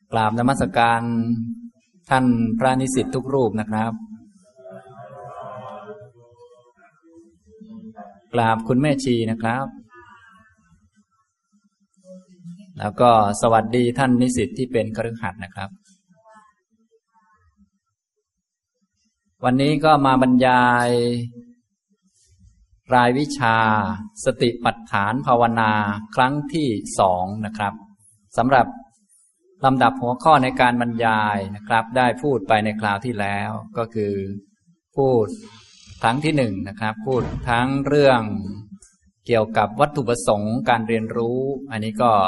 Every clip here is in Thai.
กราบนมัสการท่านพระนิสิตทุกรูปนะครับกราบคุณแม่ชีนะครับแล้วก็สวัสดีท่านนิสิตที่เป็นคฤหัสถ์นะครับวันนี้ก็มาบรรยายรายวิชาสติปัฏฐานภาวนาครั้งที่2นะครับสำหรับลำดับหัวข้อในการบรรยายนะครับได้พูดไปในคราวที่แล้วก็คือพูดครั้งที่1นะครับพูดทั้งเรื่องเกี่ยวกับวัตถุประสงค์การเรียนรู้อันนี้ก็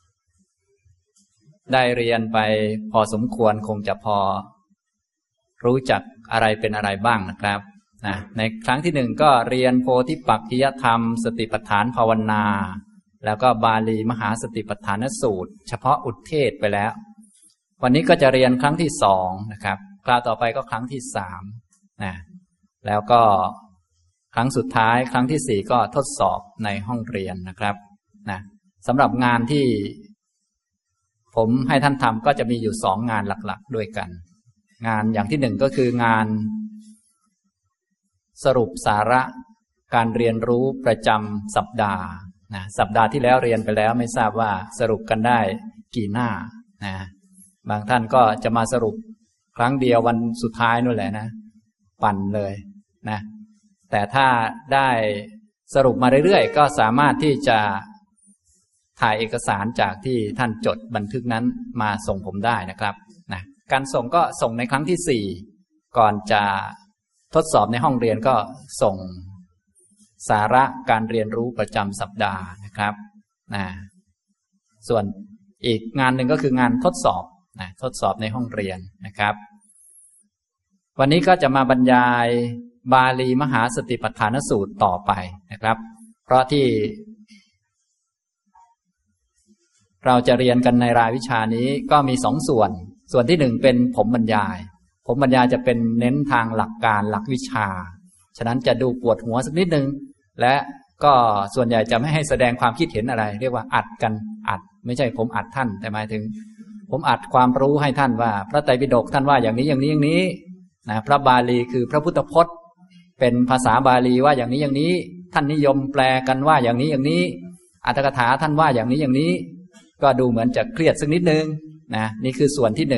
ได้เรียนไปพอสมควรคงจะพอรู้จักอะไรเป็นอะไรบ้างนะครับในครั้งที่1ก็เรียนโพธิปักขิยธรรมสติปัฏฐานภาวนาแล้วก็บาลีมหาสติปัฏฐานสูตรเฉพาะอุทเทศไปแล้ววันนี้ก็จะเรียนครั้งที่2นะครับคราวต่อไปก็ครั้งที่3แล้วก็ครั้งสุดท้ายครั้งที่4ก็ทดสอบในห้องเรียนนะครับสำหรับงานที่ผมให้ท่านทำก็จะมีอยู่2งานหลักๆด้วยกันงานอย่างที่1ก็คืองานสรุปสาระการเรียนรู้ประจำสัปดาห์สัปดาห์ที่แล้วเรียนไปแล้วไม่ทราบว่าสรุปกันได้กี่หน้าบางท่านก็จะมาสรุปครั้งเดียววันสุดท้ายนู่นแหละนะปั่นเลยแต่ถ้าได้สรุปมาเรื่อยๆก็สามารถที่จะถ่ายเอกสารจากที่ท่านจดบันทึกนั้นมาส่งผมได้นะครับการส่งก็ส่งในครั้งที่4ก่อนจะทดสอบในห้องเรียนก็ส่งสาระการเรียนรู้ประจำสัปดาห์นะครับส่วนอีกงานหนึ่งก็คืองานทดสอบทดสอบในห้องเรียนนะครับวันนี้ก็จะมาบรรยายบาลีมหาสติปัฏฐานสูตรต่อไปนะครับเพราะที่เราจะเรียนกันในรายวิชานี้ก็มี2ส่วนที่1เป็นผมบรรยายจะเป็นเน้นทางหลักการหลักวิชาฉะนั้นจะดูปวดหัวสักนิดนึงและก็ส่วนใหญ่จะไม่ให้แสดงความคิดเห็นอะไรเรียกว่าอัดกันไม่ใช่ผมอัดท่านแต่หมายถึงผมอัดความรู้ให้ท่านว่าพระไตรปิฎกท่านว่าอย่างนี้อย่างนี้อย่างนี้พระบาลีคือพระพุทธพจน์เป็นภาษาบาลีว่าอย่างนี้อย่างนี้ท่านนิยมแปลกันว่าอย่างนี้อย่างนี้อรรถกถาท่านว่าอย่างนี้อย่างนี้ก็ดูเหมือนจะเครียดสักนิดนึงนี่คือส่วนที่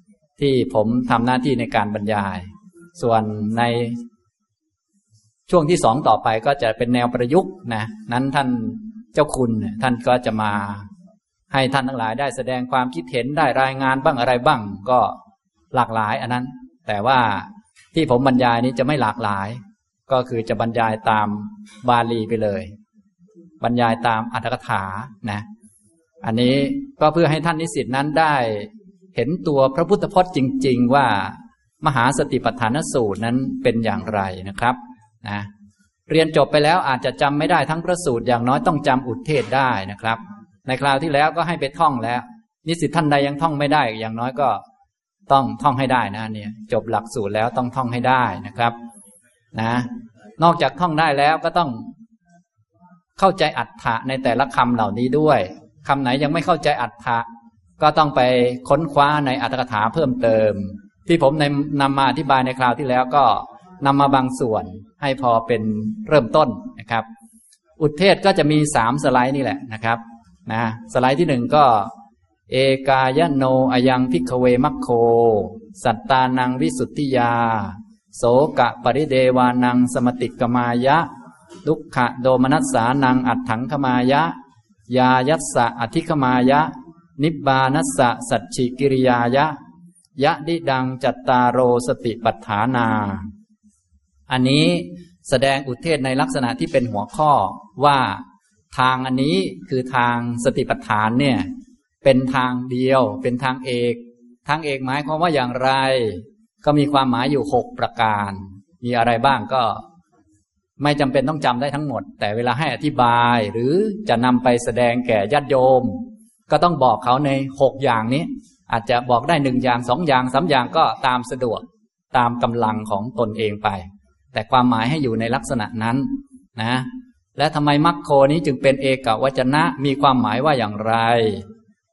1ที่ผมทำหน้าที่ในการบรรยายส่วนในช่วงที่2ต่อไปก็จะเป็นแนวประยุกต์นั้นท่านเจ้าคุณท่านก็จะมาให้ท่านทั้งหลายได้แสดงความคิดเห็นได้รายงานบ้างอะไรบ้างก็หลากหลายอันนั้นแต่ว่าที่ผมบรรยายนี้จะไม่หลากหลายก็คือจะบรรยายตามบาลีไปเลยบรรยายตามอรรถกถาอันนี้ก็เพื่อให้ท่านนิสิตนั้นได้เห็นตัวพระพุทธพจน์จริงๆว่ามหาสติปัฏฐานสูตรนั้นเป็นอย่างไรนะครับเรียนจบไปแล้วอาจจะจำไม่ได้ทั้งพระสูตรอย่างน้อยต้องจำอุทเทศได้นะครับในคราวที่แล้วก็ให้ไปท่องแล้วนิสิตท่านใดยังท่องไม่ได้อย่างน้อยก็ต้องท่องให้ได้เนี่ยจบหลักสูตรแล้วต้องท่องให้ได้นะครับนอกจากท่องได้แล้วก็ต้องเข้าใจอรรถะในแต่ละคำเหล่านี้ด้วยคำไหนยังไม่เข้าใจอรรถะก็ต้องไปค้นคว้าในอรรถกถาเพิ่มเติมที่ผมนำมาอธิบายในคราวที่แล้วก็นำมาบางส่วนให้พอเป็นเริ่มต้นนะครับอุทเทศก็จะมี3สไลด์นี่แหละนะครับสไลด์ที่1ก็เอกายโนอยังภิกขเวมัคโคสัตตานังวิสุทธิยาโสกะปริเดวานังสมติกมายะทุกขโดมนัสสานังอัตถังคมายะยายัสสะอธิคมายะนิบบานัสสะสัจฉิกิริยายะยะดิดังจัตตารโรสติปัฏฐานาอันนี้แสดงอุทเทศในลักษณะที่เป็นหัวข้อว่าทางอันนี้คือทางสติปัฏฐานเนี่ยเป็นทางเดียวเป็นทางเอกหมายความว่าอย่างไรก็มีความหมายอยู่6ประการมีอะไรบ้างก็ไม่จำเป็นต้องจำได้ทั้งหมดแต่เวลาให้อธิบายหรือจะนำไปแสดงแก่ญาติโยมก็ต้องบอกเขาใน6อย่างนี้อาจจะบอกได้1อย่าง2อย่าง3อย่างก็ตามสะดวกตามกำลังของตนเองไปแต่ความหมายให้อยู่ในลักษณะนั้นและทำไมมัคโคนี้จึงเป็นเอกวจนะมีความหมายว่าอย่างไร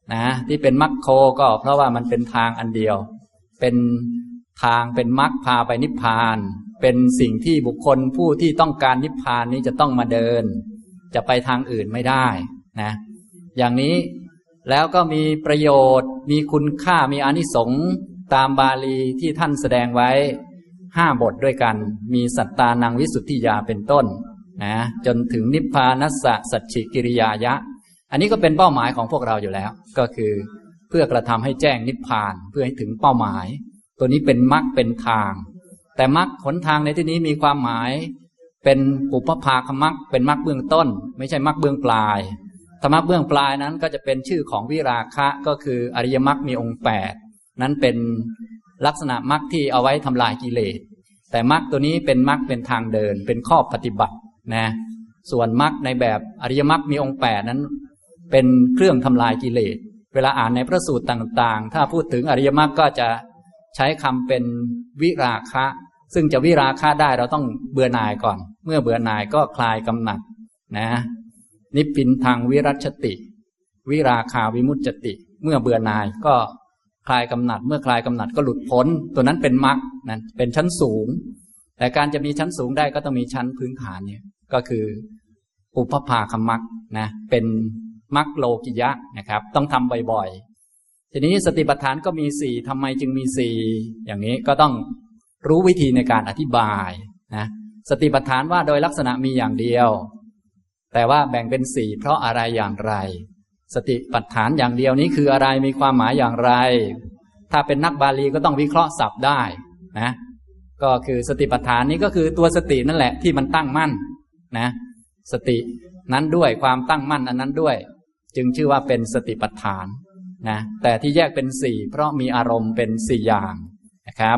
นะที่เป็นมรรคโคก็เพราะว่ามันเป็นทางอันเดียวเป็นทางเป็นมรรคพาไปนิพพานเป็นสิ่งที่บุคคลผู้ที่ต้องการนิพพานนี้จะต้องมาเดินจะไปทางอื่นไม่ได้นะอย่างนี้แล้วก็มีประโยชน์มีคุณค่ามีอานิสงส์ตามบาลีที่ท่านแสดงไว้5 บทด้วยกันมีสัตตานังวิสุทธิยาเป็นต้นนะจนถึงนิพพานัสสะสัจฉิกิริยายะอันนี้ก็เป็นเป้าหมายของพวกเราอยู่แล้วก็คือเพื่อกระทำให้แจ้งนิพพานเพื่อให้ถึงเป้าหมายตัวนี้เป็นมรรคเป็นทางแต่มรรคหนทางในที่นี้มีความหมายเป็นปุพพภาคมรรคเป็นมรรคเบื้องต้นไม่ใช่มรรคเบื้องปลายธรรมะเบื้องปลายนั้นก็จะเป็นชื่อของวิราคะก็คืออริยมรรคมีองค์8นั้นเป็นลักษณะมรรคที่เอาไว้ทำลายกิเลสแต่มรรคตัวนี้เป็นมรรคเป็นทางเดินเป็นข้อปฏิบัตินะส่วนมรรคในแบบอริยมรรคมีองค์8นั้นเป็นเครื่องทำลายกิเลสเวลาอ่านในพระสูตรต่างๆถ้าพูดถึงอริยมรรคก็จะใช้คำเป็นวิราคะซึ่งจะวิราคะได้เราต้องเบื่อหน่ายก่อนเมื่อเบื่อหน่ายก็คลายกำหนัดนะนิพพินทางวิรัชติวิราคาวิมุตจติเมื่อเบื่อหน่ายก็คลายกำหนัดเมื่อคลายกำหนัดก็หลุดพ้นตัวนั้นเป็นมรรคนั่นเป็นชั้นสูงแต่การจะมีชั้นสูงได้ก็ต้องมีชั้นพื้นฐานเนี่ยก็คือปุพพภาคมรรคนะเป็นมรรคโลกิยะนะครับต้องทำบ่อยๆทีนี้สติปัฏฐานก็มี4ทำไมจึงมี4อย่างนี้ก็ต้องรู้วิธีในการอธิบายนะสติปัฏฐานว่าโดยลักษณะมีอย่างเดียวแต่ว่าแบ่งเป็น4เพราะอะไรอย่างไรสติปัฏฐานอย่างเดียวนี้คืออะไรมีความหมายอย่างไรถ้าเป็นนักบาลีก็ต้องวิเคราะห์ศัพท์ได้นะก็คือสติปัฏฐานนี้ก็คือตัวสตินั่นแหละที่มันตั้งมั่นนะสตินั้นด้วยความตั้งมั่นอันนั้นด้วยจึงชื่อว่าเป็นสติปัฏฐานนะแต่ที่แยกเป็น4เพราะมีอารมณ์เป็น4อย่างนะครับ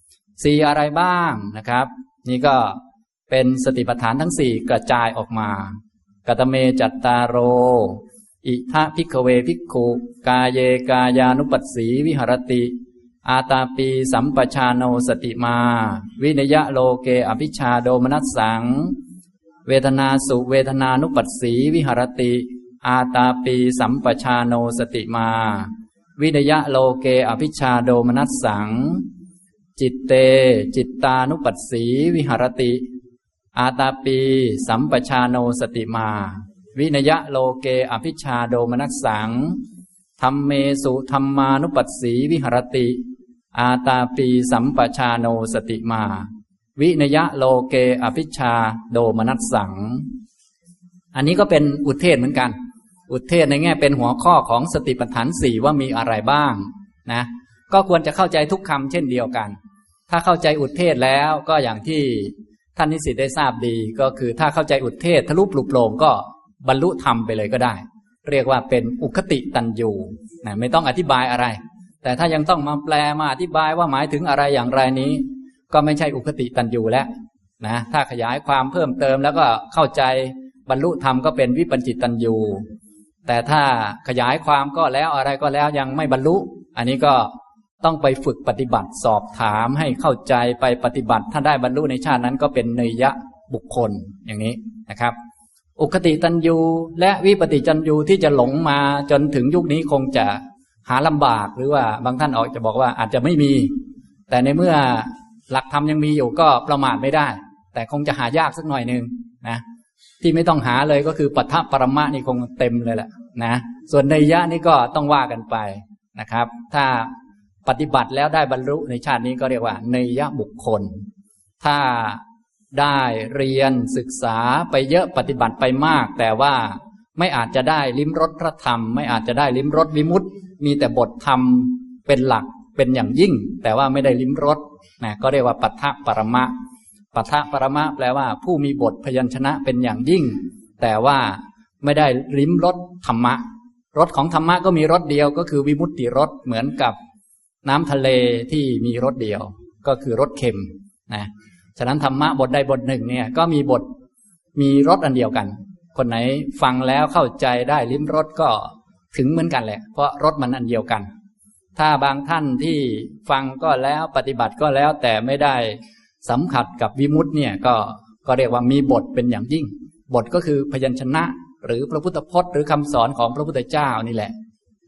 4อะไรบ้างนะครับนี่ก็เป็นสติปัฏฐานทั้ง4กระจายออกมากัตเมจัตตาโรอิทะภิกขเวภิกขุกายเยกายานุปัสสีวิหรติอาตาปีสัมปชาโนสติมาวินยะโลเกอภิชาโดมนัสสังเวทนาสุเวทนานุปัสสีวิหรติอาตาปีสัมปชาโนสติมาวินยะโลเกอภิชาโดมนัสสังจิตเตจิตตานุปัสสีวิหรติอาตาปีสัมปชาโนสติมาวินยะโลเกอภิชาโดมนัสสังธัมเมสุธัมมานุปัสสีวิหรติอาตาปีสัมปชาโนสติมาวินยะโลเกอภิชาโดมนัสสังอันนี้ก็เป็นอุทเทศเหมือนกันอุทเทศในแง่เป็นหัวข้อของสติปัฏฐาน4ว่ามีอะไรบ้างนะก็ควรจะเข้าใจทุกคำเช่นเดียวกันถ้าเข้าใจอุทเทศแล้วก็อย่างที่ท่านนิสิตได้ทราบดีก็คือถ้าเข้าใจอุทเทศทะลุปลุกโปร่งก็บรรลุธรรมไปเลยก็ได้เรียกว่าเป็นอุคติตัญญูนะไม่ต้องอธิบายอะไรแต่ถ้ายังต้องมาแปลมาอธิบายว่าหมายถึงอะไรอย่างไรนี้ก็ไม่ใช่อุคติตัญญูแล้วนะถ้าขยายความเพิ่มเติมแล้วก็เข้าใจบรรลุธรรมก็เป็นวิปัญจิตัญญูแต่ถ้าขยายความก็แล้วอะไรก็แล้วยังไม่บรรลุอันนี้ก็ต้องไปฝึกปฏิบัติสอบถามให้เข้าใจไปปฏิบัติถ้าได้บรรลุในชาตินั้นก็เป็นเนยยะบุคคลอย่างนี้นะครับอุคติตัญญูและวิปติตัญญูที่จะหลงมาจนถึงยุคนี้คงจะหาลำบากหรือว่าบางท่านออกจะบอกว่าอาจจะไม่มีแต่ในเมื่อหลักธรรมยังมีอยู่ก็ประมาทไม่ได้แต่คงจะหายากสักหน่อยนึงนะที่ไม่ต้องหาเลยก็คือปัฏฐปรมะนี่คงเต็มเลยแหละนะส่วนเนยยะนี่ก็ต้องว่ากันไปนะครับถ้าปฏิบัติแล้วได้บรรลุในชาตินี้ก็เรียกว่าเนยยะบุคคลถ้าได้เรียนศึกษาไปเยอะปฏิบัติไปมากแต่ว่าไม่อาจจะได้ลิ้มรสพระธรรมไม่อาจจะได้ลิ้มรสวิมุตติมีแต่บทธรรมเป็นหลักเป็นอย่างยิ่งแต่ว่าไม่ได้ลิ้มรสนะก็เรียกว่าปัฏฐปรมะปัฏฐปรมะแปลว่าผู้มีบทพยัญชนะเป็นอย่างยิ่งแต่ว่าไม่ได้ลิ้มรสธรรมะรสของธรรมะก็มีรสเดียวก็คือวิมุตติรสเหมือนกับน้ำทะเลที่มีรสเดียวก็คือรสเค็มนะฉะนั้นธรรมะบทใดบทหนึ่งเนี่ยก็มีบทมีรสอันเดียวกันคนไหนฟังแล้วเข้าใจได้ลิ้มรสก็ถึงเหมือนกันแหละเพราะรสมันอันเดียวกันถ้าบางท่านที่ฟังก็แล้วปฏิบัติก็แล้วแต่ไม่ได้สัมผัสกับวิมุตติเนี่ยก็เรียกว่ามีบทเป็นอย่างยิ่งบทก็คือพยัญชนะหรือพระพุทธพจน์หรือคำสอนของพระพุทธเจ้านี่แหละ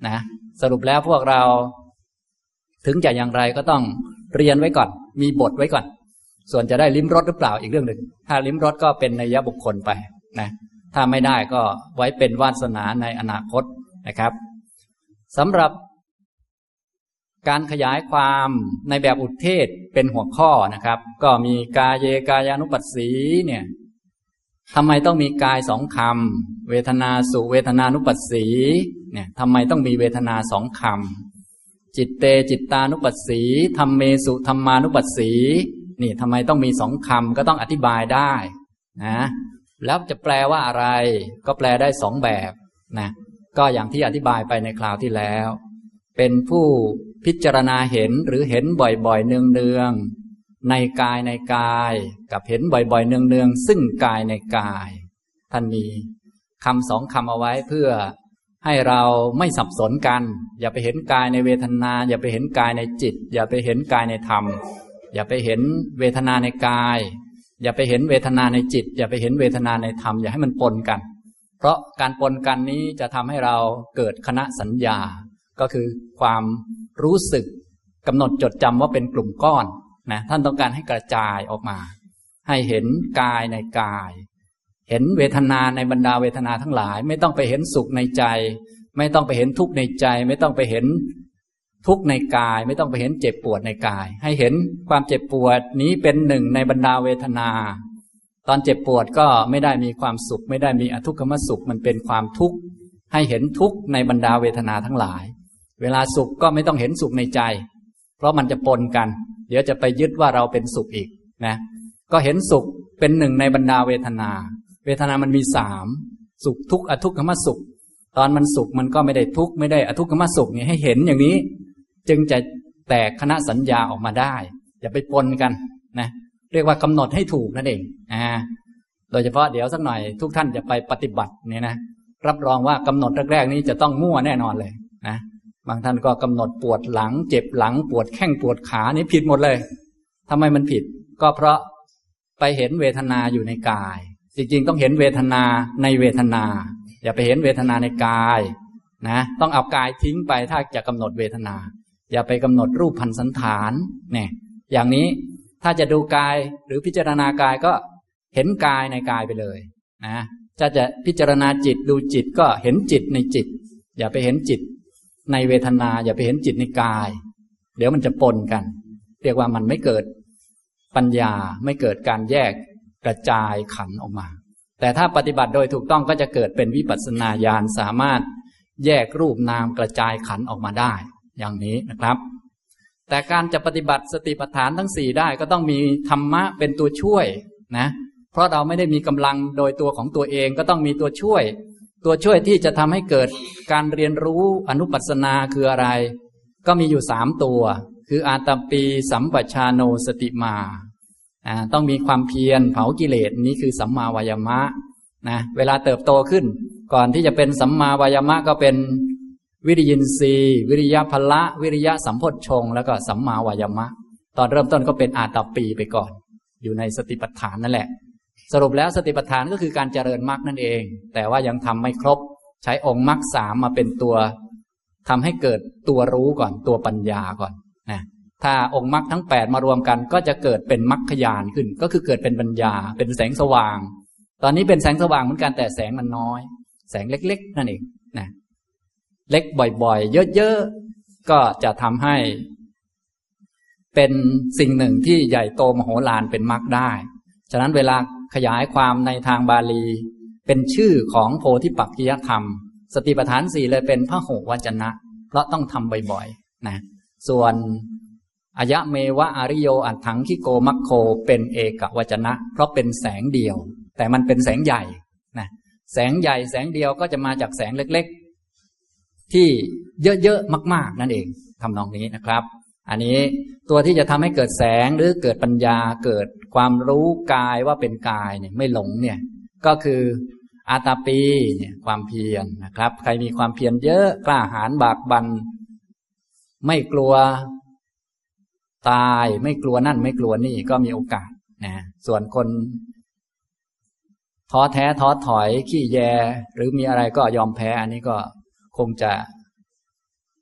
นะสรุปแล้วพวกเราถึงจะอย่างไรก็ต้องเรียนไว้ก่อนมีบทไว้ก่อนส่วนจะได้ลิ้มรสหรือเปล่าอีกเรื่องหนึ่งถ้าลิ้มรสก็เป็นนัยบุคคลไปนะถ้าไม่ได้ก็ไว้เป็นวาสนาในอนาคตนะครับสำหรับการขยายความในแบบอุทเทศเป็นหัวข้อนะครับก็มีกายเยกายานุปัสสีเนี่ยทำไมต้องมีกายสองคำเวทนาสุเวทนานุปัสสีเนี่ยทำไมต้องมีเวทนาสองคำจิตเตจิตตานุปัสสีธัมเมสุธัมมานุปัสสีนี่ทำไมต้องมีสองคำก็ต้องอธิบายได้นะแล้วจะแปลว่าอะไรก็แปลได้สองแบบนะก็อย่างที่อธิบายไปในคราวที่แล้วเป็นผู้พิจารณาเห็นหรือเห็นบ่อยๆเนืองๆในกายในกายกับเห็นบ่อยๆเนืองๆซึ่งกายในกายท่านมีคำสองคำเอาไว้เพื่อให้เราไม่สับสนกันอย่าไปเห็นกายในเวทนาอย่าไปเห็นกายในจิตอย่าไปเห็นกายในธรรมอย่าไปเห็นเวทนาในกายอย่าไปเห็นเวทนาในจิตอย่าไปเห็นเวทนาในธรรมอย่าให้มันปนกันเพราะการปนกันนี้จะทำให้เราเกิดคณะสัญญาก็คือความรู้สึกกำหนดจดจำว่าเป็นกลุ่มก้อนนะท่านต้องการให้กระจายออกมาให้เห็นกายในกายเห็นเวทนาในบรรดาเวทนาทั้งหลายไม่ต้องไปเห็นสุขในใจไม่ต้องไปเห็นทุกข์ในใจไม่ต้องไปเห็นทุกข์ในกายไม่ต้องไปเห็นเจ็บปวดในกายให้เห็นความเจ็บปวดนี้เป็นหนึ่งในบรรดาเวทนาตอนเจ็บปวดก็ไม่ได้มีความสุขไม่ได้มีอทุกขมสุขมันเป็นความทุกข์ให้เห็นทุกข์ในบรรดาเวทนาทั้งหลายเวลาสุขก็ไม่ต้องเห็นสุขในใจเพราะมันจะปนกันเดี๋ยวจะไปยึดว่าเราเป็นสุขอีกนะก็เห็นสุขเป็นหนึ่งในบรรดาเวทนาเวทนามันมีสามสุขทุกข์อทุกขมสุขตอนมันสุขมันก็ไม่ได้ทุกข์ไม่ได้อทุกขมสุขเนี่ยให้เห็นอย่างนี้จึงจะแตกคณะสัญญาออกมาได้อย่าไปปนกันนะเรียกว่ากำหนดให้ถูกนั่นเองโดยเฉพาะเดี๋ยวสักหน่อยทุกท่านจะไปปฏิบัติเนี่ยนะรับรองว่ากำหนดแรกๆนี้จะต้องมั่วแน่นอนเลยนะบางท่านก็กำหนดปวดหลังเจ็บหลังปวดแข้งปวดขานี่ผิดหมดเลยทำไมมันผิดก็เพราะไปเห็นเวทนาอยู่ในกายจริงๆต้องเห็นเวทนาในเวทนาอย่าไปเห็นเวทนาในกายนะต้องเอากายทิ้งไปถ้าจะกำหนดเวทนาอย่าไปกำหนดรูปพันสันฐานเนี่ยอย่างนี้ถ้าจะดูกายหรือพิจารณากายก็เห็นกายในกายไปเลยนะจะพิจารณาจิตดูจิตก็เห็นจิตในจิตอย่าไปเห็นจิตในเวทนาอย่าไปเห็นจิตในกายเดี๋ยวมันจะปนกันเรียกว่ามันไม่เกิดปัญญาไม่เกิดการแยกกระจายขันธ์ออกมาแต่ถ้าปฏิบัติโดยถูกต้องก็จะเกิดเป็นวิปัสสนาญาณสามารถแยกรูปนามกระจายขันธ์ออกมาได้อย่างนี้นะครับแต่การจะปฏิบัติสติปัฏฐานทั้งสี่ได้ก็ต้องมีธรรมะเป็นตัวช่วยนะเพราะเราไม่ได้มีกำลังโดยตัวของตัวเองก็ต้องมีตัวช่วยที่จะทำให้เกิดการเรียนรู้อนุปัสสนาคืออะไรก็มีอยู่3ตัวคืออาตัมปีสัมปชาโนสติมาต้องมีความเพียรเผากิเลสนี้คือสัมมาวายามะนะเวลาเติบโตขึ้นก่อนที่จะเป็นสัมมาวายามะก็เป็นวิริยินทรีย์วิริยะพละวิริยะสัมโพชฌงค์แล้วก็สัมมาวายามะตอนเริ่มต้นก็เป็นอาตัมปีไปก่อนอยู่ในสติปัฏฐานนั่นแหละสรุปแล้วสติปัฏฐานก็คือการเจริญมรรคนั่นเองแต่ว่ายังทำไม่ครบใช้องค์มรรค3มาเป็นตัวทำให้เกิดตัวรู้ก่อนตัวปัญญาก่อนนะถ้าองค์มรรคทั้ง8มารวมกันก็จะเกิดเป็นมรรคญาณขึ้นก็คือเกิดเป็นปัญญาเป็นแสงสว่างตอนนี้เป็นแสงสว่างเหมือนกันแต่แสงมันน้อยแสงเล็กๆนั่นเองนะเล็กบ่อยๆเยอะๆก็จะทำให้เป็นสิ่งหนึ่งที่ใหญ่โตมโหฬารเป็นมรรคได้ฉะนั้นเวลาขยายความในทางบาลีเป็นชื่อของโพธิปักขิยธรรมสติปัฏฐาน4เลยเป็นพหุวจนะเพราะต้องทำบ่อยๆนะส่วนอายะเมวะอริโยอัตถังคิโกมัคโคเป็นเอกวจนะเพราะเป็นแสงเดียวแต่มันเป็นแสงใหญ่นะแสงใหญ่แสงเดียวก็จะมาจากแสงเล็กๆที่เยอะๆมากๆนั่นเองทำนองนี้นะครับอันนี้ตัวที่จะทำให้เกิดแสงหรือเกิดปัญญาเกิดความรู้กายว่าเป็นกายเนี่ยไม่หลงเนี่ยก็คืออาตาปีเนี่ยความเพียรนะครับใครมีความเพียรเยอะกล้าหาญบากบั่นไม่กลัวตายไม่กลัวนั่นไม่กลัวนี่ก็มีโอกาสนะส่วนคนท้อแท้ท้อถอยขี้แยหรือมีอะไรก็ยอมแพ้อันนี้ก็คงจะ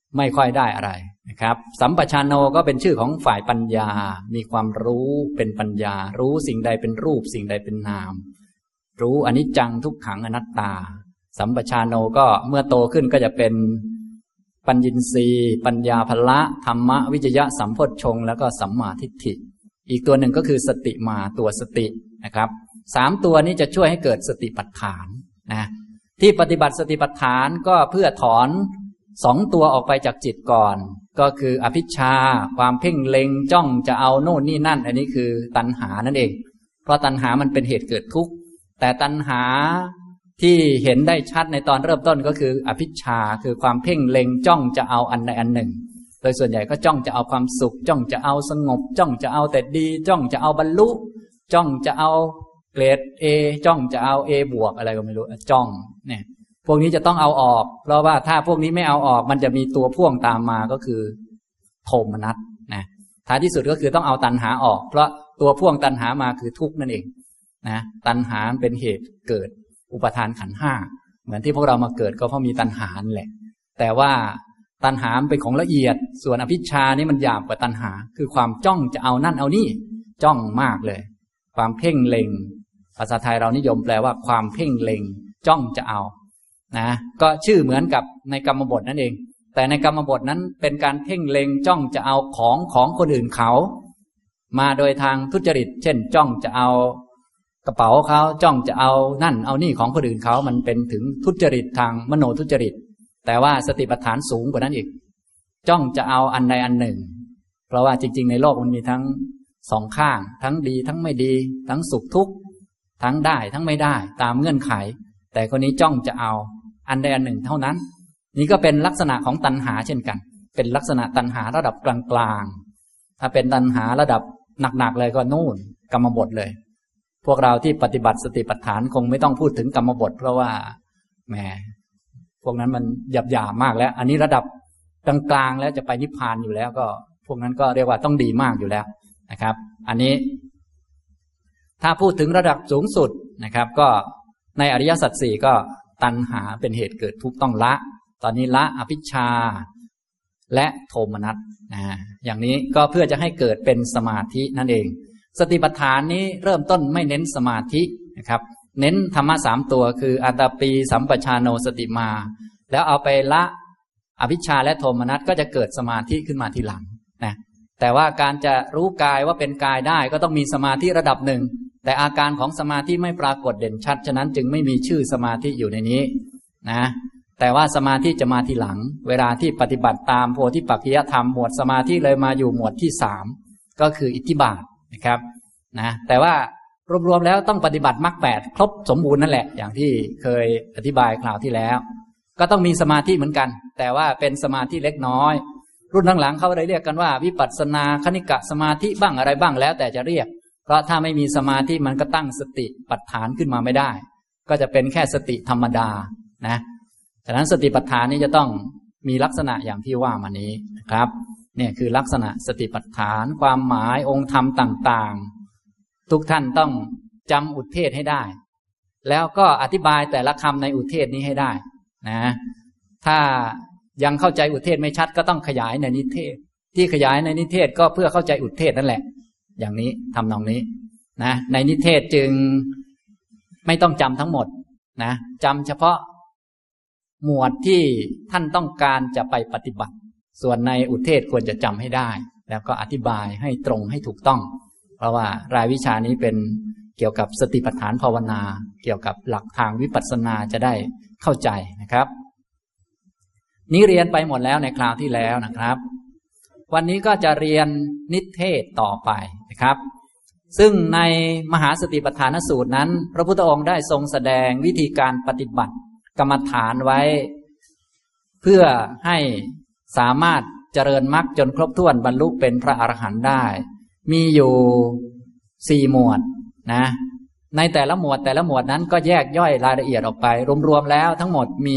ไม่ค่อยได้อะไรนะครับสัมปชานโนก็เป็นชื่อของฝ่ายปัญญามีความรู้เป็นปัญญารู้สิ่งใดเป็นรูปสิ่งใดเป็นนามรู้อนิจจังทุกขังอนัตตาสัมปชานโนก็เมื่อโตขึ้นก็จะเป็นปัญญินทรีย์ปัญญาภละธรรมวิจยะสัมโพชฌงค์แล้วก็สัมมาทิฏฐิอีกตัวหนึ่งก็คือสติมาตัวสตินะครับ3ตัวนี้จะช่วยให้เกิดสติปัฏฐานนะที่ปฏิบัติสติปัฏฐานก็เพื่อถอน2ตัวออกไปจากจิตก่อนก็คืออภิชฌาความเพ่งเล็งจ้องจะเอาโน่นนี่นั่นอันนี้คือตัณหานั่นเองเพราะตัณหามันเป็นเหตุเกิดทุกข์แต่ตัณหาที่เห็นได้ชัดในตอนเริ่มต้นก็คืออภิชฌาคือความเพ่งเล็งจ้องจะเอาอันใดอันหนึ่งโดยส่วนใหญ่ก็จ้องจะเอาความสุขจ้องจะเอาสงบจ้องจะเอาแต่ดีจ้องจะเอาบรรลุจ้องจะเอาเกรด A จ้องจะเอา A บวกอะไรก็ไม่รู้จ้องเนี่ยพวกนี้จะต้องเอาออกเพราะว่าถ้าพวกนี้ไม่เอาออกมันจะมีตัวพ่วงตามมาก็คือโทมนัสนะท้ายที่สุดก็คือต้องเอาตัณหาออกเพราะตัวพ่วงตัณหามาคือทุกข์นั่นเองนะตัณหาเป็นเหตุเกิดอุปทานขันธ์ห้าเหมือนที่พวกเรามาเกิดก็เพราะมีตัณหาแหละแต่ว่าตัณหาเป็นของละเอียดส่วนอภิชฌานี่มันหยาบกว่าตัณหาคือความจ้องจะเอานั่นเอานี่จ้องมากเลยความเพ่งเล็งภาษาไทยเรานิยมแปลว่าความเพ่งเล็งจ้องจะเอานะก็ชื่อเหมือนกับในกรรมบทนั่นเองแต่ในกรรมบทนั้นเป็นการเพ่งเล็งจ้องจะเอาของคนอื่นเขามาโดยทางทุจริตเช่นจ้องจะเอากระเป๋าเขาจ้องจะเอานั่นเอานี่ของคนอื่นเขามันเป็นถึงทุจริตทางมโนทุจริตแต่ว่าสติปัฏฐานสูงกว่านั้นอีกจ้องจะเอาอันใดอันหนึ่งเพราะว่าจริงๆในโลกมันมีทั้งสองข้างทั้งดีทั้งไม่ดีทั้งสุขทุกข์ทั้งได้ทั้งไม่ได้ตามเงื่อนไขแต่คนนี้จ้องจะเอาอันใดอันหนึ่งเท่านั้นนี่ก็เป็นลักษณะของตัณหาเช่นกันเป็นลักษณะตัณหาระดับกลางๆถ้าเป็นตัณหาระดับหนักๆเลยก็นู่นกรรมบทเลยพวกเราที่ปฏิบัติสติปัฏฐานคงไม่ต้องพูดถึงกรรมบทเพราะว่าแหมพวกนั้นมันหยาบๆมากแล้วอันนี้ระดับกลางๆแล้วจะไปนิพพานอยู่แล้วก็พวกนั้นก็เรียกว่าต้องดีมากอยู่แล้วนะครับอันนี้ถ้าพูดถึงระดับสูงสุดนะครับก็ในอริยสัจสี่ก็ตัณหาเป็นเหตุเกิดทุกข์ต้องละตอนนี้ละอภิชฌาและโทมนัสอย่างนี้ก็เพื่อจะให้เกิดเป็นสมาธินั่นเองสติปัฏฐานนี้เริ่มต้นไม่เน้นสมาธินะครับเน้นธรรมะ3ตัวคืออัตตปีสัมปชานโนสติมาแล้วเอาไปละอภิชฌาและโทมนัสก็จะเกิดสมาธิขึ้นมาทีหลังนะแต่ว่าการจะรู้กายว่าเป็นกายได้ก็ต้องมีสมาธิระดับหนึ่งแต่อาการของสมาธิไม่ปรากฏเด่นชัดฉะนั้นจึงไม่มีชื่อสมาธิอยู่ในนี้นะแต่ว่าสมาธิจะมาทีหลังเวลาที่ปฏิบัติตามโพธิปักขิยธรรมหมวดสมาธิเลยมาอยู่หมวดที่3ก็คืออิทธิบาทนะครับนะแต่ว่ารวมๆแล้วต้องปฏิบัติมรรค8ครบสมบูรณ์นั่นแหละอย่างที่เคยอธิบายคราวที่แล้วก็ต้องมีสมาธิเหมือนกันแต่ว่าเป็นสมาธิเล็กน้อยรุ่นหลังๆเขาเลยเรียกกันว่าวิปัสสนาคณิกะสมาธิบ้างอะไรบ้างแล้วแต่จะเรียกเพราะถ้าไม่มีสมาธิมันก็ตั้งสติปัฏฐานขึ้นมาไม่ได้ก็จะเป็นแค่สติธรรมดานะฉะนั้นสติปัฏฐานนี้จะต้องมีลักษณะอย่างที่ว่ามานี้นะครับเนี่ยคือลักษณะสติปัฏฐานความหมายองค์ธรรมต่างๆทุกท่านต้องจำอุทเทศให้ได้แล้วก็อธิบายแต่ละคำในอุทเทศนี้ให้ได้นะถ้ายังเข้าใจอุทเทศไม่ชัดก็ต้องขยายในนิเทศที่ขยายในนิเทศก็เพื่อเข้าใจอุทเทศนั่นแหละอย่างนี้ทำนองนี้นะในนิเทศจึงไม่ต้องจำทั้งหมดนะจำเฉพาะหมวดที่ท่านต้องการจะไปปฏิบัติส่วนในอุทเทศควรจะจำให้ได้แล้วก็อธิบายให้ตรงให้ถูกต้องเพราะว่ารายวิชานี้เป็นเกี่ยวกับสติปัฏฐานภาวนาเกี่ยวกับหลักทางวิปัสสนาจะได้เข้าใจนะครับนี้เรียนไปหมดแล้วในคราวที่แล้วนะครับวันนี้ก็จะเรียนนิเทศต่อไปนะครับซึ่งในมหาสติปัฏฐานสูตรนั้นพระพุทธองค์ได้ทรงแสดงวิธีการปฏิบัติกรรมฐานไว้เพื่อให้สามารถเจริญมรรคจนครบถ้วนบรรลุเป็นพระอรหันต์ได้มีอยู่4หมวดนะในแต่ละหมวดนั้นก็แยกย่อยรายละเอียดออกไปรวมๆแล้วทั้งหมดมี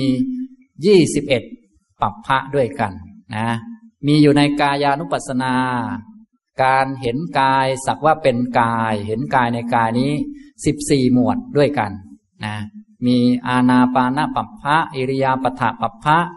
21ปัปพะด้วยกันนะมีอยู่ในกายานุปัสสนาการเห็นกายสักว่าเป็นกายเห็นกายในกายนี้14หมวดด้วยกันนะมีอานาปานปัปพะอิริยาปถปัปพะ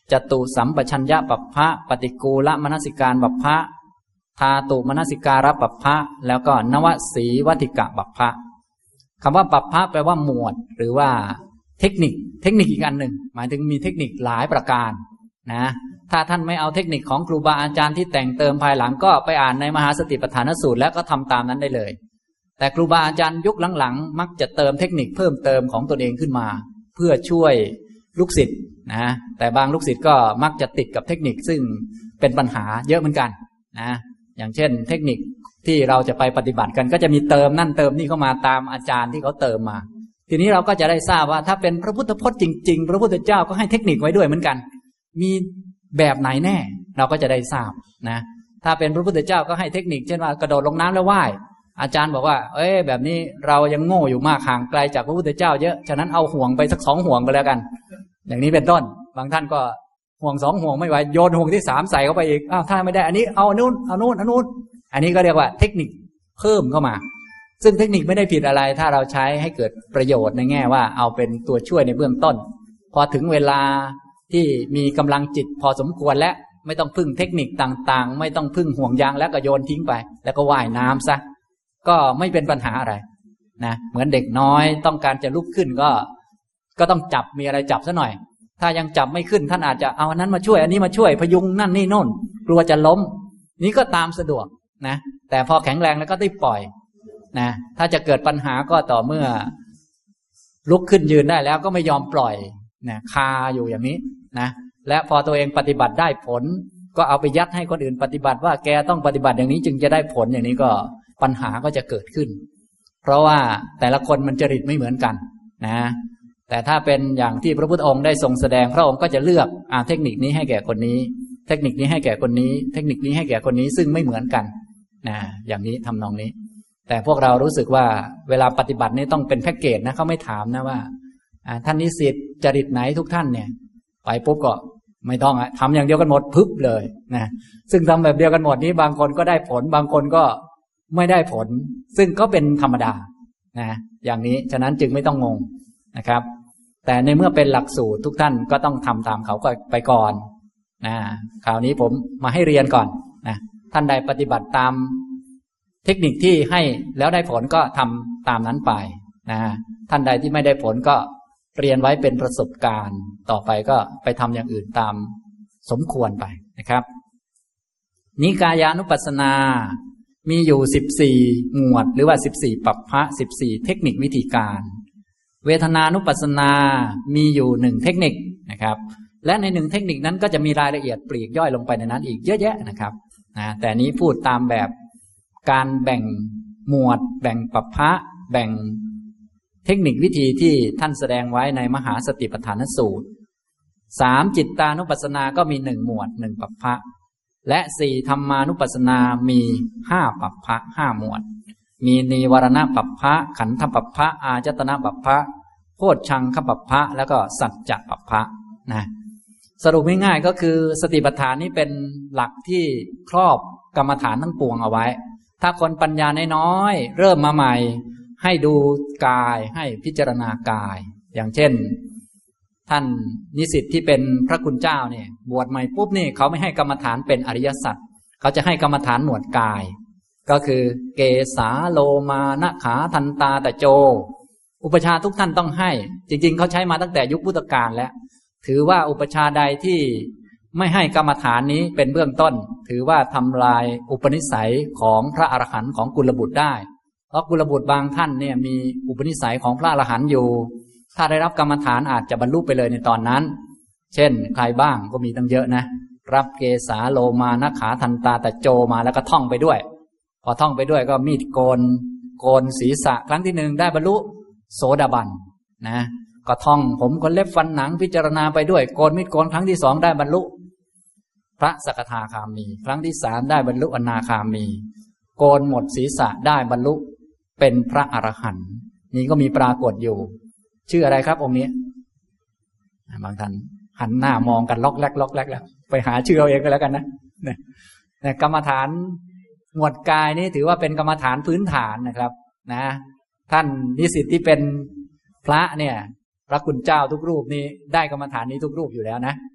จตุสัมปชัญญะปัปพะปฏิกูลมนสิการปัปพะธาตุมนสิการะปัปพะแล้วก็นวสีวัติกะปัปพะคำว่าปัปพะแปลว่าหมวดหรือว่าเทคนิคอีกอันหนึ่งหมายถึงมีเทคนิคหลายประการนะถ้าท่านไม่เอาเทคนิคของครูบาอาจารย์ที่แต่งเติมภายหลังก็ไปอ่านในมหาสติปัฏฐานสูตรแล้วก็ทำตามนั้นได้เลยแต่ครูบาอาจารย์ยุคหลังๆมักจะเติมเทคนิคเพิ่มเติมของตนเองขึ้นมาเพื่อช่วยลูกศิษย์นะแต่บางลูกศิษย์ก็มักจะติดกับเทคนิคซึ่งเป็นปัญหาเยอะเหมือนกันนะอย่างเช่นเทคนิคที่เราจะไปปฏิบัติกันก็จะมีเติมนั่นเติมนี่เข้ามาตามอาจารย์ที่เขาเติมมาทีนี้เราก็จะได้ทราบว่าถ้าเป็นพระพุทธพจน์จริงๆพระพุทธเจ้าก็ให้เทคนิคไว้ด้วยเหมือนกันมีแบบไหนแน่เราก็จะได้ทราบนะถ้าเป็นพระพุทธเจ้าก็ให้เทคนิคเช่นว่ากระโดดลงน้ำแล้วว่ายอาจารย์บอกว่าแบบนี้เรายังโง่อยู่มากห่างไกลจากพระพุทธเจ้าเยอะฉะนั้นเอาห่วงไปสัก2 ห่วงก็แล้วกันอย่างนี้เป็นต้นบางท่านก็ห่วง2 ห่วงไม่ไหวโยนห่วงที่3ใส่เข้าไปอีกถ้าไม่ได้อันนี้เอานู่นอันนี้ก็เรียกว่าเทคนิคเพิ่มเข้ามาซึ่งเทคนิคไม่ได้ผิดอะไรถ้าเราใช้ให้เกิดประโยชน์ในแง่ว่าเอาเป็นตัวช่วยในเบื้องต้นพอถึงเวลาที่มีกำลังจิตพอสมควรแล้วไม่ต้องพึ่งเทคนิคต่างๆไม่ต้องพึ่งห่วงยางแล้วก็โยนทิ้งไปแล้วก็ว่ายน้ำซะก็ไม่เป็นปัญหาอะไรนะเหมือนเด็กน้อยต้องการจะลุกขึ้นก็ต้องจับมีอะไรจับซะหน่อยถ้ายังจับไม่ขึ้นท่านอาจจะเอาอันนั้นมาช่วยอันนี้มาช่วยพยุงนั่นนี่โน่นกลัวจะล้มนี้ก็ตามสะดวกนะแต่พอแข็งแรงแล้วก็ได้ปล่อยนะถ้าจะเกิดปัญหาก็ต่อเมื่อลุกขึ้นยืนได้แล้วก็ไม่ยอมปล่อยนะคาอยู่อย่างนี้นะและพอตัวเองปฏิบัติได้ผลก็เอาไปยัดให้คนอื่นปฏิบัติว่าแกต้องปฏิบัติอย่างนี้จึงจะได้ผลอย่างนี้ก็ปัญหาก็จะเกิดขึ้นเพราะว่าแต่ละคนมันจริตไม่เหมือนกันนะแต่ถ้าเป็นอย่างที่พระพุทธองค์ได้ทรงแสดงพระองค์ก็จะเลือกเทคนิคนี้ให้แก่คนนี้เทคนิคนี้ให้แก่คนนี้เทคนิคนี้ให้แก่คนนี้ซึ่งไม่เหมือนกันนะอย่างนี้ทำนองนี้แต่พวกเรารู้สึกว่าเวลาปฏิบัตินี่ต้องเป็นแพ็กเกจนะเขาไม่ถามนะว่าท่านนิสิตจริตไหนทุกท่านเนี่ยไปปุ๊บก็ไม่ต้องทำอย่างเดียวกันหมดพึบเลยนะซึ่งทำแบบเดียวกันหมดนี้บางคนก็ได้ผลบางคนก็ไม่ได้ผลซึ่งก็เป็นธรรมดานะอย่างนี้ฉะนั้นจึงไม่ต้องงงนะครับแต่ในเมื่อเป็นหลักสูตรทุกท่านก็ต้องทำตามเขาก็ไปก่อนนะคราวนี้ผมมาให้เรียนก่อนนะท่านใดปฏิบัติตามเทคนิคที่ให้แล้วได้ผลก็ทำตามนั้นไปนะท่านใดที่ไม่ได้ผลก็เรียนไว้เป็นประสบการณ์ต่อไปก็ไปทำอย่างอื่นตามสมควรไปนะครับนิกายานุปัสสนามีอยู่14หมวดหรือว่า14ปัปพะ14เทคนิควิธีการเวทนานุปัสสนามีอยู่1เทคนิคนะครับและใน1เทคนิคนั้นก็จะมีรายละเอียดปลีกย่อยลงไปในนั้นอีกเยอะแยะนะครับแต่นี้พูดตามแบบการแบ่งหมวดแบ่งปัปพะแบ่งเทคนิควิธีที่ท่านแสดงไว้ในมหาสติปัฏฐานสูตร3จิตตานุปัสสนาก็มี1หมวด1ปัปพะและ4ธรรมานุปัสสนามี5ปัปพะ5หมวดมีนีวรณปัปพะขันธปัปพะอาจตนะปัปพะโพชฌังคปัปพะแล้วก็สัจจะปัปพะนะสรุปง่ายๆก็คือสติปัฏฐานนี้เป็นหลักที่ครอบกรรมฐานทั้งปวงเอาไว้ถ้าคนปัญญาน้อยๆเริ่มมาใหม่ให้ดูกายให้พิจารณากายอย่างเช่นท่านนิสิตที่เป็นพระคุณเจ้าเนี่ยบวชใหม่ปุ๊บนี่เขาไม่ให้กรรมฐานเป็นอริยสัจเขาจะให้กรรมฐานหมวดกายก็คือเกสาโลมานะขาทันตาตะโจอุปชาทุกท่านต้องให้จริงๆเขาใช้มาตั้งแต่ยุคพุทธกาลแล้วถือว่าอุปชาใดที่ไม่ให้กรรมฐานนี้เป็นเบื้องต้นถือว่าทำลายอุปนิสัยของพระอรหันต์ของกุลบุตรได้เพราะกุลบุตรบางท่านเนี่ยมีอุปนิสัยของพระอรหันต์อยู่ถ้าได้รับกรรมฐานอาจจะบรรลุไปเลยในตอนนั้นเช่นใครบ้างก็มีตั้งเยอะนะรับเกสาโลมานะขาทันตาตะโจมาแล้วก็ท่องไปด้วยพอท่องไปด้วยก็มีดโกนศีรษะครั้งที่1ได้บรรลุโสดาบันนะก็ท่องผมขนเล็บฟันหนังพิจารณาไปด้วยโกนมีดโกนครั้งที่2ได้บรรลุพระสกทาคามีครั้งที่3ได้บรรลุอนาคามีโกนหมดศีรษะได้บรรลุเป็นพระอรหันต์นี่ก็มีปรากฏอยู่ชื่ออะไรครับองค์นี้บางท่านหันหน้ามองกันล็อกแรกแล้วไปหาชื่อเอาเองก็แล้วกันนะกรรมฐานหมวดกายนี่ถือว่าเป็นกรรมฐานพื้นฐานนะครับนะท่านนิสิตที่เป็นพระเนี่ยพระคุณเจ้าทุกรูปนี้ได้กรรมฐานนี้ทุกรูปอยู่แล้วนะ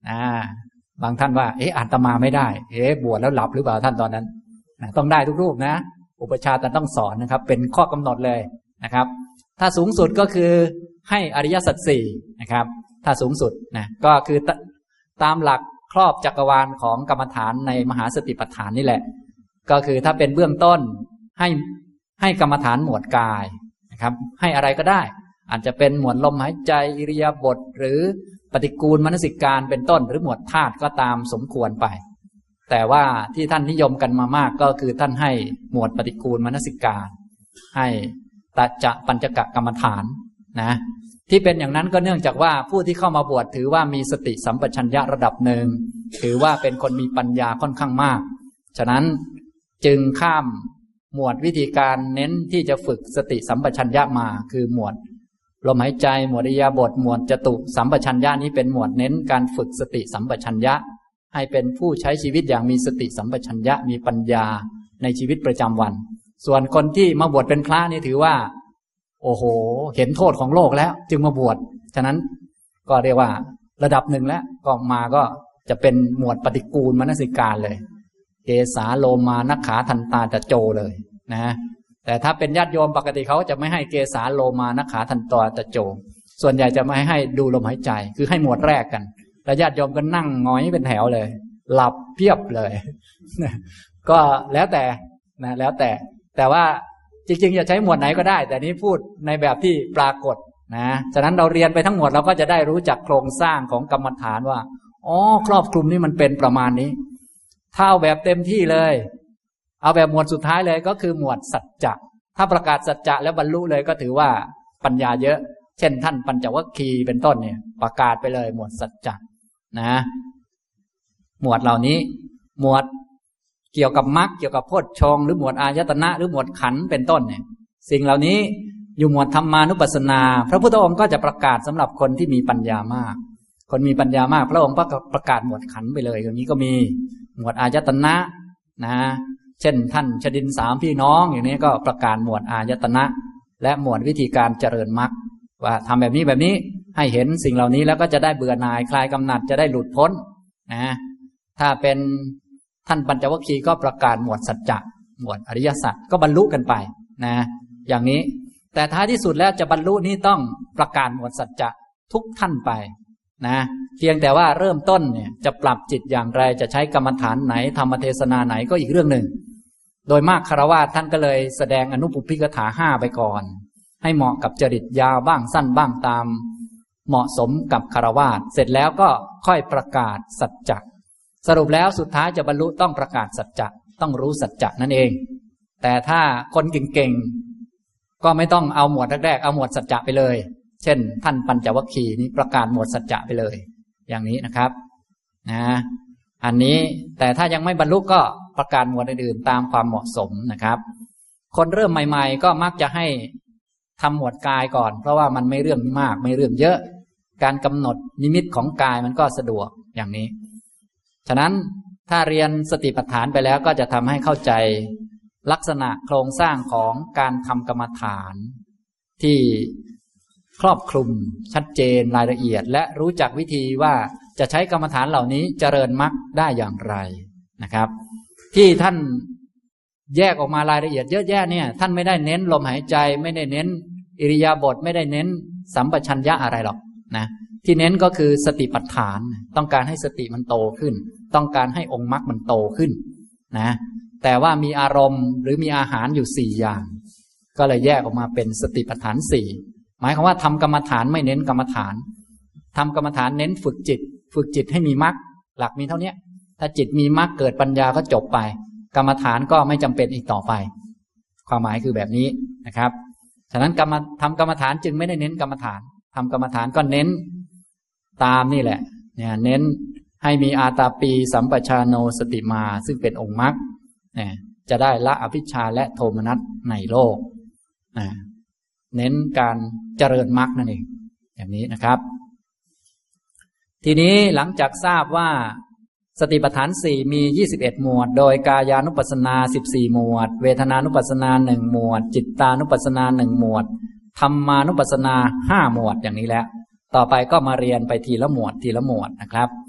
บางท่านว่าอาตมาไม่ได้บวชแล้วหลับหรือเปล่าท่านตอนนั้นต้องได้ทุกรูปนะอุปชาต้องสอนนะครับเป็นข้อกำหนดเลยนะครับถ้าสูงสุดก็คือให้อริยสัจสี่นะครับถ้าสูงสุดนะก็คือตามหลักครอบจักรวาลของกรรมฐานในมหาสติปัฏฐานนี่แหละก็คือถ้าเป็นเบื้องต้นให้กรรมฐานหมวดกายนะครับให้อะไรก็ได้อาจจะเป็นหมวดลมหายใจอิริยาบถหรือปฏิกูลมนสิการเป็นต้นหรือหมวดธาตุก็ตามสมควรไปแต่ว่าที่ท่านนิยมกันมามากก็คือท่านให้หมวดปฏิกูลมนสิการให้ตัจจะปัญจกกรรมฐานนะที่เป็นอย่างนั้นก็เนื่องจากว่าผู้ที่เข้ามาบวชถือว่ามีสติสัมปชัญญะระดับหนึ่งถือว่าเป็นคนมีปัญญาค่อนข้างมากฉะนั้นจึงข้ามหมวดวิธีการเน้นที่จะฝึกสติสัมปชัญญะมาคือหมวดลมหายใจหมวดอิริยาบถหมวดจตุสัมปชัญญะนี้เป็นหมวดเน้นการฝึกสติสัมปชัญญะให้เป็นผู้ใช้ชีวิตอย่างมีสติสัมปชัญญะมีปัญญาในชีวิตประจำวันส่วนคนที่มาบวชเป็นพระนี่ถือว่าโอ้โหเห็นโทษของโลกแล้วจึงมาบวชฉะนั้นก็เรียกว่าระดับหนึ่งแล้วก็มาก็จะเป็นหมวดปฏิกูลมนสิการเลยเกสาโลมานักขาทันตาตะโจเลยนะแต่ถ้าเป็นญาติโยมปกติเขาจะไม่ให้เกสาโลมานักขาทันตาตะโจส่วนใหญ่จะไม่ให้ดูลมหายใจคือให้หมวดแรกกันแล้วญาติโยมก็นั่งหงอยเป็นแถวเลยหลับเพียบเลยก็แล้วแต่นะแล้วแต่ว่าจริงๆจะใช้หมวดไหนก็ได้แต่นี้พูดในแบบที่ปรากฏนะฉะนั้นเราเรียนไปทั้งหมดเราก็จะได้รู้จักโครงสร้างของกรรมฐานว่าอ๋อครอบคลุมนี่มันเป็นประมาณนี้ถ้าเอาแบบเต็มที่เลยเอาแบบหมวดสุดท้ายเลยก็คือหมวดสัจจะถ้าประกาศสัจจะแล้วบรรลุเลยก็ถือว่าปัญญาเยอะเช่นท่านปัญจวัคคีย์เป็นต้นเนี่ยประกาศไปเลยหมวดสัจจะนะหมวดเหล่านี้หมวดเกี่ยวกับมรรคเกี่ยวกับโพชฌงค์หรือหมวดอายตนะหรือหมวดขันธ์เป็นต้นเนี่ยสิ่งเหล่านี้อยู่หมวดธรรมานุปัสสนาพระพุทธองค์ก็จะประกาศสำหรับคนที่มีปัญญามากคนมีปัญญามากพระองค์ก็ประกาศหมวดขันธ์ไปเลยอย่างนี้ก็มีหมวดอายตนะนะเช่นท่านชดินสามพี่น้องอย่างนี้ก็ประกาศหมวดอายตนะและหมวดวิธีการเจริญมรรคว่าทำแบบนี้ให้เห็นสิ่งเหล่านี้แล้วก็จะได้เบื่อหน่ายคลายกำหนัดจะได้หลุดพ้นนะถ้าเป็นท่านปัญจวัคคีย์ก็ประกาศหมวดสัจจะหมวดอริยสัจก็บรรลุกันไปนะอย่างนี้แต่ท้ายที่สุดแล้วจะบรรลุนี้ต้องประกาศหมวดสัจจะทุกท่านไปนะเพียงแต่ว่าเริ่มต้นเนี่ยจะปรับจิตอย่างไรจะใช้กรรมฐานไหนธรรมเทศนาไหนก็อีกเรื่องหนึ่งโดยมากคฤหัสถ์ท่านก็เลยแสดงอนุปุพพิกถา5ไปก่อนให้เหมาะกับจริตยาวบ้างสั้นบ้างตามเหมาะสมกับคฤหัสถ์เสร็จแล้วก็ค่อยประกาศสัจจะสรุปแล้วสุดท้ายจะบรรลุต้องประกาศสัจจะต้องรู้สัจจะนั่นเองแต่ถ้าคนเก่งๆก็ไม่ต้องเอาหมวดแรกๆเอาหมวดสัจจะไปเลยเช่นท่านปัญจวัคคีย์นี้ประกาศหมวดสัจจะไปเลยอย่างนี้นะครับนะอันนี้แต่ถ้ายังไม่บรรลุก็ประกาศหมวดอื่นๆตามความเหมาะสมนะครับคนเริ่มใหม่ๆก็มักจะให้ทำหมวดกายก่อนเพราะว่ามันไม่เรื่องมากไม่เรื่องเยอะการกำหนดนิมิตของกายมันก็สะดวกอย่างนี้ฉะนั้นถ้าเรียนสติปัฏฐานไปแล้วก็จะทำให้เข้าใจลักษณะโครงสร้างของการทำกรรมฐานที่ครอบคลุมชัดเจนรายละเอียดและรู้จักวิธีว่าจะใช้กรรมฐานเหล่านี้เจริญมรรคได้อย่างไรนะครับที่ท่านแยกออกมารายละเอียดเยอะแยะเนี่ยท่านไม่ได้เน้นลมหายใจไม่ได้เน้นอิริยาบถไม่ได้เน้นสัมปชัญญะอะไรหรอกนะที่เน้นก็คือสติปัฏฐานต้องการให้สติมันโตขึ้นต้องการให้องค์มรรคมันโตขึ้นนะแต่ว่ามีอารมณ์หรือมีอาหารอยู่4อย่างก็เลยแยกออกมาเป็นสติปัฏฐาน4หมายความว่าทำกรรมฐานไม่เน้นกรรมฐานทำกรรมฐานเน้นฝึกจิตให้มีมรรคหลักมีเท่านี้ถ้าจิตมีมรรคเกิดปัญญาก็จบไปกรรมฐานก็ไม่จำเป็นอีกต่อไปความหมายคือแบบนี้นะครับฉะนั้นทำกรรมฐานจึงไม่ได้เน้นกรรมฐานทำกรรมฐานก็เน้นตามนี่แหละเนี่ยเน้นให้มีอาตาปีสัมปชาโนสติมาซึ่งเป็นองค์มรรคเนี่ยจะได้ละอภิชฌาและโทมนัสในโลกเน้นการเจริญมรรคนั่นเองอย่างนี้นะครับทีนี้หลังจากทราบว่าสติปัฏฐาน4มี21หมวดโดยกายานุปัสสนา14หมวดเวทนานุปัสสนา1หมวดจิตตานุปัสสนา1หมวดธรรมานุปัสสนา5หมวดอย่างนี้แล้วต่อไปก็มาเรียนไปทีละหมวดนะครับ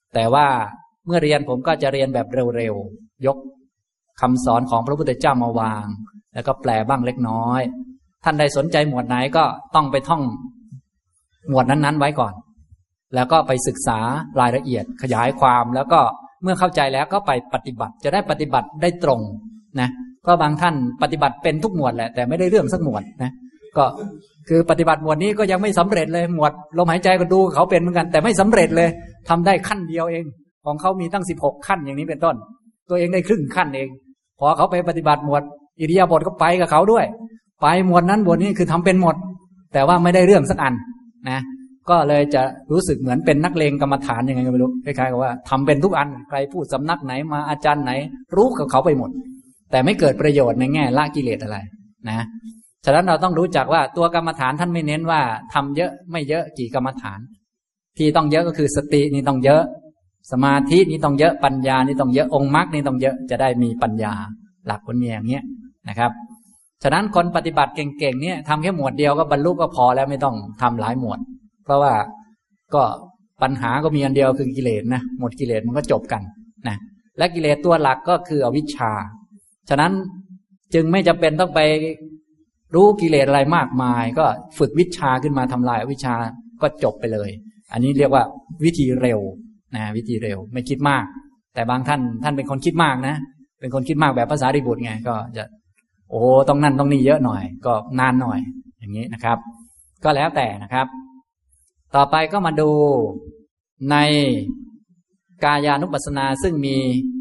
แต่ว่าเมื่อเรียนผมก็จะเรียนแบบเร็วๆยกคำสอนของพระพุทธเจ้ามาวางแล้วก็แปลบ้างเล็กน้อยท่านใดสนใจหมวดไหนก็ต้องไปท่องหมวดนั้นๆไว้ก่อนแล้วก็ไปศึกษารายละเอียดขยายความแล้วก็เมื่อเข้าใจแล้วก็ไปปฏิบัติจะได้ปฏิบัติได้ตรงนะเพราะบางท่านปฏิบัติเป็นทุกหมวดแหละแต่ไม่ได้เรื่องสักหมวดนะก็คือปฏิบัติหมวดนี้ก็ยังไม่สำเร็จเลยหมวดลมหายใจก็ดูเขาเป็นเหมือนกันแต่ไม่สำเร็จเลยทำได้ขั้นเดียวเองของเขามีตั้ง16ขั้นอย่างนี้เป็นต้นตัวเองได้ครึ่งขั้นเองพอเขาไปปฏิบัติหมวดอิริยาบถก็ไปกับเขาด้วยไปหมวดนั้นหมวดนี้คือทำเป็นหมดแต่ว่าไม่ได้เรื่องสักอันนะก็เลยจะรู้สึกเหมือนเป็นนักเลงกรรมฐานยังไงก็ไม่รู้คล้ายๆกับว่าทำเป็นทุกอันใครพูดสำนักไหนมาอาจารย์ไหนรู้กับเขาไปหมดแต่ไม่เกิดประโยชน์ในแง่ละกิเลสอะไรนะฉะนั้นเราต้องรู้จักว่าตัวกรรมฐานท่านไม่เน้นว่าทำเยอะไม่เยอะกี่กรรมฐานที่ต้องเยอะก็คือสตินี่ต้องเยอะสมาธินี่ต้องเยอะปัญญานี่ต้องเยอะองค์มรรคนี่ต้องเยอะจะได้มีปัญญาหลักคนนี้อย่างเงี้ยนะครับฉะนั้นคนปฏิบัติเก่งๆเนี่ยทำแค่หมวดเดียวก็บรรลุก็พอแล้วไม่ต้องทำหลายหมวดเพราะว่าก็ปัญหาก็มีอันเดียวคือกิเลสนะหมดกิเลสมันก็จบกันนะและกิเลสตัวหลักก็คืออวิชชาฉะนั้นจึงไม่จำเป็นต้องไปรู้กิเลสอะไรมากมายก็ฝึกวิชาขึ้นมาทำลายอวิชชาก็จบไปเลยอันนี้เรียกว่าวิธีเร็วนะวิธีเร็วไม่คิดมากแต่บางท่านเป็นคนคิดมากนะเป็นคนคิดมากแบบภาษาริบุตรไงก็จะโอ้ต้องนั่นต้องนี่เยอะหน่อยก็นานหน่อยอย่างนี้นะครับก็แล้วแต่นะครับต่อไปก็มาดูในกายานุปัสสนาซึ่งมี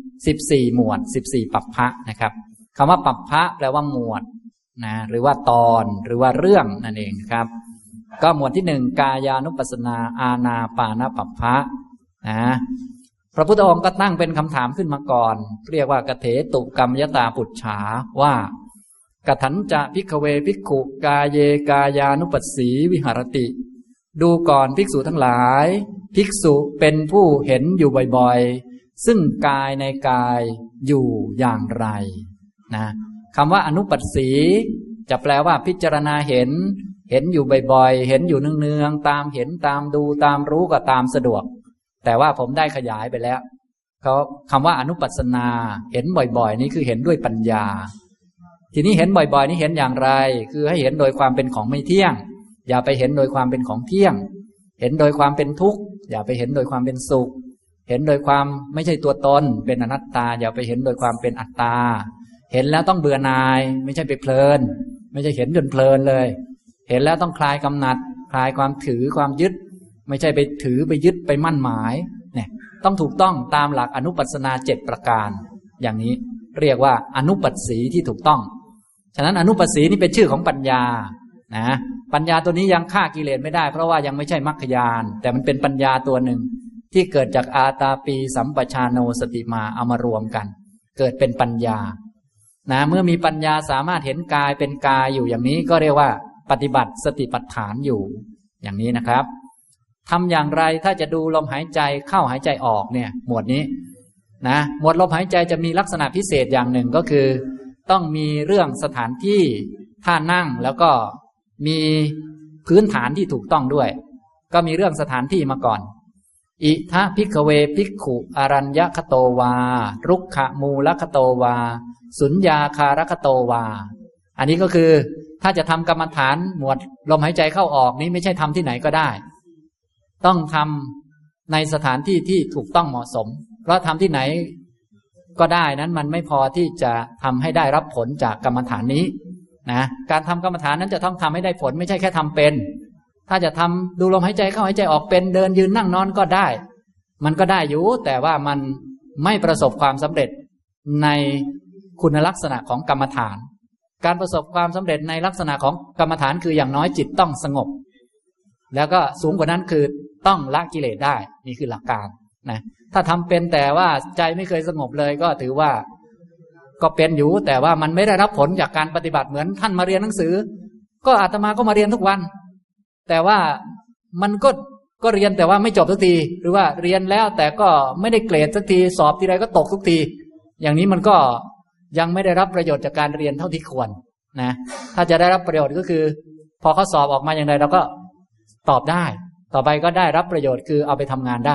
14หมวด14ปัปพะนะครับคำว่าปัปพะแปลว่าหมวดนะหรือว่าตอนหรือว่าเรื่องนั่นเองครับก็หมวดที่1กายานุปัสสนาอานาปานปัปพะนะพระพุทธองค์ก็ตั้งเป็นคำถามขึ้นมาก่อนเรียกว่ากเถตุกรรมยตาปุจฉาว่ากถันจะภิกขเวภิกขุกาเยกายานุปัสสีวิหารติดูก่อนภิกษุทั้งหลายภิกษุเป็นผู้เห็นอยู่บ่อยๆซึ่งกายในกายอยู่อย่างไรนะคำว่าอนุปัสสีจะแปลว่าพิจารณาเห็นอยู่บ่อยๆเห็นอยู่เนืองๆตามเห็นตามดูตามรู้ก็ตามสะดวกแต่ว่าผมได้ขยายไปแล้วเขาคำว่าอนุปัสสนาเห็นบ่อยๆนี่คือเห็นด้วยปัญญาทีนี้เห็นบ่อยๆนี่เห็นอย่างไรคือให้เห็นโดยความเป็นของไม่เที่ยงอย่าไปเห็นโดยความเป็นของเที่ยงเห็นโดยความเป็นทุกข์อย่าไปเห็นโดยความเป็นสุขเห็นโดยความไม่ใช่ตัวตนเป็นอนัตตาอย่าไปเห็นโดยความเป็นอัตตาเห็นแล้วต้องเบื่อหน่ายไม่ใช่ไปเพลินไม่ใช่เห็นจนเพลินเลยเห็นแล้วต้องคลายกำหนัดคลายความถือความยึดไม่ใช่ไปถือไปยึดไปมั่นหมายเนี่ยต้องถูกต้องตามหลักอนุปัสสนา7ประการอย่างนี้เรียกว่าอนุปัสสีที่ถูกต้องฉะนั้นอนุปัสสีนี่เป็นชื่อของปัญญานะปัญญาตัวนี้ยังฆ่ากิเลสไม่ได้เพราะว่ายังไม่ใช่มรรคญาณแต่มันเป็นปัญญาตัวหนึ่งที่เกิดจากอาตาปีสัมปชาโนสติมาเอามารวมกันเกิดเป็นปัญญานะเมื่อมีปัญญาสามารถเห็นกายเป็นกายอยู่อย่างนี้ก็เรียกว่าปฏิบัติสติปัฏฐานอยู่อย่างนี้นะครับทำอย่างไรถ้าจะดูลมหายใจเข้าหายใจออกเนี่ยหมวดนี้นะหมวดลมหายใจจะมีลักษณะพิเศษอย่างหนึ่งก็คือต้องมีเรื่องสถานที่ท่านั่งแล้วก็มีพื้นฐานที่ถูกต้องด้วยก็มีเรื่องสถานที่มาก่อนอิทะภิกขเวภิกขุอรัญญคโตวารุกขมูลคโตวาสุญญาคารคโตวาอันนี้ก็คือถ้าจะทำกรรมฐานหมวดลมหายใจเข้าออกนี้ไม่ใช่ทำที่ไหนก็ได้ต้องทำในสถานที่ที่ถูกต้องเหมาะสมเพราะทำที่ไหนก็ได้นั้นมันไม่พอที่จะทำให้ได้รับผลจากกรรมฐานนี้นะการทำกรรมฐานนั้นจะต้องทำให้ได้ผลไม่ใช่แค่ทำเป็นถ้าจะทำดูลมหายใจเข้าหายใจออกเป็นเดินยืนนั่งนอนก็ได้มันก็ได้อยู่แต่ว่ามันไม่ประสบความสำเร็จในคุณลักษณะของกรรมฐานการประสบความสำเร็จในลักษณะของกรรมฐานคืออย่างน้อยจิตต้องสงบแล้วก็สูงกว่านั้นคือต้องละกิเลสได้นี่คือหลักการนะถ้าทำเป็นแต่ว่าใจไม่เคยสงบเลยก็ถือว่าก็เป็นอยู่แต่ว่ามันไม่ได้รับผลจากการปฏิบัติเหมือนท่านมาเรียนหนังสือก็อาตมาก็มาเรียนทุกวันแต่ว่ามันก็เรียนแต่ว่าไม่จบสักทีหรือว่าเรียนแล้วแต่ก็ไม่ได้เกรดสักทีสอบทีไรก็ตกทุกทีอย่างนี้มันก็ยังไม่ได้รับประโยชน์จากการเรียนเท่าที่ควรนะถ้าจะได้รับประโยชน์ก็คือพอเขาสอบออกมาอย่างไรเราก็ตอบได้ต่อไปก็ได้รับประโยชน์คือเอาไปทำงานได้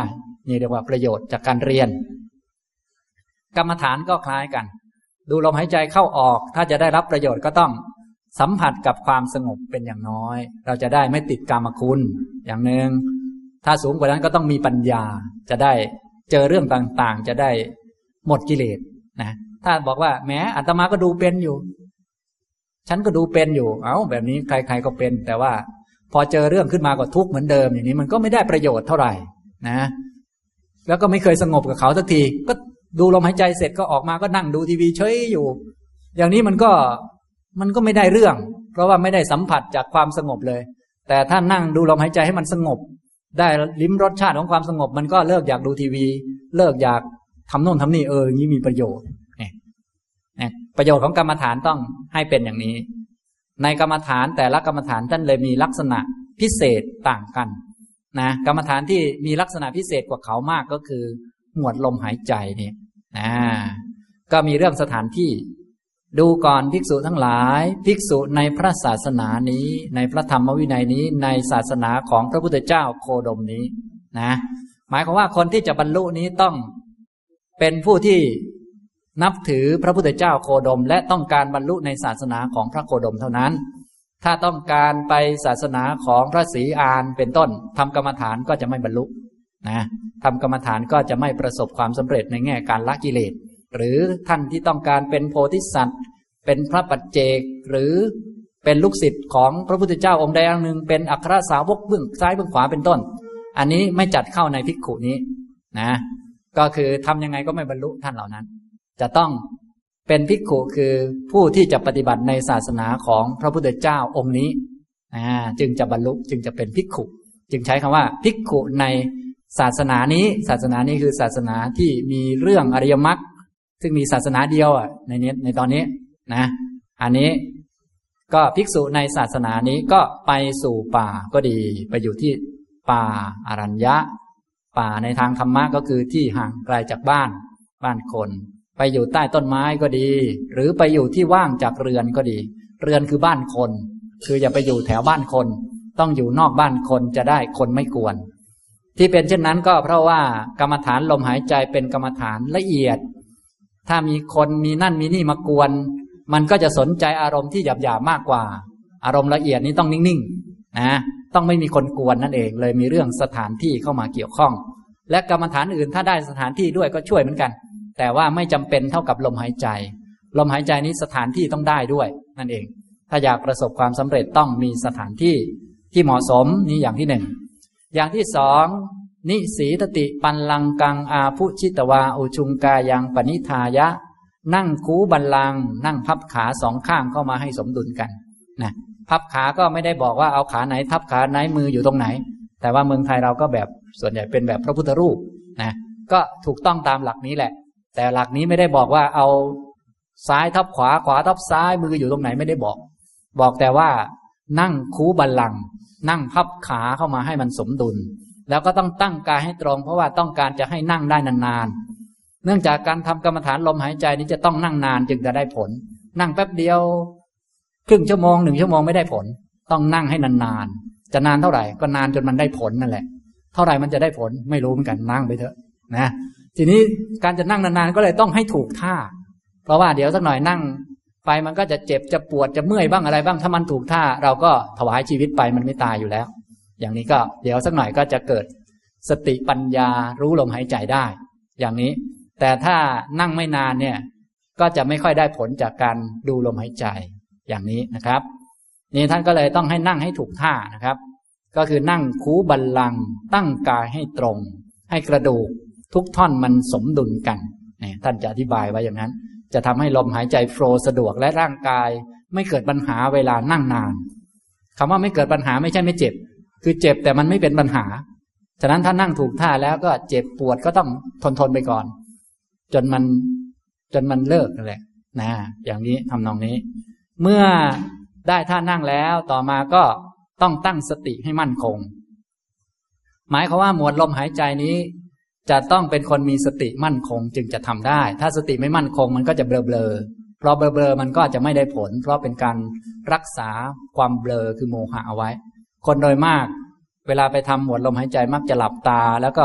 นี่เรียกว่าประโยชน์จากการเรียนกรรมฐานก็คล้ายกันดูลมหายใจเข้าออกถ้าจะได้รับประโยชน์ก็ต้องสัมผัสกับความสงบเป็นอย่างน้อยเราจะได้ไม่ติดกามคุณอย่างหนึ่งถ้าสูงกว่านั้นก็ต้องมีปัญญาจะได้เจอเรื่องต่างๆจะได้หมดกิเลสนะถ้าบอกว่าแม้อาตมาก็ดูเป็นอยู่ฉันก็ดูเป็นอยู่แบบนี้ใครๆก็เป็นแต่ว่าพอเจอเรื่องขึ้นมาก็ทุกข์เหมือนเดิมอย่างนี้มันก็ไม่ได้ประโยชน์เท่าไหร่นะแล้วก็ไม่เคยสงบกับเขาสักทีก็ดูลมหายใจเสร็จก็ออกมาก็นั่งดูทีวีเฉยอยู่อย่างนี้มันก็ไม่ได้เรื่องเพราะว่าไม่ได้สัมผัสจากความสงบเลยแต่ถ้านั่งดูลมหายใจให้มันสงบได้ลิ้มรสชาติของความสงบมันก็เลิกอยากดูทีวีเลิกอยากทำโน่นทำนี่อย่างนี้มีประโยชน์ประโยชน์ของกรรมฐานต้องให้เป็นอย่างนี้ในกรรมฐานแต่ละกรรมฐานท่านเลยมีลักษณะพิเศษต่างกันนะกรรมฐานที่มีลักษณะพิเศษกว่าเขามากก็คือหมวดลมหายใจเนี่ยก็มีเรื่องสถานที่ดูก่อนภิกษุทั้งหลายภิกษุในพระศาสนานี้ในพระธรรมวินัยนี้ในศาสนาของพระพุทธเจ้าโคดมนี้นะหมายความว่าคนที่จะบรรลุนี้ต้องเป็นผู้ที่นับถือพระพุทธเจ้าโคดมและต้องการบรรลุในศาสนาของพระโคดมเท่านั้นถ้าต้องการไปศาสนาของพระศรีอานเป็นต้นทำกรรมฐานก็จะไม่บรรลุนะทำกรรมฐานก็จะไม่ประสบความสำเร็จในแง่การละกิเลสหรือท่านที่ต้องการเป็นโพธิสัตว์เป็นพระปัจเจกหรือเป็นลูกศิษย์ของพระพุทธเจ้าองค์ใดองค์หนึ่งเป็นอัครสาวกเบื้องซ้ายเบื้องขวาเป็นต้นอันนี้ไม่จัดเข้าในภิกขุนี้นะก็คือทำยังไงก็ไม่บรรลุท่านเหล่านั้นจะต้องเป็นภิกขุคือผู้ที่จะปฏิบัติในศาสนาของพระพุทธเจ้าองค์นี้จึงจะบรรลุจึงจะเป็นภิกขุจึงใช้คำว่าภิกขุในศาสนานี้คือศาสนาที่มีเรื่องอริยมรรคซึ่งมีศาสนาเดียวในตอนนี้นะอันนี้ก็ภิกษุในศาสนานี้ก็ไปสู่ป่าก็ดีไปอยู่ที่ป่าอรัญญะป่าในทางธรรมะก็คือที่ห่างไกลจากบ้านคนไปอยู่ใต้ต้นไม้ก็ดีหรือไปอยู่ที่ว่างจากเรือนก็ดีเรือนคือบ้านคนคืออย่าไปอยู่แถวบ้านคนต้องอยู่นอกบ้านคนจะได้คนไม่กวนที่เป็นเช่นนั้นก็เพราะว่ากรรมฐานลมหายใจเป็นกรรมฐานละเอียดถ้ามีคนมีนั่นมีนี่มากวนมันก็จะสนใจอารมณ์ที่หยาบๆมากกว่าอารมณ์ละเอียดนี้ต้องนิ่งๆนะต้องไม่มีคนกวนนั่นเองเลยมีเรื่องสถานที่เข้ามาเกี่ยวข้องและกรรมฐานอื่นถ้าได้สถานที่ด้วยก็ช่วยเหมือนกันแต่ว่าไม่จำเป็นเท่ากับลมหายใจลมหายใจนี้สถานที่ต้องได้ด้วยนั่นเองถ้าอยากประสบความสำเร็จต้องมีสถานที่ที่เหมาะสมนี่อย่างที่หนึ่งอย่างที่สองนิสีตติปันลังกังอาภุชิตวาอุชุงกายังปณิธายะนั่งคูบัลลังก์นั่งพับขาสองข้างเข้ามาให้สมดุลกันนะพับขาก็ไม่ได้บอกว่าเอาขาไหนทับขาไหนมืออยู่ตรงไหนแต่ว่าเมืองไทยเราก็แบบส่วนใหญ่เป็นแบบพระพุทธรูปนะก็ถูกต้องตามหลักนี้แหละแต่หลักนี้ไม่ได้บอกว่าเอาซ้ายทับขวาขวาทับซ้ายมืออยู่ตรงไหนไม่ได้บอกแต่ว่านั่งคูบัลลังก์นั่งพับขาเข้ามาให้มันสมดุลแล้วก็ต้องตั้งกายให้ตรงเพราะว่าต้องการจะให้นั่งได้นานๆเนื่องจากการทำกรรมฐานลมหายใจนี้จะต้องนั่งนานจึงจะได้ผลนั่งแป๊บเดียวครึ่งชั่วโมง1 ชั่วโมงไม่ได้ผลต้องนั่งให้นานๆจะนานเท่าไหร่ก็นานจนมันได้ผลนั่นแหละเท่าไหร่มันจะได้ผลไม่รู้เหมือนกันนั่งไปเถอะนะทีนี้การจะนั่งนานๆก็เลยต้องให้ถูกท่าเพราะว่าเดี๋ยวสักหน่อยนั่งไปมันก็จะเจ็บจะปวดจะเมื่อยบ้างอะไรบ้างถ้ามันถูกท่าเราก็ถวายชีวิตไปมันไม่ตายอยู่แล้วอย่างนี้ก็เดี๋ยวสักหน่อยก็จะเกิดสติปัญญารู้ลมหายใจได้อย่างนี้แต่ถ้านั่งไม่นานเนี่ยก็จะไม่ค่อยได้ผลจากการดูลมหายใจอย่างนี้นะครับนี่ท่านก็เลยต้องให้นั่งให้ถูกท่านะครับก็คือนั่งคูบัลลังก์ตั้งกายให้ตรงให้กระดูกทุกท่อนมันสมดุลกันเนี่ยท่านจะอธิบายไว้อย่างนั้นจะทำให้ลมหายใจโฟลว์สะดวกและร่างกายไม่เกิดปัญหาเวลานั่งนานคำว่าไม่เกิดปัญหาไม่ใช่ไม่เจ็บคือเจ็บแต่มันไม่เป็นปัญหาฉะนั้นถ้านั่งถูกท่าแล้วก็เจ็บปวดก็ต้องทนไปก่อนจนมันเลิกนั่นแหละนะอย่างนี้ทำนองนี้เมื่อได้ท่านั่งแล้วต่อมาก็ต้องตั้งสติให้มั่นคงหมายความว่าหมวดลมหายใจนี้จะต้องเป็นคนมีสติมั่นคงจึงจะทำได้ถ้าสติไม่มั่นคงมันก็จะเบลอเพราะเบลอมันก็จะไม่ได้ผลเพราะเป็นการรักษาความเบลอคือโมหะเอาไว้คนโดยมากเวลาไปทำหมวดลมหายใจมักจะหลับตาแล้วก็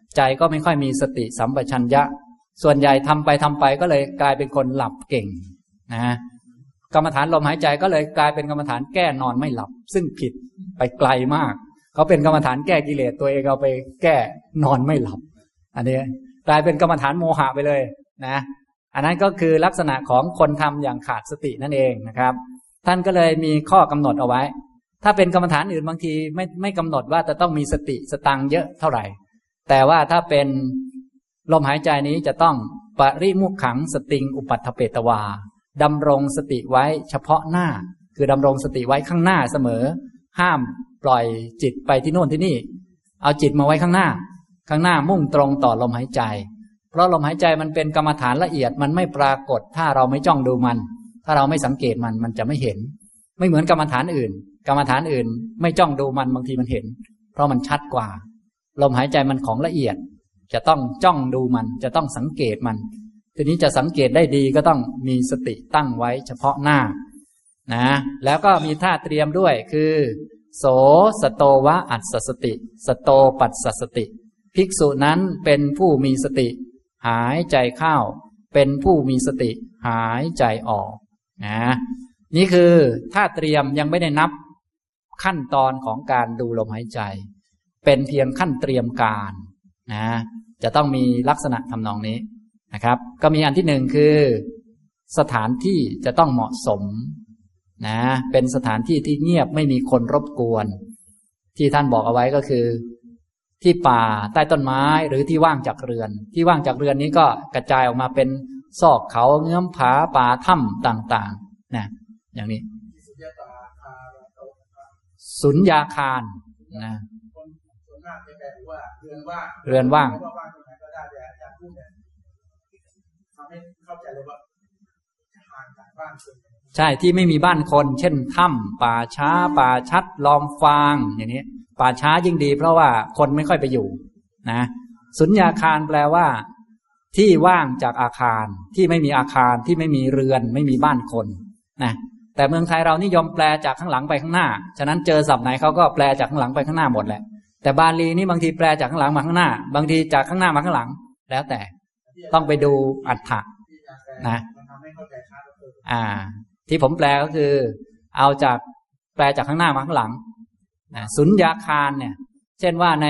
ใจก็ไม่ค่อยมีสติสัมปชัญญะส่วนใหญ่ทำไปก็เลยกลายเป็นคนหลับเก่งนะกรรมฐานลมหายใจก็เลยกลายเป็นกรรมฐานแก้นอนไม่หลับซึ่งผิดไปไกลมากเขาเป็นกรรมฐานแก้กิเลสตัวเองเอาไปแก้นอนไม่หลับอันนี้กลายเป็นกรรมฐานโมหะไปเลยนะอันนั้นก็คือลักษณะของคนทำอย่างขาดสตินั่นเองนะครับท่านก็เลยมีข้อกำหนดเอาไว้ถ้าเป็นกรรมฐานอื่นบางทีไม่กำหนดว่าจะต้องมีสติสตังเยอะเท่าไหร่แต่ว่าถ้าเป็นลมหายใจนี้จะต้องปริมุขขังสติงอุปัฏฐเปตวาดำรงสติไว้เฉพาะหน้าคือดำรงสติไว้ข้างหน้าเสมอห้ามปล่อยจิตไปที่โน่นที่นี่เอาจิตมาไว้ข้างหน้ามุ่งตรงต่อลมหายใจเพราะลมหายใจมันเป็นกรรมฐานละเอียดมันไม่ปรากฏถ้าเราไม่จ้องดูมันถ้าเราไม่สังเกตมันจะไม่เห็นไม่เหมือนกรรมฐานอื่นกรรมฐานอื่นไม่จ้องดูมันบางทีมันเห็นเพราะมันชัดกว่าลมหายใจมันของละเอียดจะต้องจ้องดูมันจะต้องสังเกตมันทีนี้จะสังเกตได้ดีก็ต้องมีสติตั้งไว้เฉพาะหน้านะแล้วก็มีท่าเตรียมด้วยคือโสสโตวะอัสสสติสโตปัสสสติภิกษุนั้นเป็นผู้มีสติหายใจเข้าเป็นผู้มีสติหายใจออกนะนี่คือท่าเตรียมยังไม่ได้นับขั้นตอนของการดูลมหายใจเป็นเพียงขั้นเตรียมการนะจะต้องมีลักษณะทำนองนี้นะครับก็มีอันที่หนึ่งคือสถานที่จะต้องเหมาะสมนะเป็นสถานที่ที่เงียบไม่มีคนรบกวนที่ท่านบอกเอาไว้ก็คือที่ป่าใต้ต้นไม้หรือที่ว่างจากเรือนที่ว่างจากเรือนนี้ก็กระจายออกมาเป็นซอกเขาเงื้อมผาป่าถ้ำต่างๆนะอย่างนี้สุญญาคารนะเรือนว่างใช่ที่ไม่มีบ้านคนเช่นถ้ำป่าช้าป่าชัดลอมฟางอย่างนี้ป่าช้ายิ่งดีเพราะว่าคนไม่ค่อยไปอยู่นะสุญญาคารแปลว่าที่ว่างจากอาคารที่ไม่มีอาคารที่ไม่มีเรือนไม่มีบ้านคนนะแต่เมืองไทยเรานิยมแปลจากข้างหลังไปข้างหน้าฉะนั้นเจอศัพท์ไหนเขาก็แปลจากข้างหลังไปข้างหน้าหมดแหละแต่บาลีนี่บางทีแปลจากข้างหลังมาข้างหน้าบางทีจากข้างหน้ามาข้างหลังแล้วแต่ต้องไปดูอรรถะนะที่ผมแปลก็คือเอาจากแปลจากข้างหน้ามาข้างหลังนะสุญญาคารเนี่ยเช่นว่า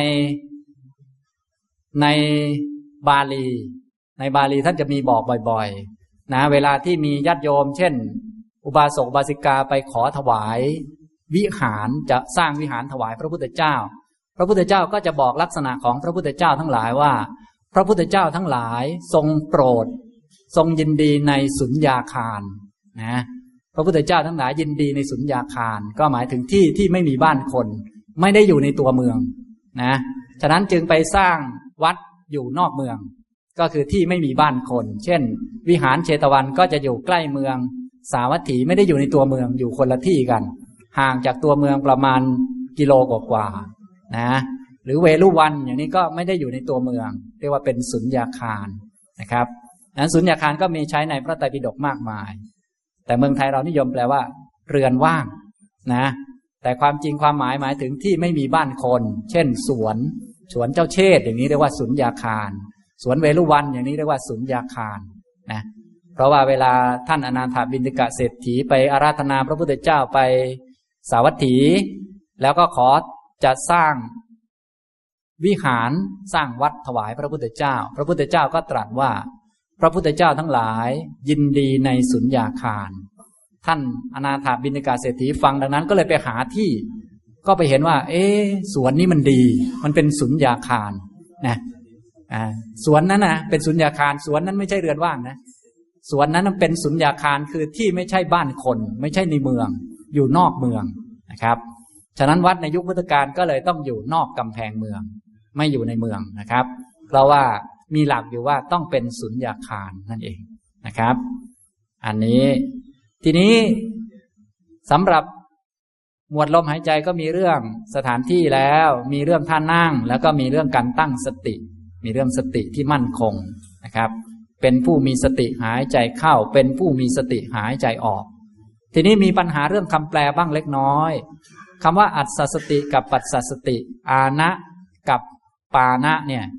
ในบาลีท่านจะมีบอกบ่อยๆนะเวลาที่มีญาติโยมเช่นอุบาสกอุบาสิกาไปขอถวายวิหารจะสร้างวิหารถวายพระพุทธเจ้าพระพุทธเจ้าก็จะบอกลักษณะของพระพุทธเจ้าทั้งหลายว่าพระพุทธเจ้าทั้งหลายทรงโปรดทรงยินดีในสุญญาคารนะพระพุทธเจ้าทั้งหลายยินดีในสุญญาคารก็หมายถึงที่ที่ไม่มีบ้านคนไม่ได้อยู่ในตัวเมืองนะฉะนั้นจึงไปสร้างวัดอยู่นอกเมืองก็คือที่ไม่มีบ้านคนเช่นวิหารเชตวันก็จะอยู่ใกล้เมืองสาวัตถีไม่ได้อยู่ในตัวเมืองอยู่คนละที่กันห่างจากตัวเมืองประมาณกิโลกว่านะหรือเวลุวันอย่างนี้ก็ไม่ได้อยู่ในตัวเมืองเรียกว่าเป็นสุญญาคารนะครับนั้นสุญญาคารก็มีใช้ในพระไตรปิฎกมากมายแต่เมืองไทยเรานิยมแปลว่าเรือนว่างนะแต่ความจริงความหมายถึงที่ไม่มีบ้านคนเช่นสวนเจ้าเชษฐ์อย่างนี้เรียกว่าสุญญาคารสวนเวลุวันอย่างนี้เรียกว่าสุญญาคารนะเพราะว่าเวลาท่านอนาถบิณฑิกเศรษฐีไปอาราธนาพระพุทธเจ้าไปสาวัตถีแล้วก็ขอจะสร้างวิหารสร้างวัดถวายพระพุทธเจ้าพระพุทธเจ้าก็ตรัสว่าพระพุทธเจ้าทั้งหลายยินดีในสุญญาคารท่านอนาถบิณฑิกเศรษฐีฟังดังนั้นก็เลยไปหาที่ก็ไปเห็นว่าสวนนี้มันดีมันเป็นสุญญาคารนะสวนนั้นนะเป็นสุญญาคารสวนนั้นไม่ใช่เรือนว่างนะสวนนั้นเป็นสุญญาคารคือที่ไม่ใช่บ้านคนไม่ใช่ในเมืองอยู่นอกเมืองนะครับฉะนั้นวัดในยุคพุทธกาลก็เลยต้องอยู่นอกกำแพงเมืองไม่อยู่ในเมืองนะครับเพราะว่ามีหลักอยู่ว่าต้องเป็นสุญญาคารนั่นเองนะครับอันนี้ทีนี้สำหรับหมวดลมหายใจก็มีเรื่องสถานที่แล้วมีเรื่องท่านั่งแล้วก็มีเรื่องการตั้งสติมีเรื่องสติที่มั่นคงนะครับเป็นผู้มีสติหายใจเข้าเป็นผู้มีสติหายใจออกทีนี้มีปัญหาเรื่องคำแปลบ้างเล็กน้อยคำว่าอัสสสติกับปัสสสติอานะกับปานะเนี่ย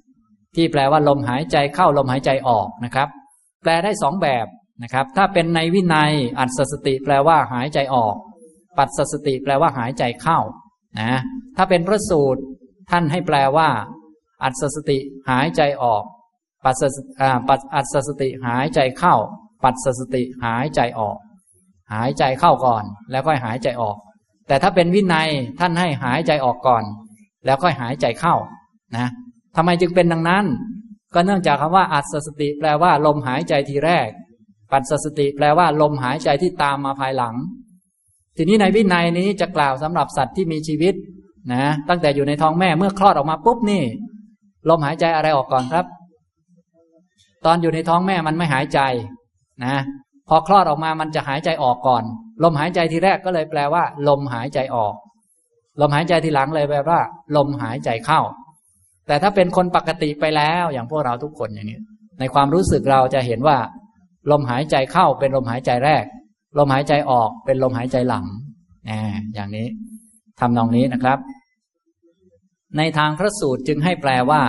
ที่แปลว่าลมหายใจเข้าลมหายใจออกนะครับแปลได้2แบบนะครับถ้าเป็นในวินัยอัสสสติแปลว่าหายใจออกปัสสสติแปลว่าหายใจเข้านะถ้าเป็นพระสูตรท่านให้แปลว่าอัสสสติหายใจออกอัสสสติหายใจเข้าปัสสสติหายใจออกหายใจเข้าก่อนแล้วค่อยหายใจออกแต่ถ้าเป็นวินัยท่านให้หายใจออกก่อนแล้วค่อยหายใจเข้านะทำไมจึงเป็นดังนั้นก็เนื่องจากคำว่าอัสสสติแปลว่าลมหายใจทีแรกปัสสสติแปลว่าลมหายใจที่ตามมาภายหลังทีนี้ในวินัยนี้จะกล่าวสำหรับสัตว์ที่มีชีวิตนะตั้งแต่อยู่ในท้องแม่เมื่อคลอดออกมาปุ๊บนี่ลมหายใจอะไรออกก่อนครับตอนอยู่ในท้องแม่มันไม่หายใจนะพอคลอดออกมามันจะหายใจออกก่อนลมหายใจทีแรกก็เลยแปลว่าลมหายใจออกลมหายใจทีหลังเลยแปลว่าลมหายใจเข้าแต่ถ้าเป็นคนปกติไปแล้วอย่างพวกเราทุกคนอย่างนี้ในความรู้สึกเราจะเห็นว่าลมหายใจเข้าเป็นลมหายใจแรกลมหายใจออกเป็นลมหายใจหลังอย่างนี้ทำนองนี้นะครับในทางพระสูตรจึงให้แปลว่า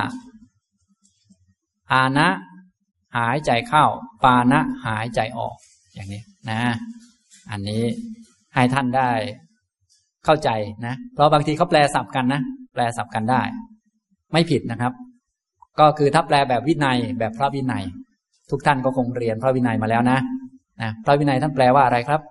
อานะหายใจเข้าปานะหายใจออกอย่างนี้นะอันนี้ให้ท่านได้เข้าใจนะเพราะบางทีเขาแปลศัพท์กันนะแปลศัพท์กันได้ไม่ผิดนะครับก็คือถ้าแปลแบบวินัยแบบพระวินัยทุกท่านก็คงเรียนพระวินัยมาแล้วนะพระวินัยท่านแปลว่าอะไรครับ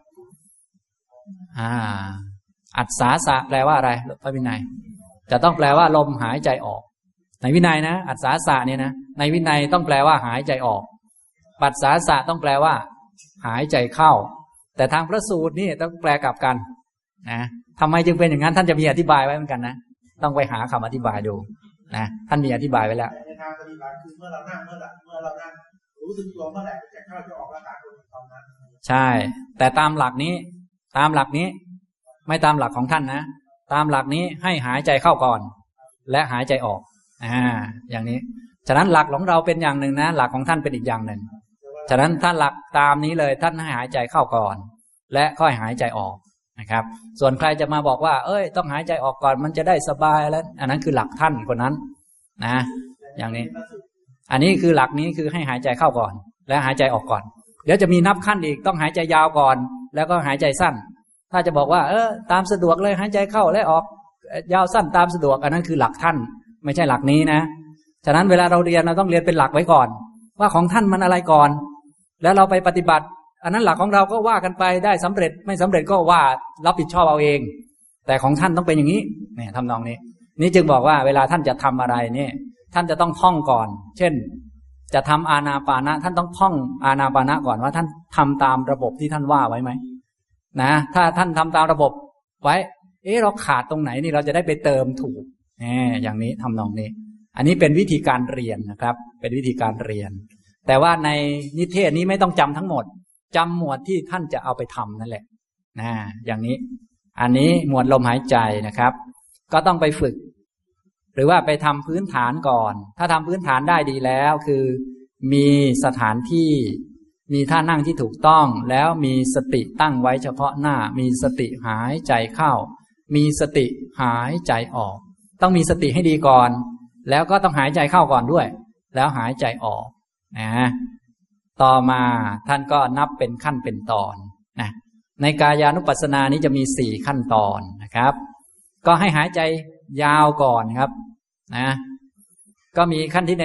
อัศสาสะแปลว่าอะไรพระวินัยจะต้องแปลว่าลมหายใจออกในวินัยนะอัศสาสะเนี่ยนะในวินัยต้องแปลว่าหายใจออกปัสสาสะต้องแปลว่าหายใจเข้าแต่ทางพระสูตรนี่ต้องแปลกลับกันนะทำไมจึงเป็นอย่างนั้นท่านจะมีอธิบายไว้เหมือนกันนะต้องไปหาคำอธิบายดูนะท่านมีอธิบายไว้แล้วในทางปฏิบัติคือเมื่อเรานั่งรู้สึกตัวเมื่อไหร่จะเข้าจะออกร่างกายตอนนั้นใช่แต่ตามหลักนี้ไม่ตามหลักของท่านนะตามหลักนี้ให้หายใจเข้าก่อนและหายใจออกอย่างนี้ฉะนั้นหลักของเราเป็นอย่างหนึ่งนะหลักของท่านเป็นอีกอย่างหนึ่งฉะนั้นถ้าหลักตามนี้เลยท่านให้หายใจเข้าก่อนและค่อยหายใจออกนะครับส่วนใครจะมาบอกว่าต้องหายใจออกก่อนมันจะได้สบายแล้วอันนั้นคือหลักท่านคนนั้นนะอย่างนี้อันนี้คือหลักนี้คือให้หายใจเข้าก่อนและหายใจออกก่อนเดี๋ยวจะมีนับขั้นอีกต้องหายใจยาวก่อนแล้วก็หายใจสั้นถ้าจะบอกว่าตามสะดวกเลยหายใจเข้าและออกยาวสั้นตามสะดวกอันนั้นคือหลักท่านไม่ใช่หลักนี้นะฉะนั้นเวลาเราเรียนเราต้องเรียนเป็นหลักไว้ก่อนว่าของท่านมันอะไรก่อนแล้วเราไปปฏิบัติอันนั้นหลักของเราก็ว่ากันไปได้สำเร็จไม่สำเร็จก็ว่ารับผิดชอบเอาเองแต่ของท่านต้องเป็นอย่างนี้เนี่ยทำนองนี้นี่จึงบอกว่าเวลาท่านจะทำอะไรเนี่ยท่านจะต้องท่องก่อนเช่นจะทำอานาปานะท่านต้องท่องอานาปานะก่อนว่าท่านทำตามระบบที่ท่านว่าไว้ไหมนะถ้าท่านทำตามระบบไว้เราขาดตรงไหนนี่เราจะได้ไปเติมถูกอย่างนี้ทำนองนี้อันนี้เป็นวิธีการเรียนนะครับเป็นวิธีการเรียนแต่ว่าในนิเทศนี้ไม่ต้องจำทั้งหมดจำหมวดที่ท่านจะเอาไปทำนั่นแหละอย่างนี้อันนี้หมวดลมหายใจนะครับก็ต้องไปฝึกหรือว่าไปทำพื้นฐานก่อนถ้าทำพื้นฐานได้ดีแล้วคือมีสถานที่มีท่านั่งที่ถูกต้องแล้วมีสติตั้งไว้เฉพาะหน้ามีสติหายใจเข้ามีสติหายใจออกต้องมีสติให้ดีก่อนแล้วก็ต้องหายใจเข้าก่อนด้วยแล้วหายใจออกต่อมาท่านก็นับเป็นขั้นเป็นตอนนะในกายานุปัสสนานี้จะมี4ขั้นตอนนะครับก็ให้หายใจยาวก่อนครับนะก็มีขั้นที่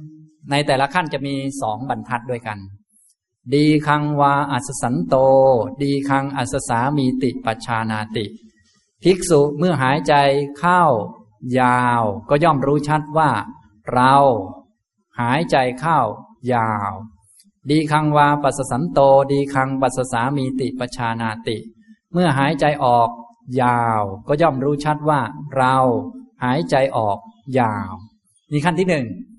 1ในแต่ละขั้นจะมี2บรรทัดด้วยกันดีคังวาอัสสันโตดีคังอัสสามีติปัจฉานาติภิกษุเมื่อหายใจเข้ายาวก็ย่อมรู้ชัดว่าเราหายใจเข้ายาวดีคังวาปัสสันโตดีคังปัสสามีติปัจฉานาติเมื่อหายใจออกยาวก็ย่อมรู้ชัดว่าเราหายใจออกยาวนี่ขั้นที่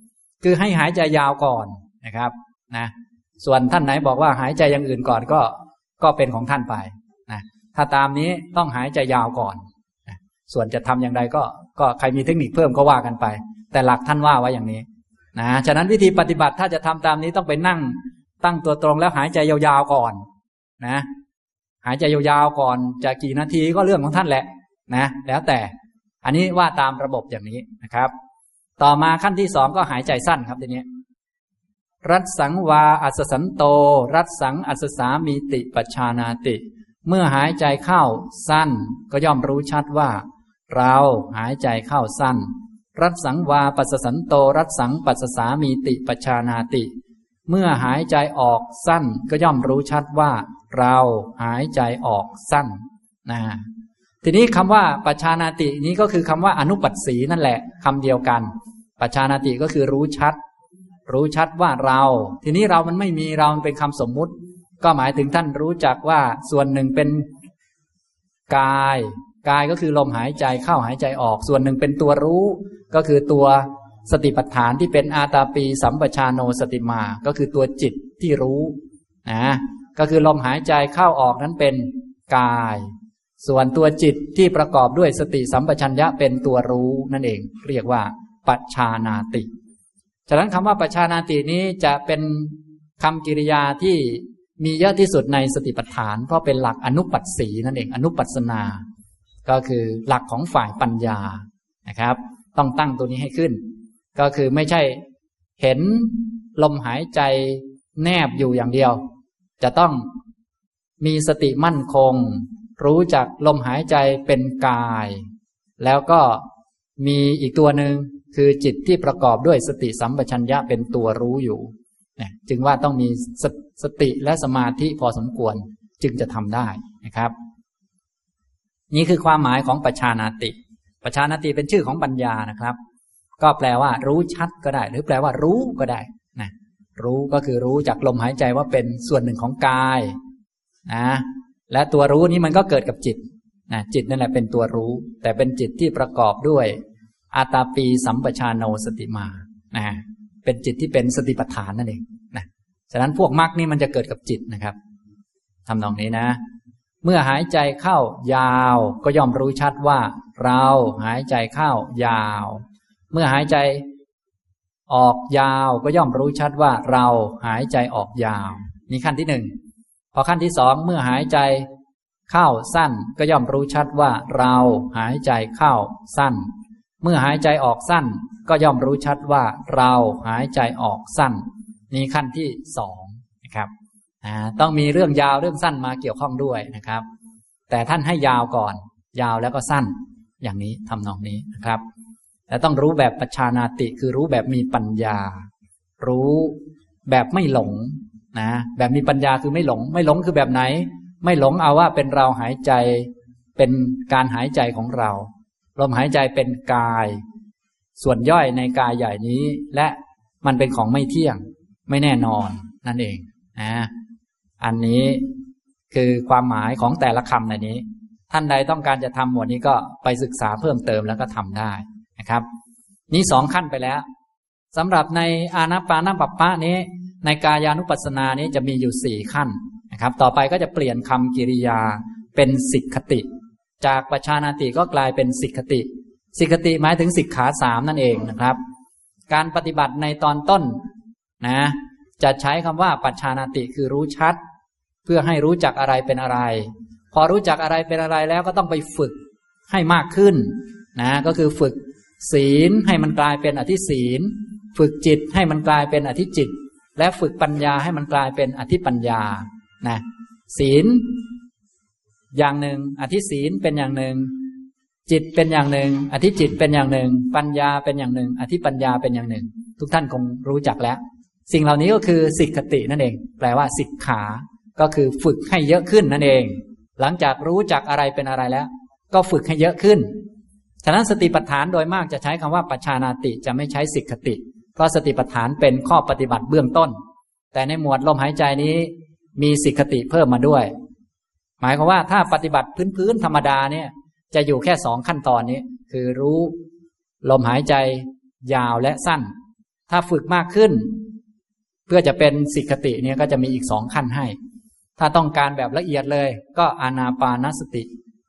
1คือให้หายใจยาวก่อนนะครับนะส่วนท่านไหนบอกว่าหายใจอย่างอื่นก่อนก็เป็นของท่านไปนะถ้าตามนี้ต้องหายใจยาวก่อนนะส่วนจะทำอย่างไรก็ใครมีเทคนิคเพิ่มก็ว่ากันไปแต่หลักท่านว่าไว้อย่างนี้นะฉะนั้นวิธีปฏิบัติถ้าจะทำตามนี้ต้องไปนั่งตั้งตัวตรงแล้วหายใจยาวๆก่อนนะหายใจยาวๆก่อนจะกี่นาทีก็เรื่องของท่านแหละนะแล้วแต่อันนี้ว่าตามระบบอย่างนี้นะครับต่อมาขั้นที่สองก็หายใจสั้นครับทีนี้รัสสังวาอัสสันโตรัสสังอัสสามีติปัจฉานาติเมื่อหายใจเข้าสั้นก็ย่อมรู้ชัดว่าเราหายใจเข้าสั้นรัสสังวาปัสสันโตรัสสังปัสสามีติปัจฉานาติเมื่อหายใจออกสั้นก็ย่อมรู้ชัดว่าเราหายใจออกสั้นนะทีนี้คำว่าปัจฉานาตินี้ก็คือคำว่าอนุปัสสีนั่นแหละคำเดียวกันปัจฉานาติก็คือรู้ชัดว่าเราทีนี้เรามันไม่มีเรามันเป็นคำสมมุติก็หมายถึงท่านรู้จักว่าส่วนหนึ่งเป็นกายก็คือลมหายใจเข้าหายใจออกส่วนหนึ่งเป็นตัวรู้ก็คือตัวสติปัฏฐานที่เป็นอาตาปีสัมปชาโนสติมาก็คือตัวจิตที่รู้นะก็คือลมหายใจเข้าออกนั้นเป็นกายส่วนตัวจิตที่ประกอบด้วยสติสัมปชัญญะเป็นตัวรู้นั่นเองเรียกว่าปัจฉานาติฉะนั้นคำว่าปัจฉานาตินี้จะเป็นคำกริยาที่มีเยอะที่สุดในสติปัฏฐานเพราะเป็นหลักอนุปัสสีนั่นเองอนุปัสนาก็คือหลักของฝ่ายปัญญานะครับต้องตั้งตัวนี้ให้ขึ้นก็คือไม่ใช่เห็นลมหายใจแนบอยู่อย่างเดียวจะต้องมีสติมั่นคงรู้จักลมหายใจเป็นกายแล้วก็มีอีกตัวหนึ่งคือจิตที่ประกอบด้วยสติสัมปชัญญะเป็นตัวรู้อยู่จึงว่าต้องมีสติและสมาธิพอสมควรจึงจะทำได้นะครับนี่คือความหมายของปัจฉานาติปัจฉานาติเป็นชื่อของปัญญานะครับก็แปลว่ารู้ชัดก็ได้หรือแปลว่ารู้ก็ได้นะรู้ก็คือรู้จากลมหายใจว่าเป็นส่วนหนึ่งของกายนะและตัวรู้นี้มันก็เกิดกับจิตนะจิตนั่นแหละเป็นตัวรู้แต่เป็นจิตที่ประกอบด้วยอาตาปีสัมปชาโนสติมานะเป็นจิตที่เป็นสติปัฏฐานนั่นเองนะฉะนั้นพวกมรรคนี่มันจะเกิดกับจิตนะครับทำนองนี้นะเมื่อหายใจเข้ายาวก็ย่อมรู้ชัดว่าเราหายใจเข้ายาวเมื่อหายใจออกยาวก็ย่อมรู้ชัดว่าเราหายใจออกยาวนี่ขั้นที่หนึ่งพอขั้นที่สองเมื่อหายใจเข้าสั้นก็ย่อมรู้ชัดว่าเราหายใจเข้าสั้นเมื่อหายใจออกสั้นก็ย่อมรู้ชัดว่าเราหายใจออกสั้นนี่ขั้นที่สองนะครับต้องมีเรื่องยาวเรื่องสั้นมาเกี่ยวข้องด้วยนะครับแต่ท่านให้ยาวก่อนยาวแล้วก็สั้นอย่างนี้ทำนองนี้นะครับแต่ต้องรู้แบบปัจฉานาติคือรู้แบบมีปัญญารู้แบบไม่หลงนะแบบมีปัญญาคือไม่หลงคือแบบไหนไม่หลงเอาว่าเป็นเราหายใจเป็นการหายใจของเราลมหายใจเป็นกายส่วนย่อยในกายใหญ่นี้และมันเป็นของไม่เที่ยงไม่แน่นอนนั่นเองนะอันนี้คือความหมายของแต่ละคำในนี้ท่านใดต้องการจะทำหมวดนี้ก็ไปศึกษาเพิ่มเติมแล้วก็ทำได้นะครับนี่สองขั้นไปแล้วสำหรับในอานาปานปัปปะนี้ในกายานุปัสสนานี้จะมีอยู่สี่ขั้นนะครับต่อไปก็จะเปลี่ยนคำกิริยาเป็นสิกขติจากปัจฉานาติก็กลายเป็นสิกขติสิกขติหมายถึงสิกขาสามนั่นเองนะครับการปฏิบัติในตอนต้นนะจะใช้คำว่าปัจฉานาติคือรู้ชัดเพื่อให้รู้จักอะไรเป็นอะไรพอรู้จักอะไรเป็นอะไรแล้วก็ต้องไปฝึกให้มากขึ้นนะก็คือฝึกศีลให้มันกลายเป็นอธิศีลฝึกจิตให้มันกลายเป็นอธิจิตและฝึกปัญญาให้มันกลายเป็นอธิปัญญานะศีลอย่างหนึ่งอธิศีลเป็นอย่างหนึ่งจิตเป็นอย่างหนึ่งอธิจิตเป็นอย่างหนึ่งปัญญาเป็นอย่างหนึ่งอธิปัญญาเป็นอย่างหนึ่งทุกท่านคงรู้จักแล้วสิ่งเหล่านี้ก็คือสิกขตินั่นเองแปลว่าสิกขาก็คือฝึกให้เยอะขึ้นนั่นเองหลังจากรู้จักอะไรเป็นอะไรแล้วก็ฝึกให้เยอะขึ้นฉะนั้นสติปัฏฐานโดยมากจะใช้คำว่าปัจฉานาติจะไม่ใช้สิกขติเพราะสติปัฏฐานเป็นข้อปฏิบัติเบื้องต้นแต่ในหมวดลมหายใจนี้มีสิกขติเพิ่มมาด้วยหมายความว่าถ้าปฏิบัติพื้นๆธรรมดาเนี่ยจะอยู่แค่สองขั้นตอนนี้คือรู้ลมหายใจยาวและสั้นถ้าฝึกมากขึ้นเพื่อจะเป็นสิกขติเนี่ยก็จะมีอีกสองขั้นให้ถ้าต้องการแบบละเอียดเลยก็อานาปานสติ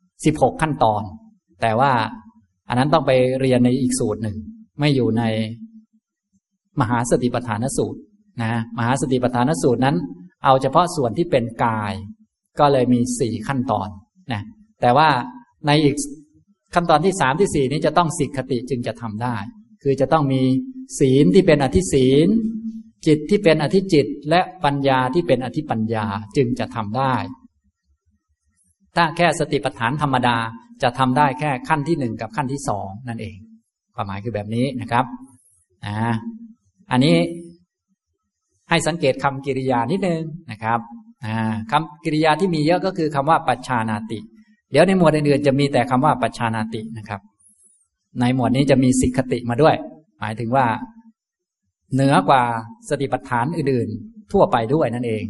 16ขั้นตอนแต่ว่าอันนั้นต้องไปเรียนในอีกสูตรหนึ่งไม่อยู่ในมหาสติปัฏฐานสูตรนะมหาสติปัฏฐานสูตรนั้นเอาเฉพาะส่วนที่เป็นกายก็เลยมี4ขั้นตอนนะแต่ว่าในอีกขั้นตอนที่3ที่4นี้จะต้องสิกขติจึงจะทำได้คือจะต้องมีศีลที่เป็นอธิศีลจิตที่เป็นอธิจิตและปัญญาที่เป็นอธิปัญญาจึงจะทำได้ถ้าแค่สติปัฏฐานธรรมดาจะทำได้แค่ขั้นที่1กับขั้นที่2นั่นเองความหมายคือแบบนี้นะครับอันนี้ให้สังเกตคำกริยานิดนึงนะครับคำกริยาที่มีเยอะก็คือคำว่าปัจฉานาติเดี๋ยวในหมวดอื่นๆจะมีแต่คำว่าปัจฉานาตินะครับในหมวดนี้จะมีสิกขติมาด้วยหมายถึงว่าเหนือกว่าสติปัฏฐานอื่นๆทั่วไปด้วยนั่นเอง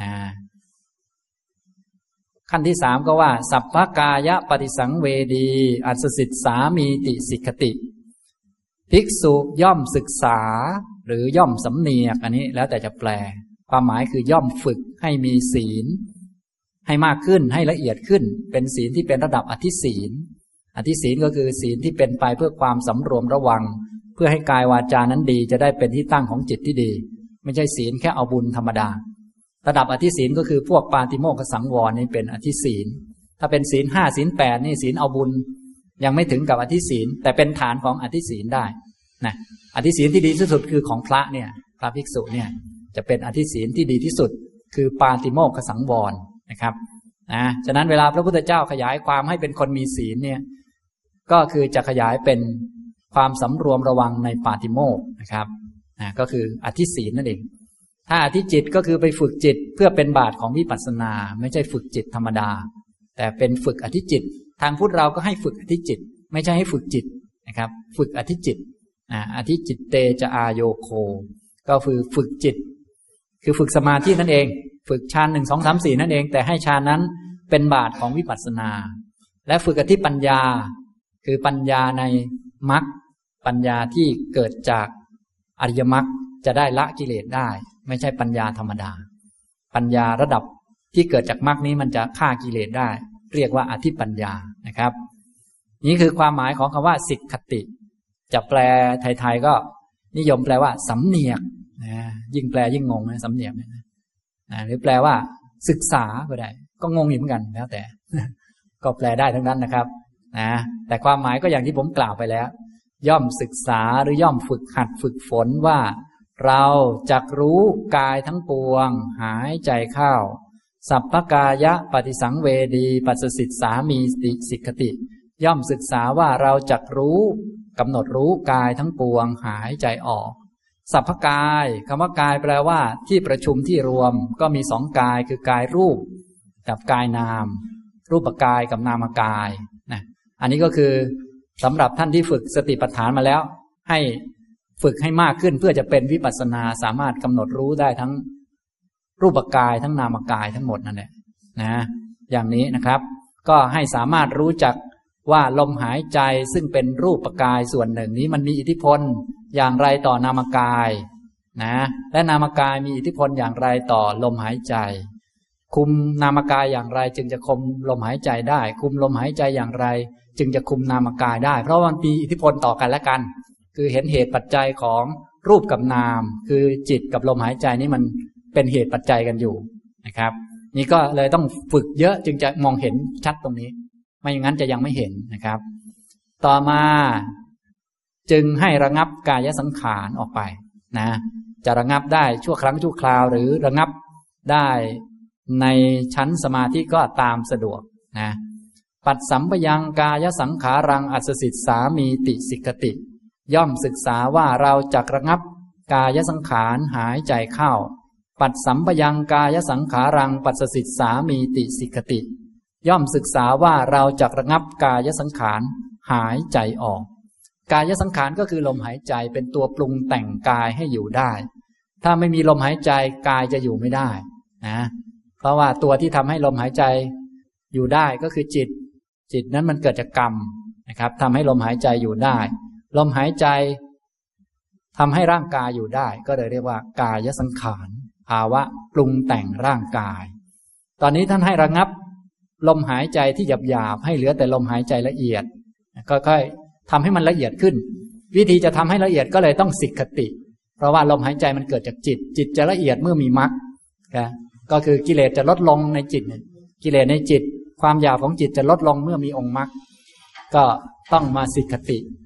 ขั้นที่3ก็ว่าสัพพกายะปฏิสังเวดีอัสสิทสามีติสิกขติภิกษุย่อมศึกษาหรือย่อมสำเนียกอันนี้แล้วแต่จะแปลความหมายคือย่อมฝึกให้มีศีลให้มากขึ้นให้ละเอียดขึ้นเป็นศีลที่เป็นระดับอธิศีลอธิศีลก็คือศีลที่เป็นไปเพื่อความสำรวมระวังเพื่อให้กายวาจานั้นดีจะได้เป็นที่ตั้งของจิตที่ดีไม่ใช่ศีลแค่เอาบุญธรรมดาระดับอธิศีลก็คือพวกปาติโมกขสังวรนี่เป็นอธิศีลถ้าเป็นศีล5ศีล8นี่ศีลเอาบุญยังไม่ถึงกับอธิศีลแต่เป็นฐานของอธิศีลได้นะอธิศีลที่ดีที่สุดคือของพระเนี่ยพระภิกษุเนี่ยจะเป็นอธิศีลที่ดีที่สุดคือปาติโมกขสังวรนะครับฉะนั้นเวลาพระพุทธเจ้าขยายความให้เป็นคนมีศีลเนี่ยก็คือจะขยายเป็นความสำรวมระวังในปาติโมกข์นะครับก็คืออธิศีลนั่นเองถ้าอธิจิตก็คือไปฝึกจิตเพื่อเป็นบาตรของวิปัสสนาไม่ใช่ฝึกจิตธรรมดาแต่เป็นฝึกอธิจิตทางพุทธเราก็ให้ฝึกอธิจิตไม่ใช่ให้ฝึกจิตนะครับฝึกอธิจิตอธิจิตเตจะอาโยโคก็คือฝึกจิตคือฝึกสมาธินั่นเองฝึกฌาน1 2 3 4นั่นเองแต่ให้ฌานนั้นเป็นบาตรของวิปัสสนาและฝึกอธิปัญญาคือปัญญาในมรรคปัญญาที่เกิดจากอริยมรรคจะได้ละกิเลสได้ไม่ใช่ปัญญาธรรมดาปัญญาระดับที่เกิดจากมรรคนี้มันจะฆ่ากิเลสได้เรียกว่าอธิปัญญานะครับนี่คือความหมายของคำว่าสิกขติจะแปลไทยๆก็นิยมแปลว่าสำเนียกยิ่งแปลยิ่งงงนะสำเนียกหรือแปลว่าศึกษาก็ได้ก็งงอยู่เหมือนกันแล้วแต่ก็แปลได้ทั้งนั้นนะครับแต่ความหมายก็อย่างที่ผมกล่าวไปแล้วย่อมศึกษาหรือย่อมฝึกหัดฝึกฝนว่าเราจักรู้กายทั้งปวงหายใจเข้าสัพพกายะปฏิสังเวดีปัสสสิทสามีติสิกขติย่อมศึกษาว่าเราจักรู้กำหนดรู้กายทั้งปวงหายใจออกสัพพกายคำว่ากายแปลว่าที่ประชุมที่รวมก็มี2กายคือกายรูปกับกายนามรูปกายกับนามกายอันนี้ก็คือสำหรับท่านที่ฝึกสติปัฏฐานมาแล้วให้ฝึกให้มากขึ้นเพื่อจะเป็นวิปัสสนาสามารถกำหนดรู้ได้ทั้งรูปกายทั้งนามกายทั้งหมดนั่นแหละอย่างนี้นะครับก็ให้สามารถรู้จักว่าลมหายใจซึ่งเป็นรูปกายส่วนหนึ่งนี้มันมีอิทธิพลอย่างไรต่อนามกายและนามกายมีอิทธิพลอย่างไรต่อลมหายใจคุมนามกายอย่างไรจึงจะคุมลมหายใจได้คุมลมหายใจอย่างไรจึงจะคุมนามกายได้เพราะมันมีอิทธิพลต่อกันและกันคือเห็นเหตุปัจจัยของรูปกับนามคือจิตกับลมหายใจนี่มันเป็นเหตุปัจจัยกันอยู่นะครับนี่ก็เลยต้องฝึกเยอะจึงจะมองเห็นชัดตรงนี้ไม่อย่างนั้นจะยังไม่เห็นนะครับต่อมาจึงให้ระงับกายสังขารออกไปจะระงับได้ชั่วครั้งชั่วคราวหรือระงับได้ในชั้นสมาธิก็ตามสะดวกปัดสัมปยังกายสังขารังอัสสิทสามีติสิกขติย่อมศึกษาว่าเราจักระงับกายสังขารหายใจเข้าปัดสัมปยังกายสังขารังปัสสสิทสามีติสิกขติย่อมศึกษาว่าเราจักระงับกายสังขารหายใจออกกายสังขารก็คือลมหายใจเป็นตัวปรุงแต่งกายให้อยู่ได้ถ้าไม่มีลมหายใจกายจะอยู่ไม่ได้เพราะว่าตัวที่ทำให้ลมหายใจอยู่ได้ก็คือจิตนั้นมันเกิดจากกรรมนะครับทำให้ลมหายใจอยู่ได้ลมหายใจทำให้ร่างกายอยู่ได้ก็เลยเรียกว่ากายสังขารภาวะปรุงแต่งร่างกายตอนนี้ท่านให้ระงับลมหายใจที่หยาบๆให้เหลือแต่ลมหายใจละเอียดค่อยๆทำให้มันละเอียดขึ้นวิธีจะทำให้ละเอียดก็เลยต้องสิกขติเพราะว่าลมหายใจมันเกิดจากจิตจะละเอียดเมื่อมีมรรคก็คือกิเลสจะลดลงในจิตกิเลสในจิตความหยาบของจิตจะลดลงเมื่อมีองค์มรรคก็ต้องมาสิกขติ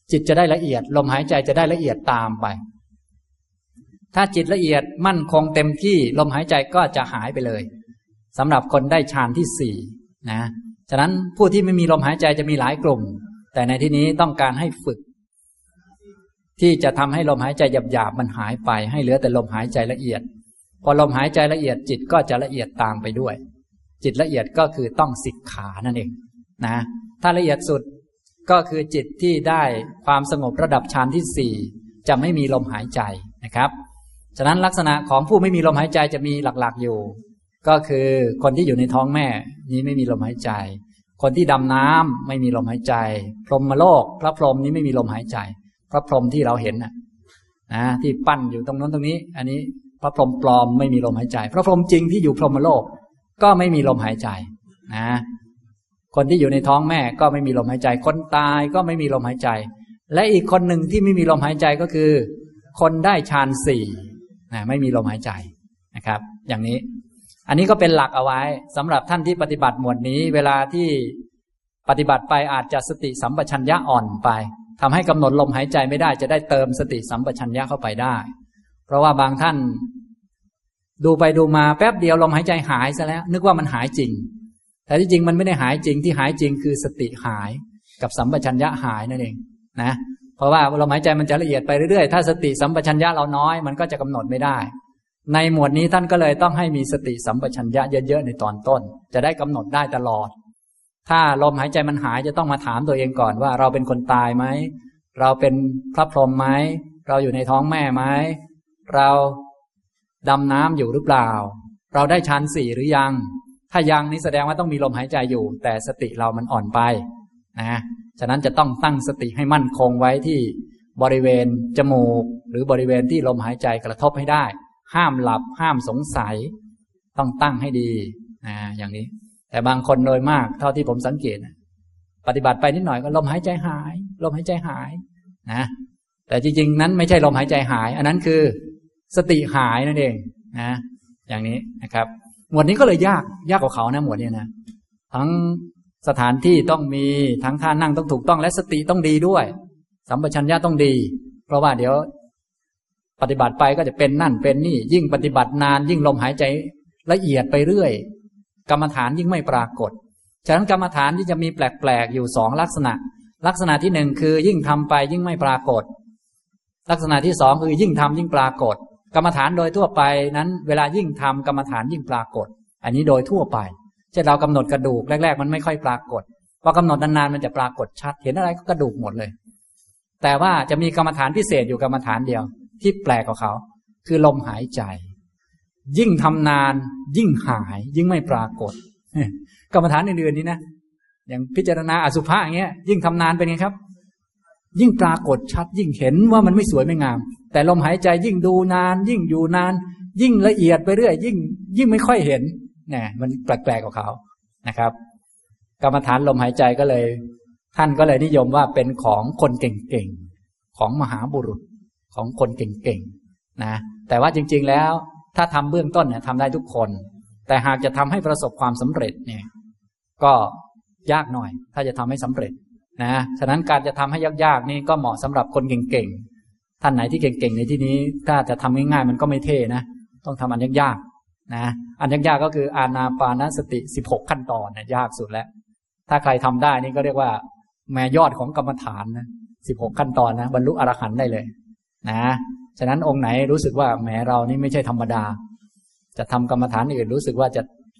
จิตจะได้ละเอียดลมหายใจจะได้ละเอียดตามไปถ้าจิตละเอียดมั่นคงเต็มที่ลมหายใจก็จะหายไปเลยสำหรับคนได้ฌานที่สี่นะฉะนั้นผู้ที่ไม่มีลมหายใจจะมีหลายกลุ่มแต่ในที่นี้ต้องการให้ฝึกที่จะทำให้ลมหายใจหยาบๆมันหายไปให้เหลือแต่ลมหายใจละเอียดพอลมหายใจละเอียดจิตก็จะละเอียดตามไปด้วยจิตละเอียดก็คือต้องสิกขานั่นเองนะถ้าละเอียดสุดก็คือจิตที่ได้ความสงบระดับฌานที่สี่จะไม่มีลมหายใจนะครับฉะนั้นลักษณะของผู้ไม่มีลมหายใจจะมีหลักๆอยู่ก็คือคนที่อยู่ในท้องแม่นี้ไม่มีลมหายใจคนที่ดำน้ำไม่มีลมหายใจพรหมโลกพระพรหมนี้ไม่มีลมหายใจพระพรหมที่เราเห็นนะที่ปั้นอยู่ตรงนั้นตรงนี้อันนี้พระพรหมปลอมไม่มีลมหายใจพระพรหมจริงที่อยู่พรหมโลกก็ไม่มีลมหายใจนะคนที่อยู่ในท้องแม่ก็ไม่มีลมหายใจคนตายก็ไม่มีลมหายใจและอีกคนหนึ่งที่ไม่มีลมหายใจก็คือคนได้ฌานสี่ไม่มีลมหายใจนะครับอย่างนี้อันนี้ก็เป็นหลักเอาไว้สำหรับท่านที่ปฏิบัติหมวดนี้เวลาที่ปฏิบัติไปอาจจะสติสัมปชัญญะอ่อนไปทำให้กำหนดลมหายใจไม่ได้จะได้เติมสติสัมปชัญญะเข้าไปได้เพราะว่าบางท่านดูไปดูมาแป๊บเดียวลมหายใจหายซะแล้วนึกว่ามันหายจริงแต่ที่จริงมันไม่ได้หายจริงที่หายจริงคือสติหายกับสัมปชัญญะหายนั่นเองนะเพราะว่าลมหายใจมันจะละเอียดไปเรื่อยๆถ้าสติสัมปชัญญะเราน้อยมันก็จะกำหนดไม่ได้ในหมวดนี้ท่านก็เลยต้องให้มีสติสัมปชัญญะเยอะๆในตอนต้นจะได้กำหนดได้ตลอดถ้าลมหายใจมันหายจะต้องมาถามตัวเองก่อนว่าเราเป็นคนตายไหมเราเป็นพระพรหมไหมเราอยู่ในท้องแม่ไหมเราดำน้ำอยู่หรือเปล่าเราได้ฌานสี่หรือยังถ้ายังนี่แสดงว่าต้องมีลมหายใจอยู่แต่สติเรามันอ่อนไปนะฉะนั้นจะต้องตั้งสติให้มั่นคงไว้ที่บริเวณจมูกหรือบริเวณที่ลมหายใจกระทบให้ได้ห้ามหลับห้ามสงสัยต้องตั้งให้ดีอย่างนี้แต่บางคนโดยมากเท่าที่ผมสังเกตปฏิบัติไปนิดหน่อยก็ลมหายใจหายลมหายใจหายนะแต่จริงๆนั้นไม่ใช่ลมหายใจหายอันนั้นคือสติหายนั่นเองนะอย่างนี้นะครับหมวดนี้ก็เลยยากกว่าเขานะหมวดนี้นะทั้งสถานที่ต้องมีทั้งท่านั่งต้องถูกต้องและสติต้องดีด้วยสัมปชัญญะต้องดีเพราะว่าเดี๋ยวปฏิบัติไปก็จะเป็นนั่นเป็นนี่ยิ่งปฏิบัตินานยิ่งลมหายใจละเอียดไปเรื่อยกรรมฐานยิ่งไม่ปรากฏฉะนั้นกรรมฐานที่จะมีแปลกๆอยู่สองลักษณะลักษณะที่หนึ่งคือยิ่งทำไปยิ่งไม่ปรากฏลักษณะที่สองคือยิ่งทำยิ่งปรากฏกรรมฐานโดยทั่วไปนั้นเวลายิ่งทำกรรมฐานยิ่งปรากฏอันนี้โดยทั่วไปเช่นเรากำหนดกระดูกแรกๆมันไม่ค่อยปรากฏพอกำหนดนานๆมันจะปรากฏชัดเห็นอะไรก็กระดูกหมดเลยแต่ว่าจะมีกรรมฐานพิเศษอยู่กรรมฐานเดียวที่แปลกกว่าเขาคือลมหายใจยิ่งทำนานยิ่งหายยิ่งไม่ปรากฏกรรมฐานอื่นๆนี้นะอย่างพิจารณาอสุภะอย่างเงี้ยยิ่งทำนานเป็นไงครับยิ่งปรากฏชัดยิ่งเห็นว่ามันไม่สวยไม่งามแต่ลมหายใจยิ่งดูนานยิ่งอยู่นานยิ่งละเอียดไปเรื่อยยิ่งไม่ค่อยเห็นเนี่ยมันแปลกๆกว่าเขานะครับกรรมฐานลมหายใจก็เลยท่านก็เลยนิยมว่าเป็นของคนเก่งๆของมหาบุรุษของคนเก่งๆนะแต่ว่าจริงๆแล้วถ้าทำเบื้องต้นเนี่ยทำได้ทุกคนแต่หากจะทำให้ประสบความสำเร็จเนี่ยก็ยากหน่อยถ้าจะทำให้สำเร็จนะฉะนั้นการจะทำให้ยากๆนี่ก็เหมาะสำหรับคนเก่งๆท่านไหนที่เก่งๆในที่นี้ถ้าจะทำง่ายๆมันก็ไม่เท่นะต้องทำอันยากๆนะอันยากๆก็คืออานาปานสติ16ขั้นตอนเนี่ยยากสุดแล้วถ้าใครทำได้นี่ก็เรียกว่าแม่ยอดของกรรมฐานนะ16ขั้นตอนนะบรรลุอรหันต์ได้เลยนะฉะนั้นองค์ไหนรู้สึกว่าแหมเรานี่ไม่ใช่ธรรมดาจะทำกรรมฐานอื่นรู้สึกว่า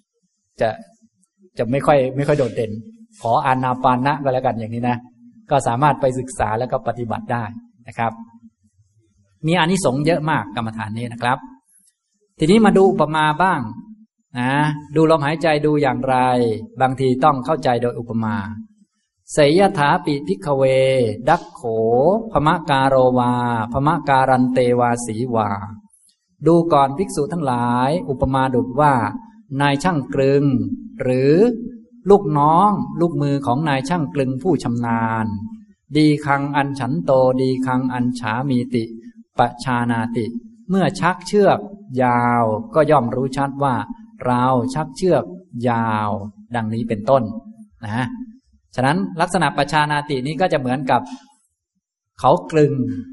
จะไม่ค่อยโดดเด่นขออานาปานะก็แล้วกันอย่างนี้นะก็สามารถไปศึกษาแล้วก็ปฏิบัติได้นะครับมีอานิสงส์เยอะมากกรรมฐานนี้นะครับทีนี้มาดูอุปมาบ้างนะดูลมหายใจดูอย่างไรบางทีต้องเข้าใจโดยอุปมาเสยถาปิภิกขเวดักโขภมการโรวาภมการันเตวาสีวาดูก่อนภิกษุทั้งหลายอุปมาดุจว่านายช่างกลึงหรือลูกน้องลูกมือของนายช่างกลึงผู้ชำนาญดีคังอันฉันโตดีคังอันฉามีติปชานาติเมื่อชักเชือกยาวก็ย่อมรู้ชัดว่าเราชักเชือกยาวดังนี้เป็นต้นนะฉะนั้นลักษณะปชานาตินี้ก็จะเหมือนกับเขากลึง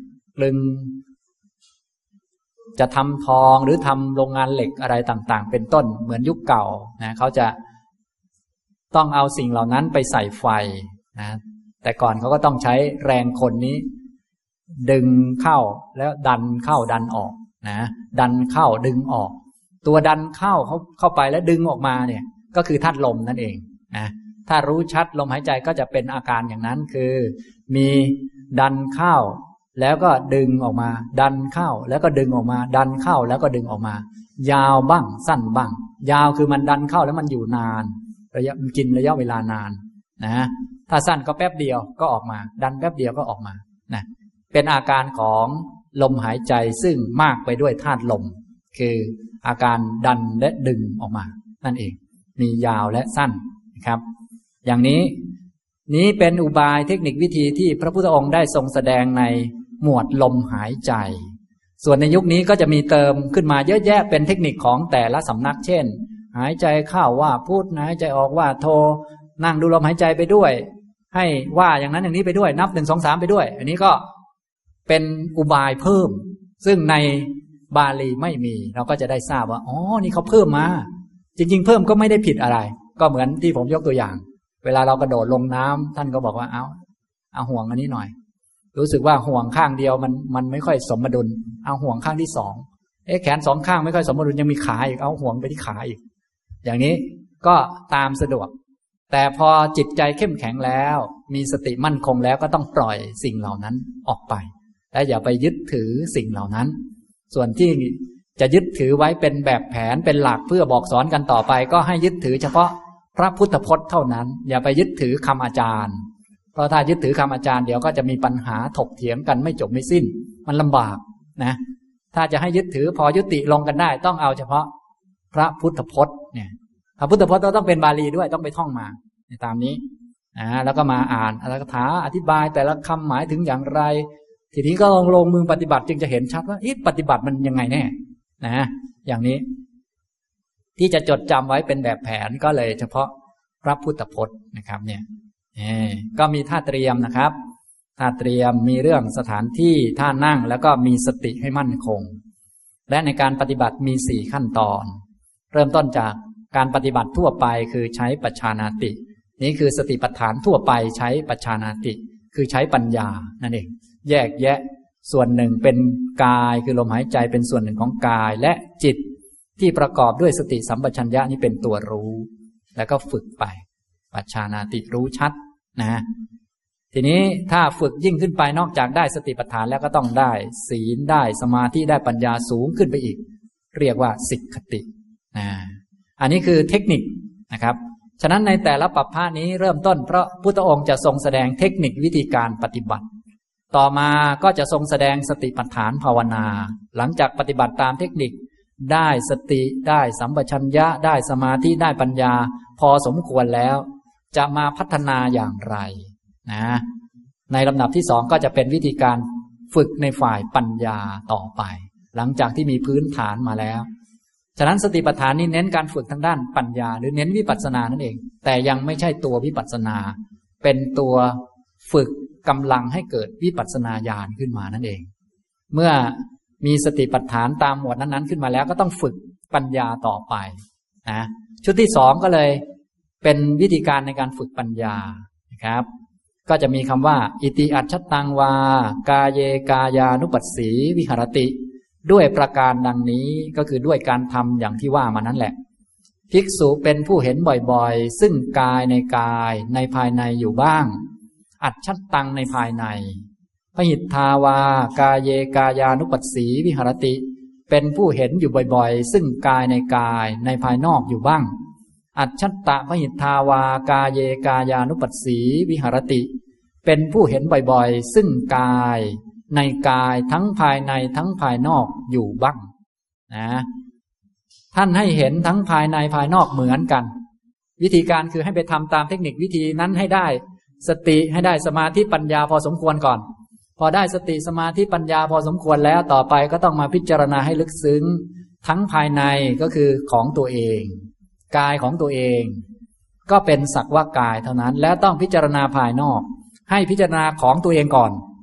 จะทำทองหรือทำโรงงานเหล็กอะไรต่างๆเป็นต้นเหมือนยุคเก่านะเขาจะต้องเอาสิ่งเหล่านั้นไปใส่ไฟนะแต่ก่อนเขาก็ต้องใช้แรงคนนี้ดึงเข้าแล้วดันเข้าดันออกนะดันเข้าดึงออกตัวดันเข้าไปแล้วดึงออกมาเนี่ยก็คือธาตุลมนั่นเองนะถ้ารู้ชัดลมหายใจก็จะเป็นอาการอย่างนั้นคือมีดันเข้าแล้วก็ดึงออกมาดันเข้าแล้วก็ดึงออกมาดันเข้าแล้วก็ดึงออกมายาวบ้างสั้นบ้างยาวคือมันดันเข้าแล้วมันอยู่นานมันกินระยะเวลานานนะถ้าสั้นก็แป๊บเดียวก็ออกมาดันแป๊บเดียวก็ออกมานะเป็นอาการของลมหายใจซึ่งมากไปด้วยธาตุลมคืออาการดันและดึงออกมานั่นเองมียาวและสั้นนะครับอย่างนี้เป็นอุบายเทคนิควิธีที่พระพุทธองค์ได้ทรงแสดงในหมวดลมหายใจส่วนในยุคนี้ก็จะมีเติมขึ้นมาเยอะแยะเป็นเทคนิคของแต่ละสำนักเช่นหายใจเข้าว่าพุทหายใจออกว่าโทนั่งดูลมหายใจไปด้วยให้ว่าอย่างนั้นอย่างนี้ไปด้วยนับ1 2 3ไปด้วยอันนี้ก็เป็นอุบายเพิ่มซึ่งในบาลีไม่มีเราก็จะได้ทราบว่าอ๋อนี่เขาเพิ่มมาจริงๆเพิ่มก็ไม่ได้ผิดอะไรก็เหมือนที่ผมยกตัวอย่างเวลาเรากระโดดลงน้ำท่านก็บอกว่าเอาห่วงอันนี้หน่อยรู้สึกว่าห่วงข้างเดียวมันไม่ค่อยสมดุลเอาห่วงข้างที่2แขน2ข้างไม่ค่อยสมดุลยังมีขาอีกเอาห่วงไปที่ขาอีกอย่างนี้ก็ตามสะดวกแต่พอจิตใจเข้มแข็งแล้วมีสติมั่นคงแล้วก็ต้องปล่อยสิ่งเหล่านั้นออกไปและอย่าไปยึดถือสิ่งเหล่านั้นส่วนที่จะยึดถือไว้เป็นแบบแผนเป็นหลักเพื่อบอกสอนกันต่อไปก็ให้ยึดถือเฉพาะพระพุทธพจน์เท่านั้นอย่าไปยึดถือคำอาจารย์เพราะถ้ายึดถือคำอาจารย์เดี๋ยวก็จะมีปัญหาถกเถียงกันไม่จบไม่สิ้นมันลำบากนะถ้าจะให้ยึดถือพอยุติลงกันได้ต้องเอาเฉพาะพระพุทธพจน์เนี่ยพระพุทธพจน์ต้องเป็นบาลีด้วยต้องไปท่องมาตามนี้แล้วก็มาอ่านอรรถาอธิบายแต่ละคำหมายถึงอย่างไรทีนี้ก็ลงมือปฏิบัติจึงจะเห็นชัดว่าปฏิบัติมันยังไงแน่นะอย่างนี้ที่จะจดจำไว้เป็นแบบแผนก็เลยเฉพาะพระพุทธพจน์นะครับเนี่ยก็มีท่าเตรียมนะครับท่าเตรียมมีเรื่องสถานที่ท่านั่งแล้วก็มีสติให้มั่นคงและในการปฏิบัติมี4ขั้นตอนเริ่มต้นจากการปฏิบัติทั่วไปคือใช้ปัจฉานาตินี่คือสติปัฏฐานทั่วไปใช้ปัจฉานาติคือใช้ปัญญานั่นเองแยกแยะส่วนหนึ่งเป็นกายคือลมหายใจเป็นส่วนหนึ่งของกายและจิตที่ประกอบด้วยสติสัมปชัญญะนี้เป็นตัวรู้แล้วก็ฝึกไปปัจฉานาติรู้ชัดนะทีนี้ถ้าฝึกยิ่งขึ้นไปนอกจากได้สติปัฏฐานแล้วก็ต้องได้ศีลได้สมาธิได้ปัญญาสูงขึ้นไปอีกเรียกว่าสิกขติอันนี้คือเทคนิคนะครับฉะนั้นในแต่ละปัปพะนี้เริ่มต้นพระพุทธองค์จะทรงแสดงเทคนิควิธีการปฏิบัติต่อมาก็จะทรงแสดงสติปัฏฐานภาวนาหลังจากปฏิบัติตามเทคนิคได้สติได้สัมปชัญญะได้สมาธิได้ปัญญาพอสมควรแล้วจะมาพัฒนาอย่างไรนะในลำดับที่2ก็จะเป็นวิธีการฝึกในฝ่ายปัญญาต่อไปหลังจากที่มีพื้นฐานมาแล้วฉะนั้นสติปัฏฐานนี้เน้นการฝึกทางด้านปัญญาหรือเน้นวิปัสสนานั่นเองแต่ยังไม่ใช่ตัววิปัสสนาเป็นตัวฝึกกำลังให้เกิดวิปัสสนาญาณขึ้นมานั่นเองเมื่อมีสติปัฏฐานตามหมวดนั้นๆขึ้นมาแล้วก็ต้องฝึกปัญญาต่อไปนะชุดที่2ก็เลยเป็นวิธีการในการฝึกปัญญานะครับก็จะมีคำว่าอิติอัจฉตังวากาเยกายานุปัสสีวิหรติด้วยประการดังนี้ก็คือด้วยการทำอย่างที่ว่ามานั้นแหละภิกษุเป็นผู้เห็นบ่อยๆซึ่งกายในกายในภายในอยู่บ้างอัจฉตังในภายในพหิทธาวากาเยกายานุปัสสีวิหรติเป็นผู้เห็นอยู่บ่อยๆซึ่งกายในกายในภายนอกอยู่บ้างอัจฉตะพหิทธาวากาเยกายานุปัสสีวิหรติเป็นผู้เห็นบ่อยๆซึ่งกายในกายทั้งภายในทั้งภายนอกอยู่บ้างนะท่านให้เห็นทั้งภายในภายนอกเหมือนกันวิธีการคือให้ไปทำตามเทคนิควิธีนั้นให้ได้สติให้ได้สมาธิปัญญาพอสมควรก่อนพอได้สติสมาธิปัญญาพอสมควรแล้วต่อไปก็ต้องมาพิจารณาให้ลึกซึ้งทั้งภายในก็คือของตัวเองกายของตัวเองก็เป็นสักว่ากายเท่านั้นแล้วต้องพิจารณาภายนอกให้พิจารณาของตัวเองก่อน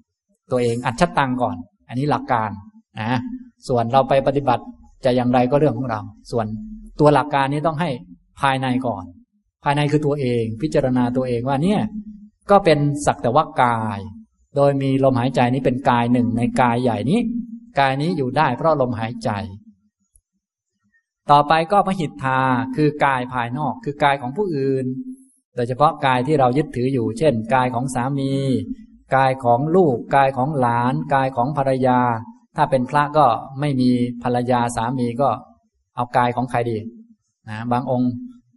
ตัวเองอัจฉตังก่อนอันนี้หลักการนะส่วนเราไปปฏิบัติจะอย่างไรก็เรื่องของเราส่วนตัวหลักการนี้ต้องให้ภายในก่อนภายในคือตัวเองพิจารณาตัวเองว่าเนี่ยก็เป็นสักแต่ว่ากายโดยมีลมหายใจนี้เป็นกายหนึ่งในกายใหญ่นี้กายนี้อยู่ได้เพราะลมหายใจต่อไปก็มหิทธาคือกายภายนอกคือกายของผู้อื่นโดยเฉพาะกายที่เรายึดถืออยู่เช่นกายของสามีกายของลูกกายของหลานกายของภรรยาถ้าเป็นพระก็ไม่มีภรรยาสามีก็เอากายของใครดีนะบางองค์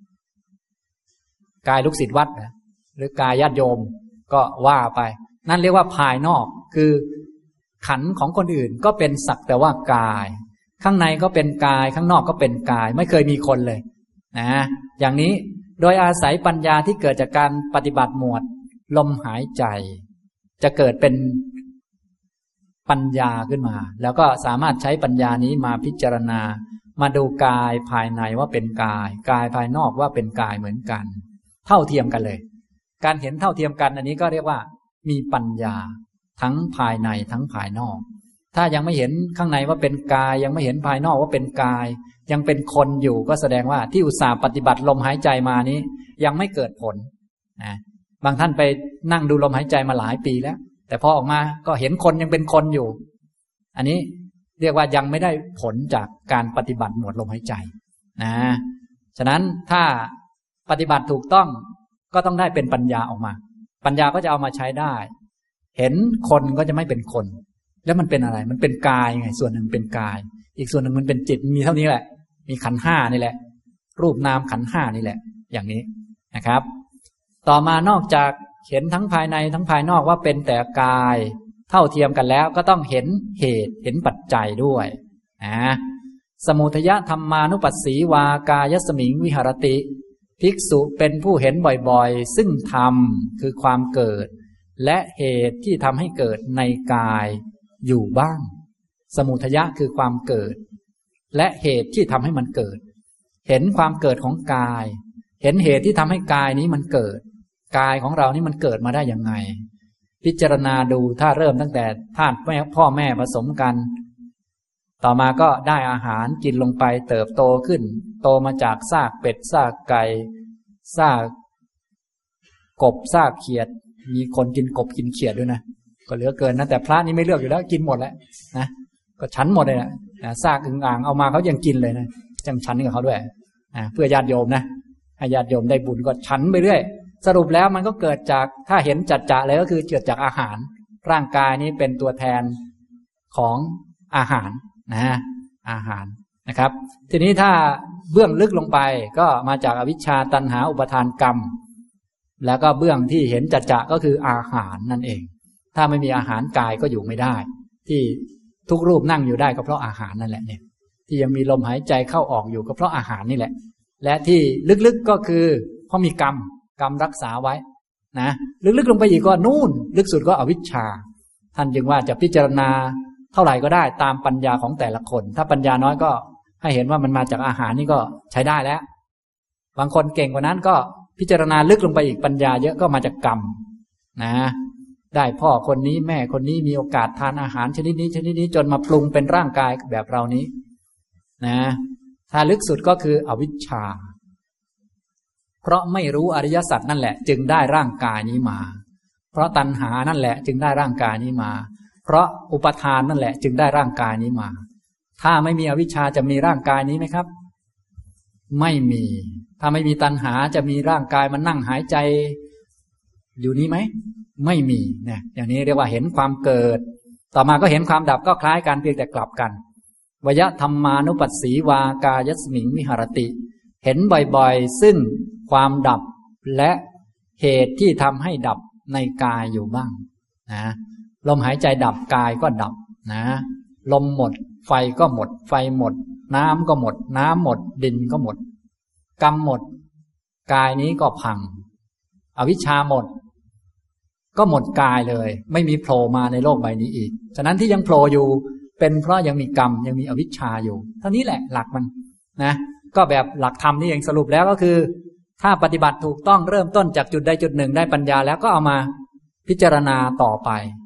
กายลูกศิษย์วัดนะหรือกายญาติโยมก็ว่าไปนั่นเรียกว่าภายนอกคือขันธ์ของคนอื่นก็เป็นสักแต่ว่ากายข้างในก็เป็นกายข้างนอกก็เป็นกายไม่เคยมีคนเลยนะอย่างนี้โดยอาศัยปัญญาที่เกิดจากการปฏิบัติหมวดลมหายใจจะเกิดเป็นปัญญาขึ้นมาแล้วก็สามารถใช้ปัญญานี้มาพิจารณามาดูกายภายในว่าเป็นกายกายภายนอกว่าเป็นกายเหมือนกันเท่าเทียมกันเลยการเห็นเท่าเทียมกันอันนี้ก็เรียกว่ามีปัญญาทั้งภายในทั้งภายนอกถ้ายังไม่เห็นข้างในว่าเป็นกายยังไม่เห็นภายนอกว่าเป็นกายยังเป็นคนอยู่ก็แสดงว่าที่อุตส่าห์ปฏิบัติลมหายใจมานี้ยังไม่เกิดผลนะบางท่านไปนั่งดูลมหายใจมาหลายปีแล้วแต่พอออกมาก็เห็นคนยังเป็นคนอยู่อันนี้เรียกว่ายังไม่ได้ผลจากการปฏิบัติหมวดลมหายใจนะฉะนั้นถ้าปฏิบัติถูกต้องก็ต้องได้เป็นปัญญาออกมาปัญญาก็จะเอามาใช้ได้เห็นคนก็จะไม่เป็นคนแล้วมันเป็นอะไรมันเป็นกายไงส่วนหนึ่งเป็นกายอีกส่วนหนึ่งมันเป็นจิตมีเท่านี้แหละมีขันธ์ห้านี่แหละรูปนามขันธ์ห้านี่แหละอย่างนี้นะครับต่อมานอกจากเห็นทั้งภายในทั้งภายนอกว่าเป็นแต่กายเท่าเทียมกันแล้วก็ต้องเห็นเหตุเห็นปัจจัยด้วยสมุทัยธรรมานุปัสสีวากายสมิงวิหรติภิกษุเป็นผู้เห็นบ่อยๆซึ่งธรรมคือความเกิดและเหตุที่ทำให้เกิดในกายอยู่บ้างสมุทัยคือความเกิดและเหตุที่ทำให้มันเกิดเห็นความเกิดของกายเห็นเหตุที่ทำให้กายนี้มันเกิดกายของเรานี่มันเกิดมาได้ยังไงพิจารณาดูถ้าเริ่มตั้งแต่ธาตุพ่อแม่ผสมกันต่อมาก็ได้อาหารกินลงไปเติบโตขึ้นโตมาจากซากเป็ดซากไก่ซากกบซากเขียดมีคนกินกบกินเขียดด้วยนะก็เหลือเกินนะแต่พระนี่ไม่เลือกอยู่แล้วกินหมดแล้วนะก็ฉันหมดเลยนะซากอึ่งอ่างเอามาเขายังกินเลยนะจังฉันกับเขาด้วยเพื่อญาติโยมนะให้ญาติโยมได้บุญก็ฉันไปเรื่อยสรุปแล้วมันก็เกิดจากถ้าเห็นจัดจะเลยก็คือเกิดจากอาหารร่างกายนี้เป็นตัวแทนของอาหารนะอาหารนะครับทีนี้ถ้าเบื้องลึกลงไปก็มาจากอวิชชาตัณหาอุปาทานกรรมแล้วก็เบื้องที่เห็นจัดจะก็คืออาหารนั่นเองถ้าไม่มีอาหารกายก็อยู่ไม่ได้ที่ทุกรูปนั่งอยู่ได้ก็เพราะอาหารนั่นแหละเนี่ยที่ยังมีลมหายใจเข้าออกอยู่ก็เพราะอาหารนี่แหละและที่ลึกๆก็คือเพราะมีกรรมรักษาไว้นะลึกๆลงไปอีกก็นู่นลึกสุดก็อวิชชาท่านจึงว่าจะพิจารณาเท่าไหร่ก็ได้ตามปัญญาของแต่ละคนถ้าปัญญาน้อยก็ให้เห็นว่ามันมาจากอาหารนี่ก็ใช้ได้แล้วบางคนเก่งกว่านั้นก็พิจารณาลึกลงไปอีกปัญญาเยอะก็มาจากกรรมนะได้พ่อคนนี้แม่คนนี้มีโอกาสทานอาหารชนิดนี้จนมาปรุงเป็นร่างกายแบบเรานี้นะถ้าลึกสุดก็คืออวิชชาเพราะไม่รู้อริยสัจนั่นแหละจึงได้ร่างกายนี้มาเพราะตัณหานั่นแหละจึงได้ร่างกายนี้มาเพราะอุปทานนั่นแหละจึงได้ร่างกายนี้มาถ้าไม่มีอวิชชาจะมีร่างกายนี้ไหมครับไม่มีถ้าไม่มีตัณหาจะมีร่างกายมันนั่งหายใจอยู่นี้ไหมไม่มีเนี่ยอย่างนี้เรียกว่าเห็นความเกิดต่อมาก็เห็นความดับก็คล้ายกันเพียงแต่กลับกันวยธรรมานุปัสสีวากายสมิงวิหรติเห็นบ่อยๆซึ่งความดับและเหตุที่ทำให้ดับในกายอยู่บ้างนะลมหายใจดับกายก็ดับนะลมหมดไฟก็หมดไฟหมดน้ำก็หมดน้ำหมดดินก็หมดกรรมหมดกายนี้ก็พังอวิชชาหมดก็หมดกายเลยไม่มีโผล่มาในโลกใบนี้อีกฉะนั้นที่ยังโผล่อยู่เป็นเพราะยังมีกรรมยังมีอวิชชาอยู่เท่านี้แหละหลักมันนะก็แบบหลักธรรมนี่เองสรุปแล้วก็คือถ้าปฏิบัติถูกต้องเริ่มต้นจากจุดใดจุดหนึ่งได้ปัญญาแล้วก็เอามาพิจารณาต่อไป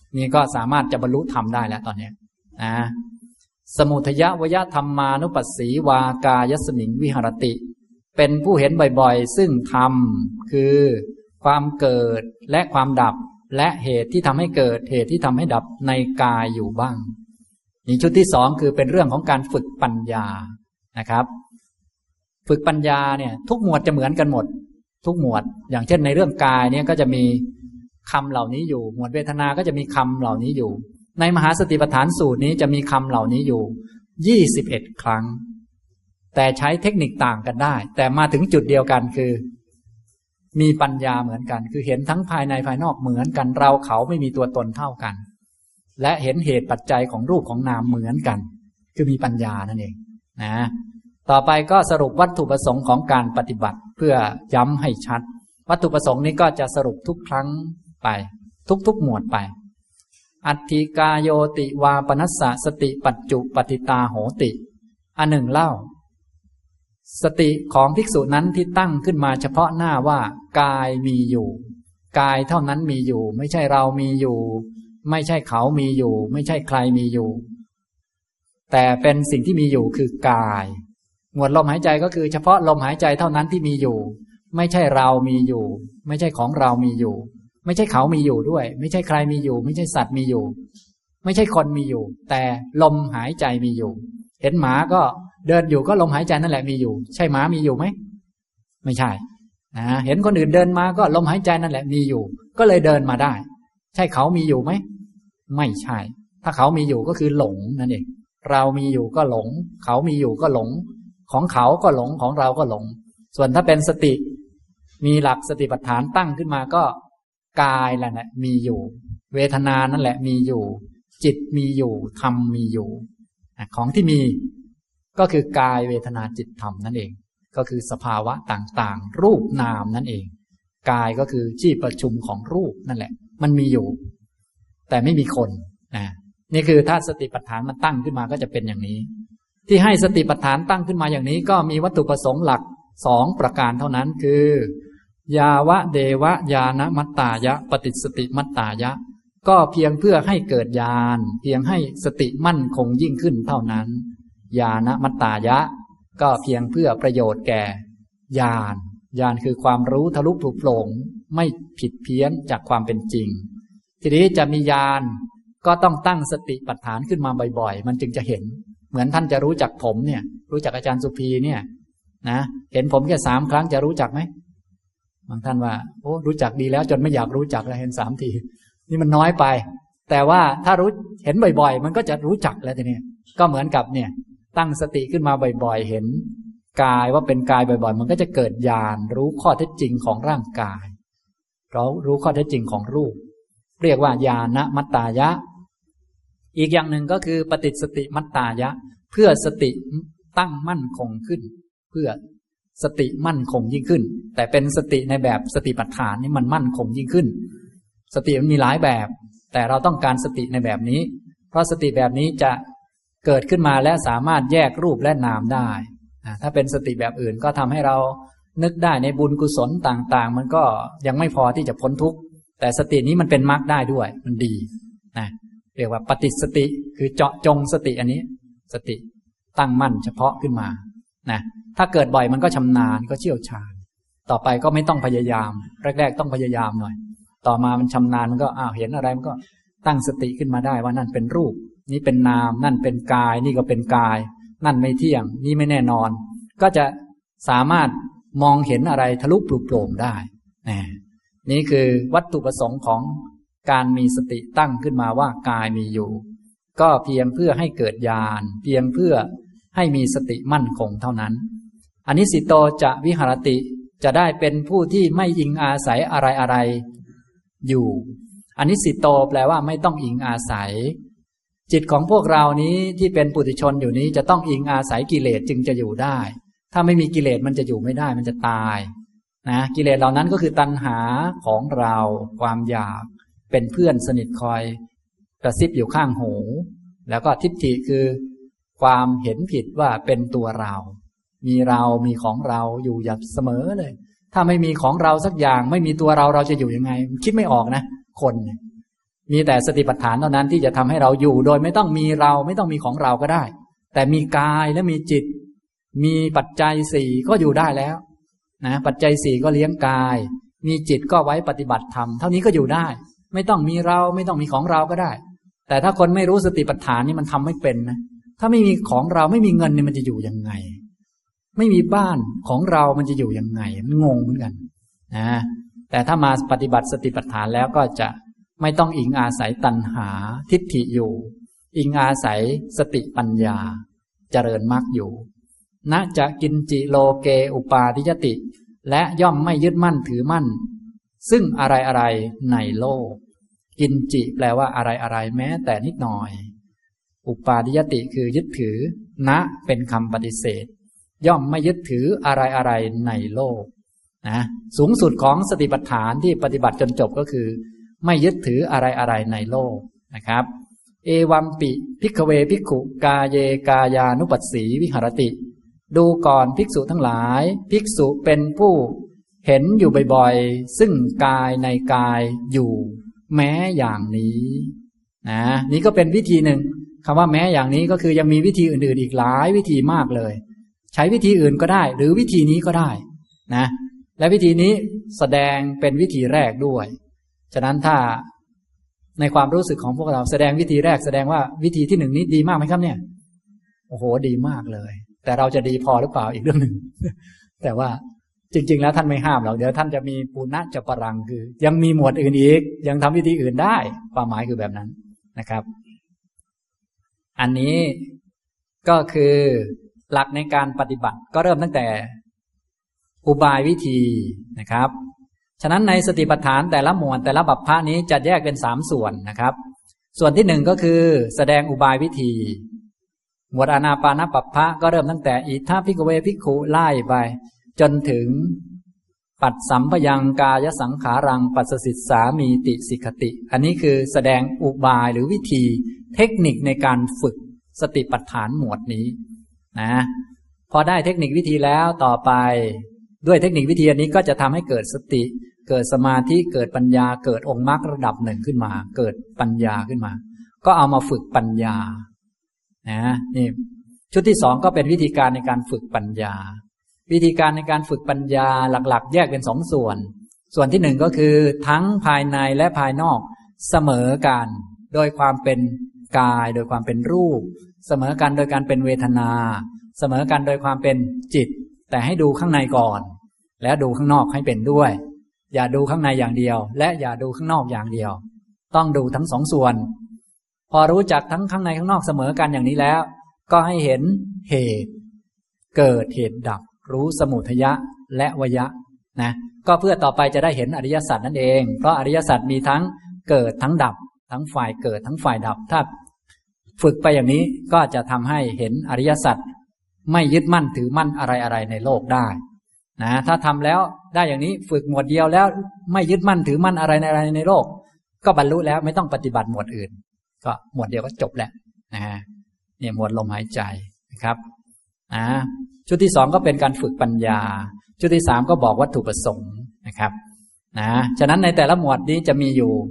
นี่ก็สามารถจะบรรลุธรรมได้แล้วตอนนี้นะสมุทยวยธรรมานุปัสสีวากายสมิงวิหรติเป็นผู้เห็นบ่อยๆซึ่งธรรมคือความเกิดและความดับและเหตุที่ทำให้เกิดเหตุที่ทำให้ดับในกายอยู่บ้างนี่ชุดที่สองคือเป็นเรื่องของการฝึกปัญญานะครับฝึกปัญญาเนี่ยทุกหมวดจะเหมือนกันหมดทุกหมวดอย่างเช่นในเรื่องกายเนี่ยก็จะมีคำเหล่านี้อยู่หมวดเวทนาก็จะมีคำเหล่านี้อยู่ในมหาสติปัฏฐานสูตรนี้จะมีคำเหล่านี้อยู่21ครั้งแต่ใช้เทคนิคต่างกันได้แต่มาถึงจุดเดียวกันคือมีปัญญาเหมือนกันคือเห็นทั้งภายในภายนอกเหมือนกันเราเขาไม่มีตัวตนเท่ากันและเห็นเหตุปัจจัยของรูปของนามเหมือนกันคือมีปัญญานั่นเองนะต่อไปก็สรุปวัตถุประสงค์ของการปฏิบัติเพื่อย้ำให้ชัดวัตถุประสงค์นี้ก็จะสรุปทุกครั้งไปทุกหมวดไปอัตถิกายโยติวาปนัสสะสติปัจจุปฏิตาโหติอันหนึ่งเล่าสติของภิกษุนั้นที่ตั้งขึ้นมาเฉพาะหน้าว่ากายมีอยู่กายเท่านั้นมีอยู่ไม่ใช่เรามีอยู่ไม่ใช่เขามีอยู่ไม่ใช่ใครมีอยู่แต่เป็นสิ่งที่มีอยู่คือกายหมวดลมหายใจก็คือเฉพาะลมหายใจเท่านั้นที่มีอยู่ไม่ใช่เรามีอยู่ไม่ใช่ของเรามีอยู่ไม่ใช่เขามีอยู่ด้วยไม่ใช่ใครมีอยู่ไม่ใช่สัตว์มีอยู่ไม่ใช่คนมีอยู่แต่ลมหายใจมีอยู่เห็นหมาก็เดินอยู่ก็ลมหายใจนั่นแหละมีอยู่ใช่หมามีอยู่ไหมไม่ใช่เห็นคนอื่นเดินมาก็ลมหายใจนั่นแหละมีอยู่ก็เลยเดินมาได้ใช่เขามีอยู่ไหมไม่ใช่ถ้าเขามีอยู่ก็คือหลงนั่นเองเรามีอยู่ก็หลงเขามีอยู่ก็หลงของเขาก็หลงของเราก็หลงส่วนถ้าเป็นสติมีหลักสติปัฏฐานตั้งขึ้นมาก็กายแหละมีอยู่เวทนานั่นแหละมีอยู่จิตมีอยู่ธรรมมีอยู่ของที่มีก็คือกายเวทนาจิตธรรมนั่นเองก็คือสภาวะต่างๆรูปนามนั่นเองกายก็คือที่ประชุมของรูปนั่นแหละมันมีอยู่แต่ไม่มีคนนี่คือถ้าสติปัฏฐานมันตั้งขึ้นมาก็จะเป็นอย่างนี้ที่ให้สติปัฏฐานตั้งขึ้นมาอย่างนี้ก็มีวัตถุประสงค์หลัก2ประการเท่านั้นคือยาวะเดวะญาณมัตตายะปฏิสติมัตตายะก็เพียงเพื่อให้เกิดญาณเพียงให้สติมั่นคงยิ่งขึ้นเท่านั้นญาณมัตตายะก็เพียงเพื่อประโยชน์แก่ญาณญาณคือความรู้ทะลุปลุกโปร่งไม่ผิดเพี้ยนจากความเป็นจริงทีนี้จะมีญาณก็ต้องตั้งสติปัฏฐานขึ้นมาบ่อยๆมันจึงจะเห็นเหมือนท่านจะรู้จักผมเนี่ยรู้จักอาจารย์สุพีเนี่ยนะเห็นผมแค่3 ครั้งจะรู้จักไหมบางท่านว่าโอ้รู้จักดีแล้วจนไม่อยากรู้จักแล้วเห็น3 ทีนี่มันน้อยไปแต่ว่าถ้ารู้เห็นบ่อยๆมันก็จะรู้จักแล้วทีนี้ก็เหมือนกับเนี่ยตั้งสติขึ้นมาบ่อยๆเห็นกายว่าเป็นกายบ่อยๆมันก็จะเกิดญาณรู้ข้อเท็จจริงของร่างกายรู้ข้อเท็จจริงของรูปเรียกว่าญาณมัตตายะอีกอย่างหนึ่งก็คือปฏิสติมัตตายะเพื่อสติตั้งมั่นคงขึ้นเพื่อสติมั่นคงยิ่งขึ้นแต่เป็นสติในแบบสติปัฏฐานนี่มันมั่นคงยิ่งขึ้นสติมันมีหลายแบบแต่เราต้องการสติในแบบนี้เพราะสติแบบนี้จะเกิดขึ้นมาและสามารถแยกรูปและนามได้ถ้าเป็นสติแบบอื่นก็ทำให้เรานึกได้ในบุญกุศลต่างๆมันก็ยังไม่พอที่จะพ้นทุกข์แต่สตินี้มันเป็นมรรคได้ด้วยมันดีนะเรียกว่าปฏิสติคือเจาะจงสติอันนี้สติตั้งมั่นเฉพาะขึ้นมานะถ้าเกิดบ่อยมันก็ชำนาญก็เชี่ยวชาญต่อไปก็ไม่ต้องพยายามแรกๆต้องพยายามหน่อยต่อมามันชำนาญมันก็เห็นอะไรมันก็ตั้งสติขึ้นมาได้ว่านั่นเป็นรูปนี่เป็นนามนั่นเป็นกายนี่ก็เป็นกายนั่นไม่เที่ยงนี่ไม่แน่นอนก็จะสามารถมองเห็นอะไรทะลุปลุกโปร่งได้นี่คือวัตถุประสงค์ของการมีสติตั้งขึ้นมาว่ากายมีอยู่ก็เพียงเพื่อให้เกิดญาณเพียงเพื่อให้มีสติมั่นคงเท่านั้นอนิสิโตจะวิหรติจะได้เป็นผู้ที่ไม่อิงอาศัยอะไรอยู่อนิสิโตแปลว่าไม่ต้องอิงอาศัยจิตของพวกเรานี้ที่เป็นปุถุชนอยู่นี้จะต้องอิงอาศัยกิเลสจึงจะอยู่ได้ถ้าไม่มีกิเลสมันจะอยู่ไม่ได้มันจะตายนะกิเลสเหล่านั้นก็คือตัณหาของเราความอยากเป็นเพื่อนสนิทคอยกระซิบอยู่ข้างหูแล้วก็ทิฏฐิคือความเห็นผิดว่าเป็นตัวเรามีเรามีของเราอยู่อย่างเสมอเลยถ้าไม่มีของเราสักอย่างไม่มีตัวเราเราจะอยู่ยังไงคิดไม่ออกนะคนมีแต่สติปัฏฐานเท่านั้นที่จะทำให้เราอยู่โดยไม่ต้องมีเราไม่ต้องมีของเราก็ได้แต่มีกายและมีจิตมีปัจจัยสี่ก็อยู่ได้แล้วนะปัจจัยสี่ก็เลี้ยงกายมีจิตก็ไว้ปฏิบัติธรรมเท่านี้ก็อยู่ได้ไม่ต้องมีเราไม่ต้องมีของเราก็ได้แต่ถ้าคนไม่รู้สติปัฏฐานนี่มันทำไม่เป็นนะถ้าไม่มีของเราไม่มีเงินนี่มันจะอยู่ยังไงไม่มีบ้านของเรามันจะอยู่ยังไงมันงงเหมือนกันนะแต่ถ้ามาปฏิบัติสติปัฏฐานแล้วก็จะไม่ต้องอิงอาศัยตัณหาทิฏฐิอยู่อิงอาศัยสติปัญญาเจริญมรรคอยู่ณจะกินจิโลเกอุปาทิยติและย่อมไม่ยึดมั่นถือมั่นซึ่งอะไรในโลกกินจิแปลว่าอะไรแม้แต่นิดหน่อยอุปาทิยติคือยึดถือณเป็นคำปฏิเสธย่อมไม่ยึดถืออะไรในโลกนะสูงสุดของสติปัฏฐานที่ปฏิบัติจนจบก็คือไม่ยึดถืออะไรในโลกนะครับเอวัมปิภิกขเวภิกขุกาเยกายานุปัสสีวิหรติดูก่อนภิกษุทั้งหลายภิกษุเป็นผู้เห็นอยู่บ่อยๆซึ่งกายในกายอยู่แม้อย่างนี้นะนี่ก็เป็นวิธีหนึ่งคำว่าแม้อย่างนี้ก็คือยังมีวิธีอื่นๆอีกหลายวิธีมากเลยใช้วิธีอื่นก็ได้หรือวิธีนี้ก็ได้นะและวิธีนี้แสดงเป็นวิธีแรกด้วยฉะนั้นถ้าในความรู้สึกของพวกเราแสดงวิธีแรกแสดงว่าวิธีที่หนึ่งนี้ดีมากไหมครับเนี่ยโอ้โหดีมากเลยแต่เราจะดีพอหรือเปล่าอีกเรื่องหนึ่ง แต่ว่าจริงๆแล้วท่านไม่ห้ามหรอกเดี๋ยวท่านจะมีปุณณจะปรังคือยังมีหมวดอื่นอีกยังทำวิธีอื่นได้ความหมายคือแบบนั้นนะครับอันนี้ก็คือหลักในการปฏิบัติก็เริ่มตั้งแต่อุบายวิธีนะครับฉะนั้นในสติปัฏฐานแต่ละหมวดแต่ละบัพพะนี้จะแยกเป็น3ส่วนนะครับส่วนที่1ก็คือแสดงอุบายวิธีหมวดอานาปานปัพพะก็เริ่มตั้งแต่อิทธาภิกขเวภิกขุไล่ไปจนถึงปัดสัมภยังกายสังขารังปัสสสิสสามีติสิกขติอันนี้คือแสดงอุบายหรือวิธีเทคนิคในการฝึกสติปัฏฐานหมวดนี้นะพอได้เทคนิควิธีแล้วต่อไปด้วยเทคนิควิธีอันนี้ก็จะทำให้เกิดสติเกิดสมาธิเกิดปัญญาเกิดองค์มรรคระดับหนึ่งขึ้นมาเกิดปัญญาขึ้นมาก็เอามาฝึกปัญญานะนี่ชุดที่2ก็เป็นวิธีการในการฝึกปัญญาวิธีการในการฝึกปัญญาหลักๆแยกเป็น2ส่วนส่วนที่1ก็คือทั้งภายในและภายนอกเสมอกันโดยความเป็นกายโดยความเป็นรูปเสมอกันโดยการเป็นเวทนาเสมอกันโดยความเป็นจิตแต่ให้ดูข้างในก่อนแล้วดูข้างนอกให้เป็นด้วยอย่าดูข้างในอย่างเดียวและอย่าดูข้างนอกอย่างเดียวต้องดูทั้ง2ส่วนพอรู้จักทั้งข้างในข้างนอกเสมอกันอย่างนี้แล้วก็ให้เห็นเหตุเกิดเหตุดับรู้สมุทัยะและวยะนะก็เพื่อต่อไปจะได้เห็นอริยสัจนั่นเองเพราะอริยสัจมีทั้งเกิดทั้งดับทั้งฝ่ายเกิดทั้งฝ่ายดับถ้าฝึกไปอย่างนี้ก็จะทำให้เห็นอริยสัจไม่ยึดมั่นถือมั่นอะไรในโลกได้นะถ้าทำแล้วได้อย่างนี้ฝึกหมวดเดียวแล้วไม่ยึดมั่นถือมั่นอะไรในโลกก็บรรลุแล้วไม่ต้องปฏิบัติหมวดอื่นก็หมวดเดียวก็จบแล้วนะเนี่ยหมวดลมหายใจนะครับชุดที่2ก็เป็นการฝึกปัญญาชุดที่3ก็บอกวัตถุประสงค์นะครับฉะนั้นในแต่ละหมวดนี้จะมีอยู่